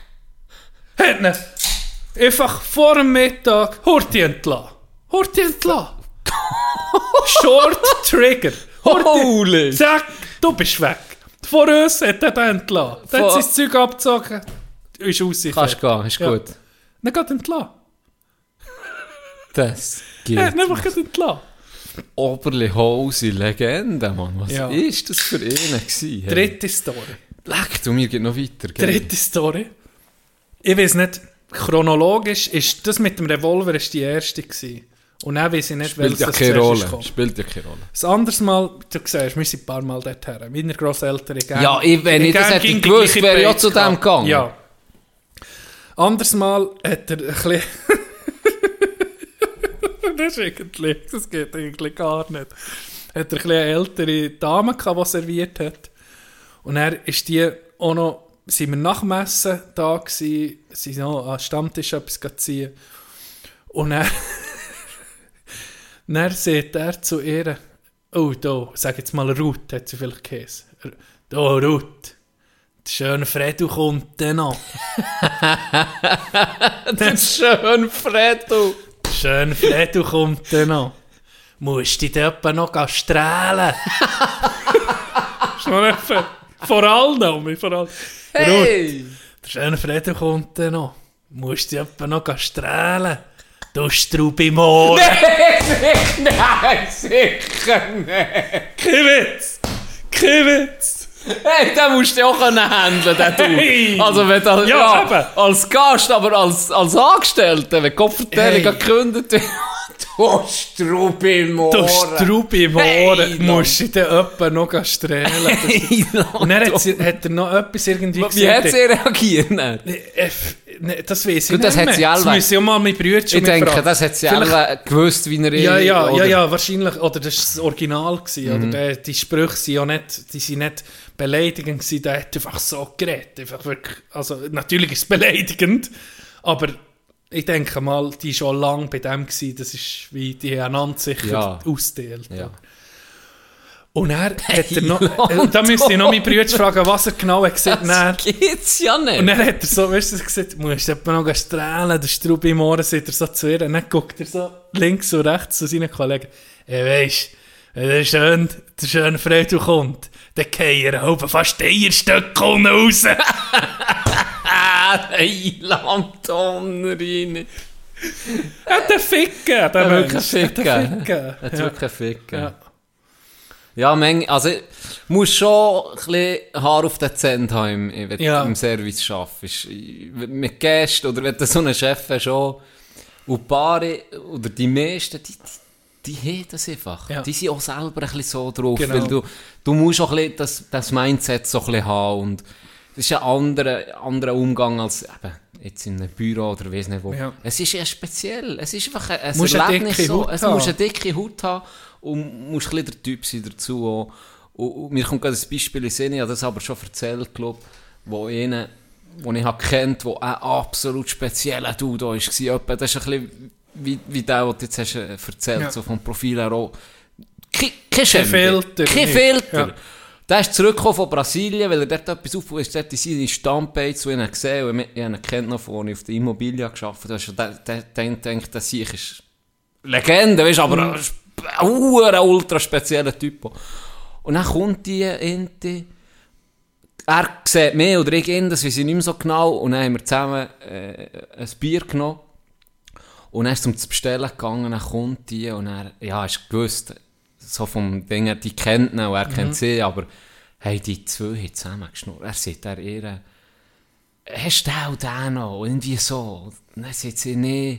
Hat ihn einfach vor dem Mittag Horti entlassen. Horti entlassen. Short Trigger. Horti. Zack, du bist weg. Vor uns hat er den entlassen. Dann hat sein Zeug abgezogen. Ist raus. Kannst gehen, ist ja. gut. Dann geht er entlassen. Das geht. Er hat einfach gerade entlassen. Oberlihausen, Legende, Mann. Was ja. ist das für eine gewesen? Hey? Dritte Story. Leck, du, mir geht noch weiter. Gell? Dritte Story. Ich weiß nicht, chronologisch ist das mit dem Revolver ist die erste gewesen. Und dann weiß ich nicht, Spielt ja keine Rolle. Spielt ja keine Rolle. Das anderes Mal, du siehst, wir sind ein paar Mal dorthin. Meine Grosseltern, ich Ja, ich, wenn ich, ich das hätte gewusst, wäre ich auch zu dem gegangen. Ja. Anderes Mal hat er ein bisschen... das ist eigentlich... Das geht eigentlich gar nicht. Hat er ein bisschen eine ältere Dame gehabt, die serviert hat. Und dann ist die auch noch, sind wir nach dem Essen da gewesen, sind noch am Stammtisch etwas ziehen. Und dann, dann sagt er zu ihr, oh, da, sag jetzt mal Ruth, hat sie vielleicht geheißen. Da, Ruth, der schöne Fredo kommt dann noch. Der schöne Fredo. Der schöne Fredo kommt dann noch. Musst du dich dort noch strahlen? Ist noch etwa, vor allem noch, vor allem. Hey! Ruth, der schöne Fredo kommt dann noch. Musst du dich dort noch strahlen? Du Strubimohren. Nein, nein, sicher nicht. Kein Witz. Kein Witz. Hey, den musst du auch handeln, den du. Hey. Also wenn du Ja, ja, als Gast, aber als, als Angestellter, wenn die Kopfverteilung Hey. gekündigt wird. Du Strubimohren. Du Strubimohren. Hey, musst du dich dann etwa noch strahlen? Hey, Und dann hat, sie, hat er noch etwas irgendwie wie hat sie reagiert? Äh, Ne, das weiss ich Gut, das nicht hat sie mehr. alle- Das müssen ja mal meine Brüder schon Ich denke, fragen. das hat sie Vielleicht- alle gewusst, wie er Ja, ja, oder? ja, ja, wahrscheinlich. Oder das war das Original. Gewesen, Mhm. oder der, die Sprüche sind ja nicht, die sind nicht beleidigend gewesen. Der hat einfach so geredet. Einfach wirklich, also, natürlich ist es beleidigend, aber ich denke mal, die war schon lange bei dem gewesen. Das ist, wie die einander sicher Ja. ausdehlt. Ja. Und er hat er noch, äh, da müsste ich noch meine Brüder fragen, was er genau hat gesagt. Dann- Das geht's ja nicht. Und dann hat er so, weißt du, gesagt, du musst etwa noch strahlen, der Strubi im Ohren, sagt er so zu ihr. Und dann guckt er so links und rechts zu seinen Kollegen. Ey, weisst, wenn der schön, der schöne Fredo kommt, dann gehen er fast Eierstücke raus. Hey, Landtonnerin. Hat den Ficken, der Hat wirklich Mensch. Ficken. Hat den Ficken. Hat Ja. wirklich Ficken. Ja. Ja, Menge, also, du musst schon ein bisschen Haar auf den Zent haben, im- wenn Ja. du im Service arbeitest. Mit Gästen oder wenn du so einen Chef hast, schon. Und die Paare, oder die meisten, die, die, die haben das einfach. Ja. Die sind auch selber ein bisschen so drauf, Genau. weil du, du musst auch ein bisschen das, das Mindset so ein bisschen haben. Und das ist ein anderer, anderer Umgang als eben jetzt in einem Büro oder weiss nicht wo. Ja. Es ist ja speziell. Es ist einfach ein, ein Musst eine Erlebnis. dicke So. Haut Es haben. muss eine dicke Haut haben und musst ein bisschen der Typ sein dazu auch. Und, und mir kommt gerade ein Beispiel in den Sinn, ich habe das aber schon erzählt, glaube ich, wo einen, den ich habe kennt, der ein absolut spezieller Dude war. Das ist ein bisschen wie, wie der, den du jetzt hast äh, erzählt, Ja. so vom Profil her auch. Kein, kein Schänder. Filter, Kein nicht. Filter. Ja. Der ist zurückgekommen von Brasilien, weil er dort etwas aufgebaut ist, dort in seine Stammpage, die ich ihn gesehen habe, ich habe ihn kennt noch von, als ich auf der Immobilie gearbeitet habe, der, der, der denkt, der Sieg ist Legende, weißt, aber Mhm. ein ein ultra spezieller Typ. Und dann kommt die Ente, er sieht mehr oder ich ihn, das weiß ich nicht mehr so genau, und dann haben wir zusammen äh, ein Bier genommen und dann ist es um zu bestellen gegangen, dann kommt die und er, ja, ist gewusst, so vom Ding, die kennt ihn und er kennt sie, aber hey, die zwei haben zusammen geschnurrt. Er sagt, er ihr, hast du den und den noch? Und irgendwie so. Und dann sagt sie, nee,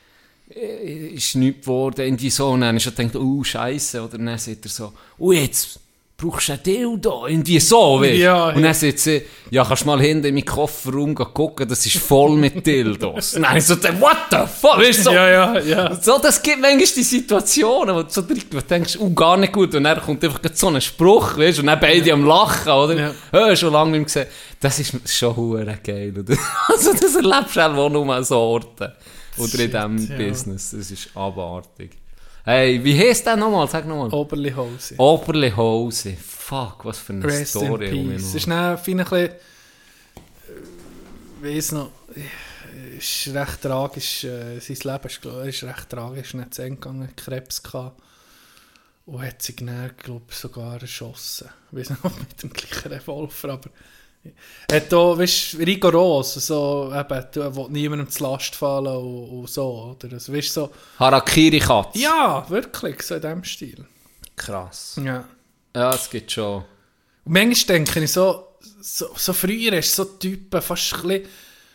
äh, ist nichts geworden, irgendwie so. Und dann habe ich schon gedacht, oh, Scheisse. Oder dann sagt er so, oh, jetzt brauchst du einen Dildo, irgendwie so, weißt du? Ja, Und ja. dann sagt sie, ja, kannst du mal hinten in meinen Kofferraum gehen gucken, das ist voll mit Dildos. Und dann habe ich so gedacht, what the fuck, weißt du, so. Ja, ja, ja. So, das gibt manchmal die Situationen, wo du so direkt wo du denkst, oh, gar nicht gut. Und dann kommt einfach grad so ein Spruch, weißt du, und dann beide am Lachen, oder? Ja. Ja. Schon lange nicht mehr gesehen. Das ist schon hure geil, oder? Also, das erlebst du auch nur an so Orten. Oder in Shit, diesem ja. Business. Das ist abartig. Hey, wie heisst der nochmal? Sag nochmal. Oberli Hose. Oberli Hose. Fuck, was für eine Rest Story. in um Peace. ihn Es ist dann finde ich ein bisschen, äh, weiss noch, äh, ist recht tragisch, äh, sein Leben ist, glaub, ist recht tragisch, nicht zu Ende gegangen, Krebs gehabt und hat sich dann, glaube ich, sogar erschossen. Ich weiss nicht, ob mit dem gleichen Revolver, aber er hat da, weißt du, rigoros, so, eben, du willst niemandem zu Last fallen und, und so, oder? Also, weißt, so, Harakiri-Katz. ja, wirklich, so in diesem Stil. Krass. Ja. Ja, es gibt schon. Und manchmal denke ich so, so, so früher hast du so Typen fast ein bisschen,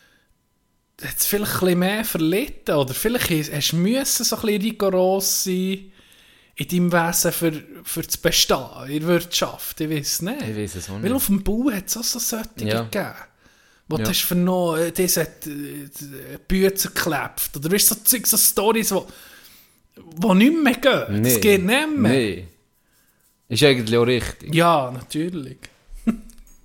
hat es vielleicht ein bisschen mehr verlitten, oder vielleicht hast du müssen so ein bisschen rigoros sein in deinem Wesen für, für das Bestehen in der Wirtschaft, ich weiß nicht. Ich weiß es auch nicht. Weil auf dem Bau hat es auch so solche Ja. gegeben, wo Ja. du hast vernommen, das hat äh, Bücher geklebt, oder weißt du, so Zeug, so Storys, wo, wo nicht mehr gehen, das geht nicht mehr. Nee. Ist eigentlich auch richtig. Ja, natürlich.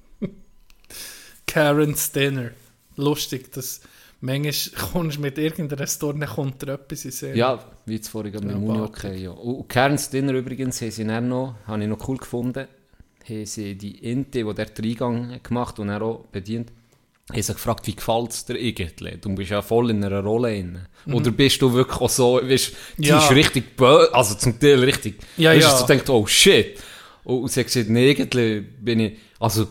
Karen's Dinner. Lustig, dass manchmal kommst du mit irgendeiner Story, dann kommt dir etwas in Sinn. Ja, wie jetzt vorhin mit dem Muni, okay, ja. Und Karen's Dinner übrigens haben sie dann noch, habe ich noch cool gefunden, haben sie die Inte, die der Eingang gemacht und er auch bedient, haben sie gefragt, wie gefällt es dir irgendwie? Du bist ja voll in einer Rolle drin. Mhm. Oder bist du wirklich auch so, weißt, die ja. ist richtig böse, also zum Teil richtig, ja, weißt, ja. dass du denkst, oh shit. Und sie hat gesagt, nee, irgendwie bin ich, also,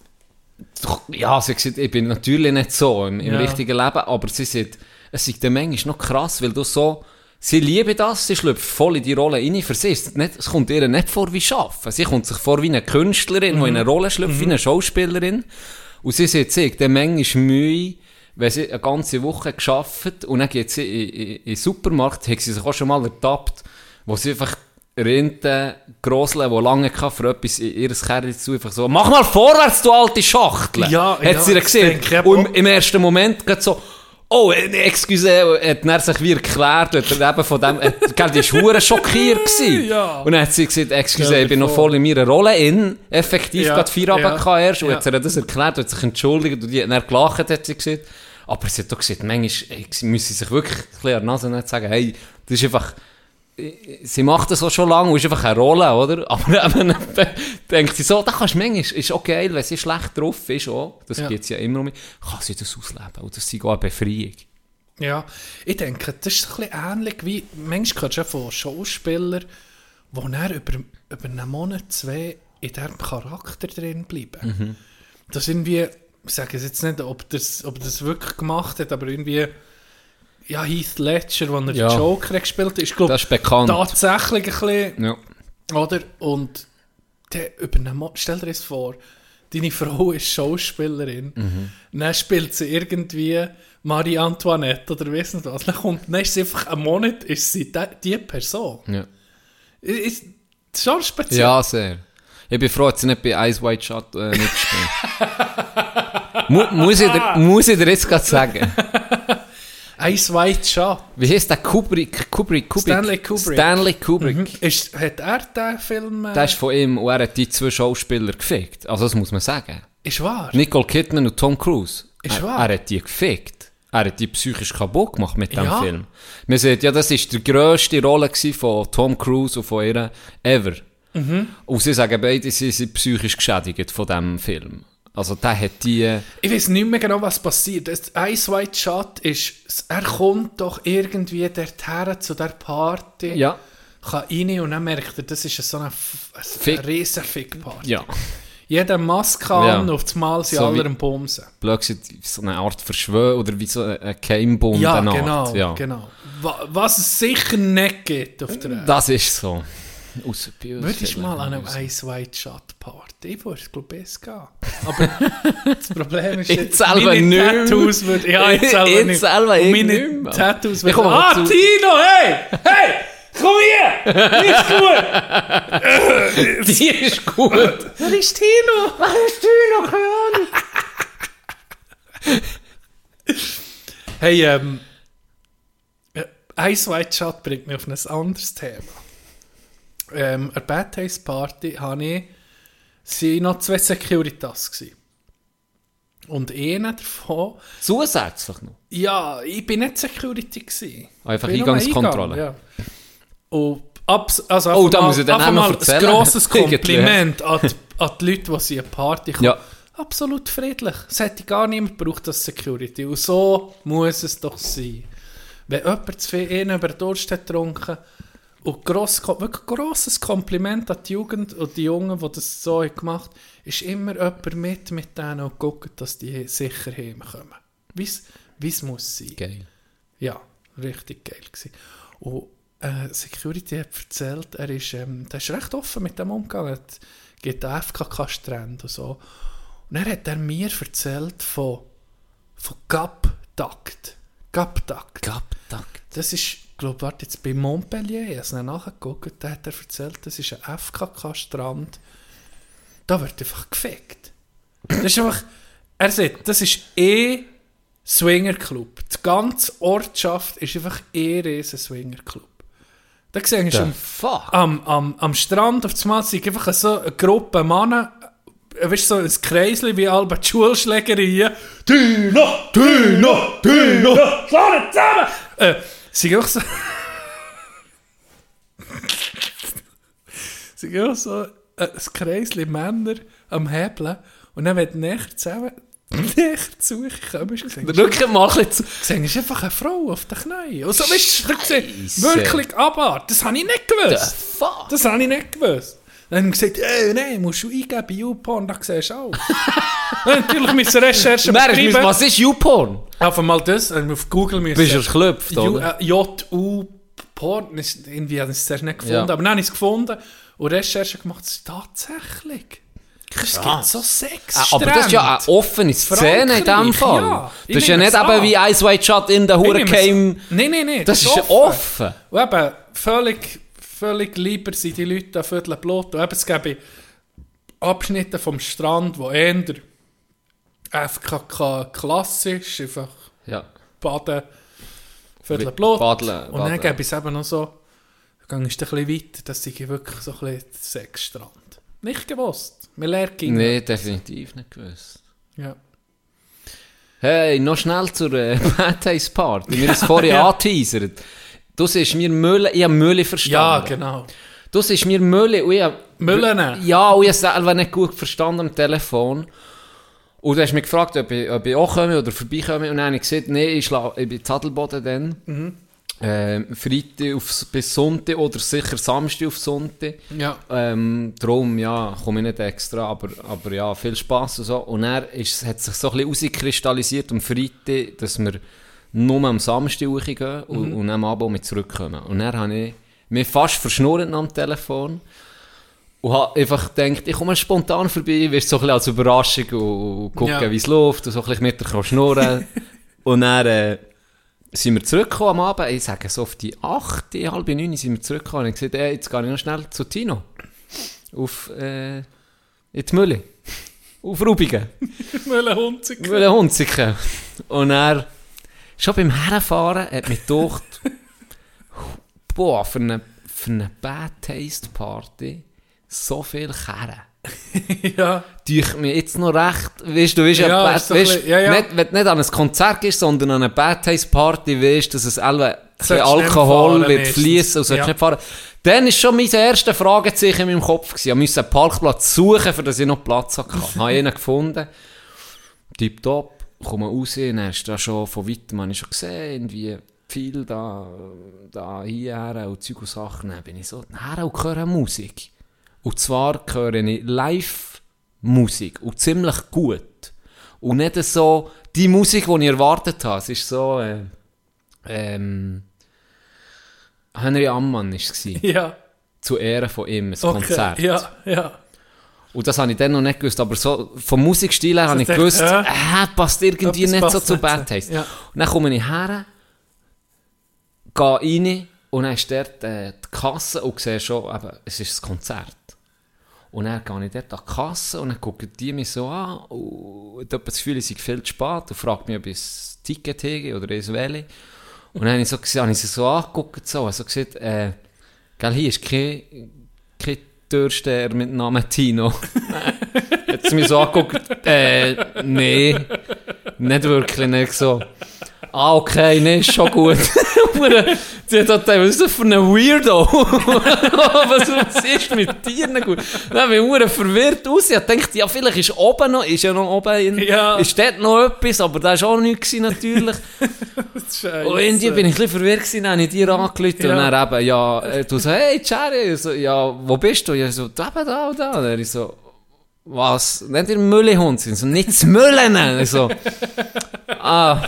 ja, sie hat gesagt, ich bin natürlich nicht so im, im ja. richtigen Leben, aber sie sagt, es ist dann manchmal noch krass, weil du so, sie lieben das, sie schlüpft voll in die Rolle rein, für sie ist nicht, es kommt ihr nicht vor wie Arbeiten. Sie kommt sich vor wie eine Künstlerin, mhm. die in eine Rolle schlüpft, mhm. wie eine Schauspielerin. Und sie sagt, sie hat dann manchmal Mühe, wenn sie eine ganze Woche gearbeitet und dann geht sie in, in, in den Supermarkt, hat sie sich auch schon mal ertappt, wo sie einfach Rente, Grossle, die lange hatte, für etwas in ihr Kerl zu, einfach so, mach mal vorwärts, du alte Schachtel! Ja, hat ja, sie ihr gesehen. Und im, im ersten Moment geht so, oh, excuse, hat er sich wie erklärt, hat er eben von dem, gell, die war verdammt schockiert gewesen. Ja. Und dann hat sie gesagt, excuse, ich bin noch voll in meiner Rolle in, effektiv, ja, gerade vier Abend ja, erst, und ja. hat sie das erklärt, hat sich entschuldigt, und die hat dann gelacht, hat sie gesagt. Aber sie hat doch gesagt, manchmal müssen sie sich wirklich ein bisschen an die Nase nicht sagen, hey, das ist einfach, sie macht das auch schon lange und ist einfach eine Rolle, oder? Aber dann denkt sie so, da kannst du manchmal, ist auch geil, wenn sie schlecht drauf ist, auch, das ja. geht ja immer um, kann sie das ausleben und das ist auch eine Befreiung. Ja, ich denke, das ist ein bisschen ähnlich wie, manchmal kannst du ja von Schauspielern, die dann über, über einen Monat, zwei in diesem Charakter drin bleiben. Mhm. Das irgendwie, ich sage es jetzt nicht, ob das, ob das wirklich gemacht hat, aber irgendwie, ja, Heath Ledger, als er ja. den Joker gespielt hat, ist, glaube ich, tatsächlich ein bisschen, ja. oder? Und der, über einen Mo- stell dir das vor, deine Frau ist Schauspielerin, mhm. dann spielt sie irgendwie Marie Antoinette oder weiss nicht was, dann kommt, dann ist sie einfach einen Monat, ist sie die, die Person. Ja. Ist, ist schon speziell. Ja, sehr. Ich bin froh, dass sie nicht bei Eyes Wide Shut äh, nicht gespielt. Mu- muss, ich dir, muss ich dir jetzt gerade sagen. Eyes Wide Shut. Wie heisst der? Kubrick, Kubrick, Kubrick. Stanley Kubrick. Stanley Kubrick. Mhm. Ist, hat er den Film... Äh... Der ist von ihm und er hat die zwei Schauspieler gefickt. Also das muss man sagen. Ist wahr? Nicole Kidman und Tom Cruise. Ist er, wahr? Er hat die gefickt. Er hat die psychisch kaputt gemacht mit diesem ja. Film. Man sieht, ja, das war die grösste Rolle von Tom Cruise und von ihr ever. Mhm. Und sie sagen beide, sie sind psychisch geschädigt von diesem Film. Also der hat die... Ich weiß nicht mehr genau, was passiert. Eyes Wide Shut ist, er kommt doch irgendwie dorthin zu der Party, ja. kann rein und dann merkt er, das ist so eine, eine, eine riesen Fick-Party. Ja. Jeder Maske an, ja. auf das Mal sind so alle am Bumsen. Blöd so eine Art Verschwörung oder wie so ein Keimbund. Ja, eine genau, Art. Ja, genau. Was es sicher nicht gibt auf der Welt. Das ist so. Würdest du mal an einer Eyes Wide Shut Party? Ich würde es, glaube ich, besser gehen. Aber das Problem ist, jetzt selber meine nicht Tattoos würden... Ja, jetzt selber jetzt nicht. Selber und meine nicht Tattoos würden... Ah, zu... Tino, hey! Hey! Komm hier! Die ist gut! Die ist gut! Wer ist Tino? Wer ist Tino? Keine Ahnung. Hey, ähm... Eyes Wide Shut bringt mich auf ein anderes Thema. Ähm, eine Bad Taste Party habe ich, sie noch zwei Securitas gewesen. Und einer davon... Zusätzlich noch? Ja, ich bin nicht Security gewesen. Einfach Eingangskontrolle? Ja. Und abs- also oh, da mal, muss ich dann auch noch erzählen. Ein grosses Kompliment an die, an die Leute, die in eine Party kommen. Ja. Absolut friedlich. Es hätte gar niemand gebraucht als Security. Und so muss es doch sein. Wenn jemand zu viel über den Durst hat getrunken und gross, wirklich grosses Kompliment an die Jugend und die Jungen, die das so gemacht haben, ist immer jemand mit mit denen und guckt, dass die sicher heimkommen. Wie es muss sein. Geil. Ja, richtig geil gewesen. Und äh, Security hat erzählt, er ist, ähm, der ist recht offen mit dem umgegangen. Es gibt einen F K K-Strand und so. Und dann hat er mir erzählt von, von Gap-Takt. Gap-Takt. Gap-Takt. Das ist, ich glaube, warte jetzt bei Montpellier, ich habe es nachgeguckt, da hat er erzählt, das ist ein F K K-Strand. Da wird einfach gefickt. Das ist einfach, er sagt, das ist eh Swingerclub. Die ganze Ortschaft ist einfach eh ein Swingerclub. Da siehst du am, am, am, am Strand auf einmal sind einfach so eine Gruppe Männer weißt du, so ein Kreisli wie alle die Schulschlägerei. Tino, Tino, Tino, schlag nicht zusammen! Äh, sie auch so... sie auch so ein Kreisli Männer am Hebeln und dann, wenn du näher zusammen... näher zu ich komme, ist gesehen. Rücken mal ein bisschen zu. Gesehen ist einfach eine Frau auf den Knien. Und so, weißt du, gesehen, wirklich abwart. Das habe ich nicht gewusst. The fuck? Das habe ich nicht gewusst. Dann haben sie gesagt, ey, nein, musst du eingeben bei YouPorn, da siehst du alles. Dann natürlich müssen Recherchen betreiben. Was ist YouPorn? Auf einmal das, auf Google müssen... Bist du erklüpft, oder? J-U-Porn, irgendwie habe ich es zuerst nicht gefunden, Ja. aber dann habe ich es gefunden und Recherchen gemacht, es ist tatsächlich... Es gibt so Sex. Ah, aber das ist ja eine offene Szene in diesem Fall. Ja, das ist ja nicht eben wie Ice White Shot in der Hurricane. Nein, nein, nein. Das, das ist offen. offen. Und eben, völlig, völlig lieber sind die Leute an Viertel Blut. Und eben, es gäbe Abschnitte vom Strand, wo eher einfach klassisch einfach ja. baden, Viertel Blut. Badeln, und dann badeln. gäbe es eben noch so, dann gehst du ein bisschen weiter, das ist wirklich so ein bisschen Sexstrand. Nicht gewusst. Wir lernen Nein, definitiv nicht gewusst. Ja. Hey, noch schnell zur äh, Bad Taste Party. Wir haben es vorhin ja. angeteasert. Du siehst mir Mülle, ich habe Mülle verstanden. Ja, genau. Du siehst mir Mülle und ich habe... Mülle? Ja, und ich habe es selber nicht gut verstanden am Telefon. Und du hast mich gefragt, ob ich, ob ich auch komme oder vorbeikomme. Und dann habe ich gesagt, nein, ich, schla- ich bin in Zadelboden dann. Mhm. Ähm, Freitag auf, bis Sonntag oder sicher Samstag auf Sonntag. Ja. Ähm, darum, ja, komme ich nicht extra, aber, aber ja, viel Spass und so. Und dann ist, hat sich so ein bisschen rauskristallisiert am Freitag, dass wir nur am Samstag hochgehen und, mhm. und am Abend mit zurückkommen. Und dann habe ich mich fast verschnurrt am Telefon und habe einfach gedacht, ich komme spontan vorbei, wirst so ein bisschen als Überraschung und, und gucken, ja. wie es läuft und so ein bisschen mit dir schnurren. Und dann... Äh, sind wir zurückgekommen am Abend, ich sage so auf die acht, halb neun sind wir zurückgekommen und ich gesagt, ey, jetzt gehe ich noch schnell zu Tino. Auf, äh, in die Mühle. Auf Rubigen. Mühle Hunziken. Mühle Hunziken. Und er, schon beim Herfahren, hat mich gedacht, boah, für eine, für eine Bad Taste Party, so viel Kerren. ja. Die ich mir jetzt noch recht, weißt du, weißt, ja, Bad, weißt, weißt, ja, ja. Nicht, wenn du nicht an ein Konzert gehst, sondern an eine Bad Taste Party, weißt, dass es alle fahren, Alkohol wird fließen und sollst ja. nicht fahren. Dann war schon mein erstes Fragezeichen in meinem Kopf gewesen. Ich musste einen Parkplatz suchen, für dass ich noch Platz hatte. Ich habe einen gefunden. Tipptopp, komme raus, dann hast du da schon von weitem habe ich schon gesehen, irgendwie viel da, da hierher und Zeug und Sachen. Dann bin ich so, her und höre Musik. Und zwar höre ich Live-Musik und ziemlich gut. Und nicht so die Musik, die ich erwartet habe. Es ist so, äh, ähm, Henry Ammann war es. Ja. Zu Ehren von ihm, ein okay. Konzert. Ja, ja. Und das habe ich dann noch nicht gewusst, aber so vom Musikstil her habe ich gewusst, äh, äh, passt irgendwie nicht so zu Bad Taste. Ja. Und dann komme ich her, gehe rein und dann ist dort äh, die Kasse und sehe schon, eben, es ist ein Konzert. Und dann gehe ich dort an die Kasse und dann gucken die mich so an und ich habe das Gefühl, ich sei viel zu spät und frage mich, ob ich ein Ticket habe oder ein Welle. Und dann habe ich, so gesehen, habe ich sie so angeguckt, so, also gesagt, äh, gell, hier ist kein, kein Türsteher mit Namen Tino. Hat sie mich so angeguckt, äh, nee, nicht wirklich, nicht so. Ah, okay, nee, ist schon gut. Sie hat gedacht, was ist das für ein Weirdo? was, was ist mit dir nicht gut? Dann bin ich verwirrt aus. Ich dachte, ja, vielleicht ist oben noch, ist ja noch oben, in, ja. ist dort noch etwas, aber da war auch nichts natürlich. Und irgendwie bin ich ein bisschen verwirrt gewesen, dann habe ich dir angerufen ja. und dann eben, ja, du so, hey, Jerry, so, ja, wo bist du? Ja, so, da, da und da. Und dann ich so, was? Nicht der Müllehund sind, so, nicht das Müllen. Ich so, ah,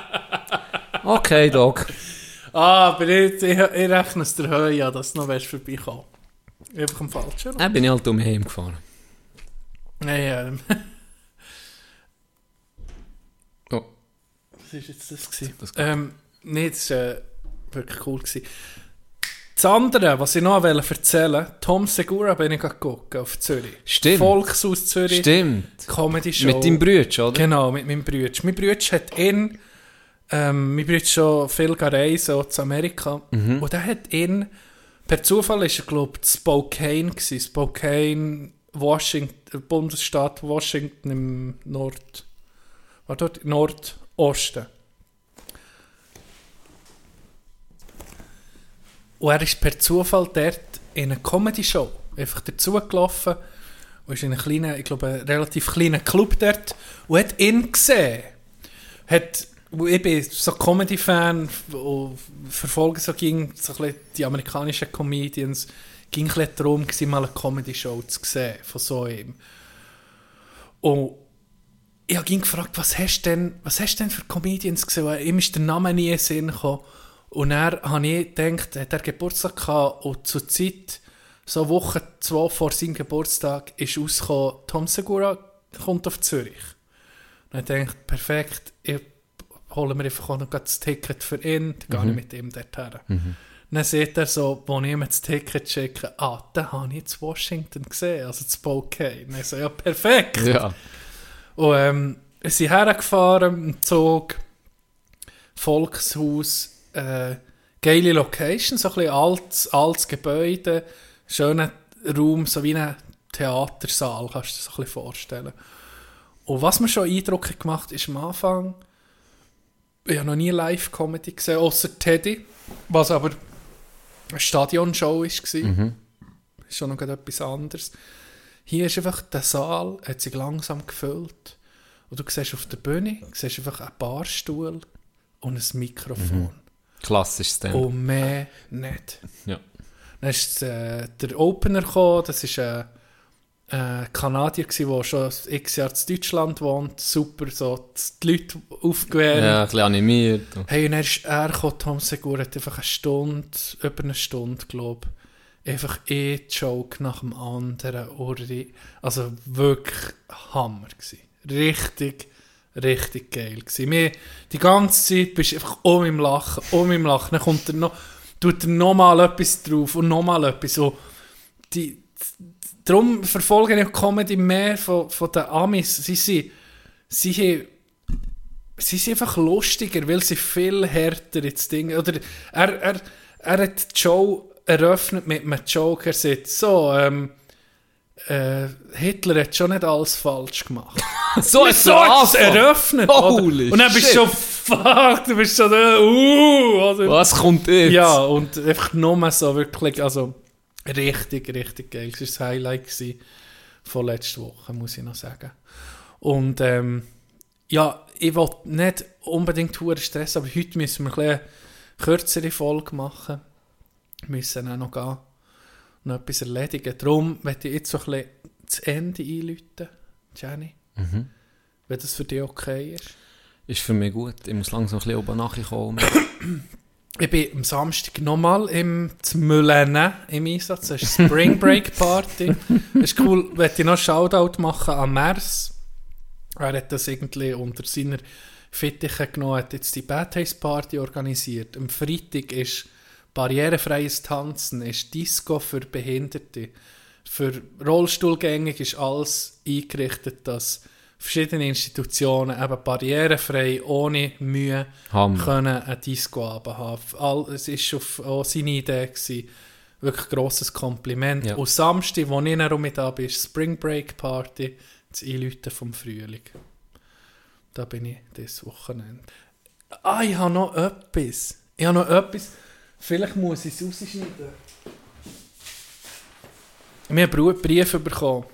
okay, Doc. Ah, aber ich, ich, ich rechne es dir heu an, dass du noch vorbeikommen willst. Einfach am Falschen. Dann bin ich halt umher gefahren. Nein, ja. Oh. Was war jetzt das? Gewesen? das ähm, Nein, das war äh, wirklich cool. Gewesen. Das andere, was ich noch erzählen wollte, Tom Segura bin ich geguckt auf Zürich. Stimmt. Volkshaus Zürich. Stimmt. Comedy-Show. Mit deinem Bruder, oder? Genau, mit meinem Bruder. Mein Bruder hat ihn, ähm, mein Bruder schon viel gereist, auch zu Amerika. Mhm. Und er hat ihn, per Zufall ist er, glaube ich, Spokane gewesen. Spokane, Washington, Bundesstaat Washington im Nord, war dort Nordosten. Und er ist per Zufall dort in einer Comedy-Show einfach dazugelaufen und ist in einem kleinen, ich glaube, einen relativ kleinen Club dort und hat ihn gesehen. Hat, ich bin so Comedy-Fan und verfolge so, ging, so ein bisschen die amerikanischen Comedians. Ging ein bisschen darum, mal eine Comedy-Show zu sehen von so einem. Und ich habe ihn gefragt, was hast du denn, was hast du denn für Comedians gesehen? Ihm ist der Name nie in den Sinn gekommen. Und dann habe ich gedacht, hat er Geburtstag gehabt und zur Zeit, so eine Woche, zwei vor seinem Geburtstag, ist rausgekommen, Tom Segura kommt auf Zürich. Und ich dachte, perfekt, ich hole mir einfach auch noch das Ticket für ihn, dann gehe ich mit ihm dorthin. Mhm. Dann sieht er so, wo ich ihm das Ticket schicke, ah, den habe ich jetzt Washington gesehen, also zu Spokane. Und ich so, ja, perfekt. Ja. Und ähm, wir sind hergefahren im Zug, Volkshaus, äh, geile Location, so ein bisschen altes, altes Gebäude, schöner Raum, so wie ein Theatersaal, kannst du dir so ein bisschen vorstellen. Und was mir schon Eindruck gemacht hat, ist am Anfang, ich habe noch nie Live-Comedy gesehen, außer Teddy, was aber eine Stadionshow war. Mhm. Ist schon noch etwas anderes. Hier ist einfach der Saal, hat sich langsam gefüllt. Und du siehst auf der Bühne, siehst einfach einen Barstuhl und ein Mikrofon. Mhm. Klassisch Stand. Und mehr nicht. Ja. Dann ist äh, der Opener gekommen, das war ein äh, Kanadier, der schon x Jahre in Deutschland wohnt. Super, so die Leute aufgewärmt. Ja, ein bisschen animiert. Hey, und dann ist er gekommen, Tom Segura hat einfach eine Stunde, über eine Stunde, glaube ich, einfach ein Joke nach dem anderen. Also wirklich Hammer gewesen. Richtig, richtig geil gewesen. Mir, die ganze Zeit bist du einfach um im Lachen, um im Lachen. Dann kommt er noch, tut er nochmal etwas drauf und nochmal etwas. So, die, darum verfolge ich Comedy mehr von, von den Amis. Sie sind, sie, sie, sie sind einfach lustiger, weil sie viel härter ins Ding. Oder er, er, er hat die Show eröffnet mit einem Joke. Er sagt so, ähm, äh, Hitler hat schon nicht alles falsch gemacht. so ist so es eröffnet. Holy und dann bist du schon, fuck, du bist schon da, uh, oder? Was kommt jetzt? Ja, und einfach nur so wirklich, also richtig, richtig geil. Das war das Highlight von letzter Woche, muss ich noch sagen. Und ähm, ja, ich will nicht unbedingt hohen Stress, aber heute müssen wir eine kürzere Folge machen. Wir müssen auch noch gehen, noch etwas erledigen. Darum möchte ich jetzt so ein bisschen das Ende einläuten, Jenny. Mhm. Wenn das für dich okay ist. Ist für mich gut. Ich muss langsam ein bisschen oben nachkommen. Ich bin am Samstag nochmal im Zmüllen im Einsatz. Das ist Spring Break Party. Das ist cool. Ich möchte noch einen Shoutout machen an Mers. Er hat das irgendwie unter seiner Fittiche genommen, hat jetzt die Bad Taste Party organisiert. Am Freitag ist barrierefreies Tanzen, ist Disco für Behinderte. Für Rollstuhlgängig ist alles eingerichtet, dass verschiedene Institutionen eben barrierefrei, ohne Mühe, Hammer. können eine Disco-Abend haben. Es war auch seine Idee gewesen. Wirklich grosses Kompliment. Ja. Und Samstag, wo ich dann mit da bin, ist Spring Break Party, das Einläuten vom Frühling. Da bin ich dieses Wochenende. Ah, ich habe noch etwas. Ich habe noch etwas. Vielleicht muss ich es rausschneiden. Wir haben einen Brief bekommen.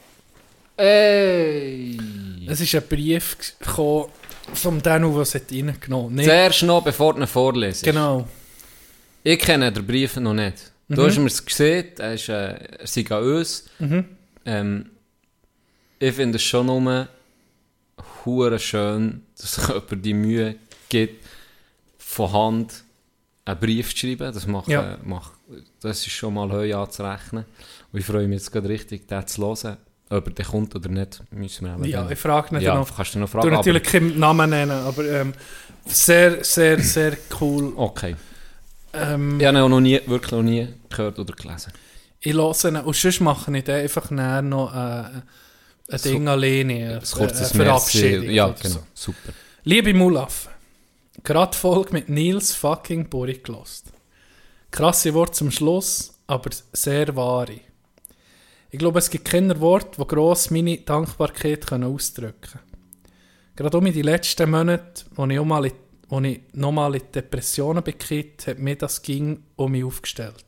Ey! Es ist ein Brief gekommen von dem, der es reingenommen hat. Zuerst noch, bevor du ihn vorlesest. Genau. Ich kenne den Brief noch nicht. Mhm. Du hast mir es gesehen, er, ist, äh, er sei an uns. Mhm. Ähm, ich finde es schon nur hure schön, dass sich jemand die Mühe gibt, von Hand einen Brief zu schreiben. Das, macht, ja. äh, macht, das ist schon mal heu anzurechnen. Und ich freue mich jetzt gerade richtig, den zu hören. Ob er kommt oder nicht, müssen wir eben Ja, dann. ich frage nicht ja, noch. Kannst du noch fragen? Du natürlich keinen Namen nennen, aber ähm, sehr, sehr, sehr cool. Okay. Ähm, ich habe ihn auch noch nie, wirklich noch nie gehört oder gelesen. Ich höre ihn, und sonst mache ich dann einfach näher noch äh, ein so, Ding alleine, ein kurzes Verabschiedung. Ja, genau, so. Super. Liebe Mulaf, gerade Folge mit Nils fucking Burri gelost. Krasse Worte zum Schluss, aber sehr wahre. Ich glaube, es gibt keine Worte, die gross meine Dankbarkeit ausdrücken können. Gerade um in die letzten Monate, wo ich, mal in, wo ich nochmal in Depressionen bekehrt, hat mir das ging um mich aufgestellt.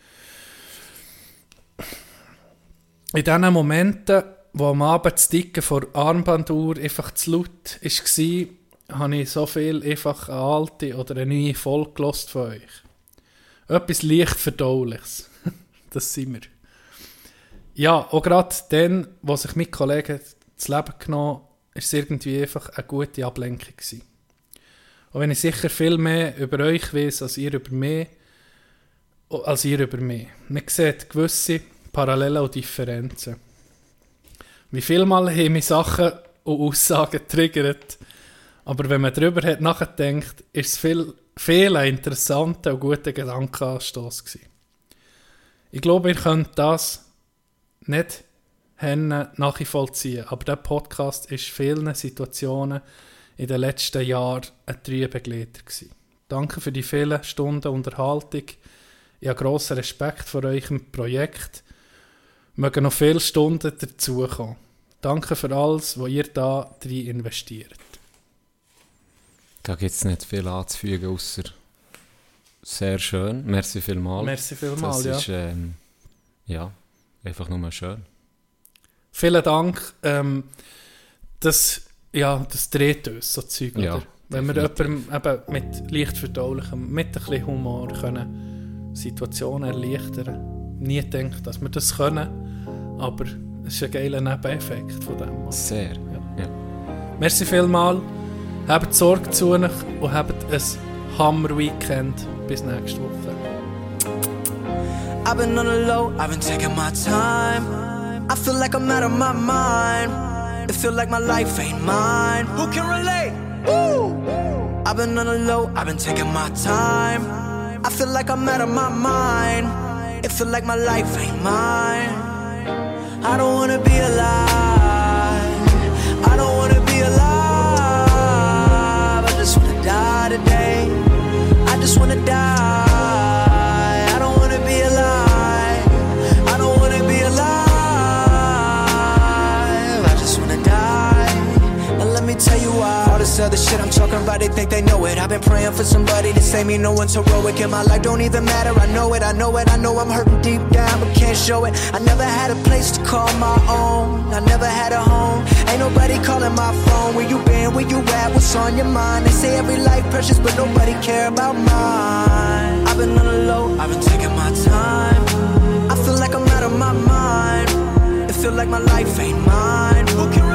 In diesen Momenten, wo am Abend das Dicken vor Armbanduhr einfach zu laut war, habe ich so viel einfach eine alte oder eine neue Folge gehört von euch. Etwas leicht Verdauliches. Das sind wir. Ja, auch gerade dann, wo sich mit Kollegen das Leben genommen haben, war es irgendwie einfach eine gute Ablenkung gewesen. Und wenn ich sicher viel mehr über euch weiss, als ihr über mich, als ihr über mich. Man sieht gewisse Parallelen und Differenzen. Wie viel Mal haben mich Sachen und Aussagen getriggert, aber wenn man darüber hat nachgedacht, ist es viel, viel ein interessanter und guter Gedankenanstoss gewesen. Ich glaube, ihr könnt das nicht nachvollziehen, aber dieser Podcast war vielen Situationen in den letzten Jahren ein treuer Begleiter gewesen. Danke für die vielen Stunden Unterhaltung. Ich habe grossen Respekt vor eurem Projekt. Mögen noch viele Stunden dazukommen. Danke für alles, was ihr da drin investiert. Da gibt es nicht viel anzufügen, außer sehr schön. Merci vielmals. Merci vielmals, ja. Das ist ähm, ja, einfach nur schön. Vielen Dank. Ähm, das, ja, das dreht uns, so Zeug. Ja, oder? Wenn wir jemandem eben mit leicht verdaulichem, mit ein bisschen Humor können Situationen erleichtern. Nie gedacht, dass wir das können, aber es ist ein geiler Nebeneffekt von dem. Oder? Sehr, ja. ja. Merci vielmals. Habt Sorge zu euch und habt ein Hammer-Weekend. Bis nächste Woche. I've been on the low, I've been taking my time. I feel like I'm out of my mind. It feel like my life ain't mine. Who can relate? Woo! I've been on the low, I've been taking my time. I feel like I'm out of my mind. It feel like my life ain't mine. I don't wanna be alive. I don't wanna be alive. I just wanna die today. I just wanna die. I don't wanna be alive. I don't wanna be alive. I just wanna die. And let me tell you why. All this other shit I'm talking about, they think they know it. I've been praying for somebody to save me. No one's heroic in my life, don't even matter. I know it, I know it, I know I'm hurting deep down, but can't show it. I never had a place to call my own. I never had a home. Ain't nobody calling my phone. Where you been, where you at, what's on your mind? They say every life precious, but nobody care about mine. I've been on the low, I've been taking my time. I feel like I'm out of my mind. It feel like my life ain't mine. Who can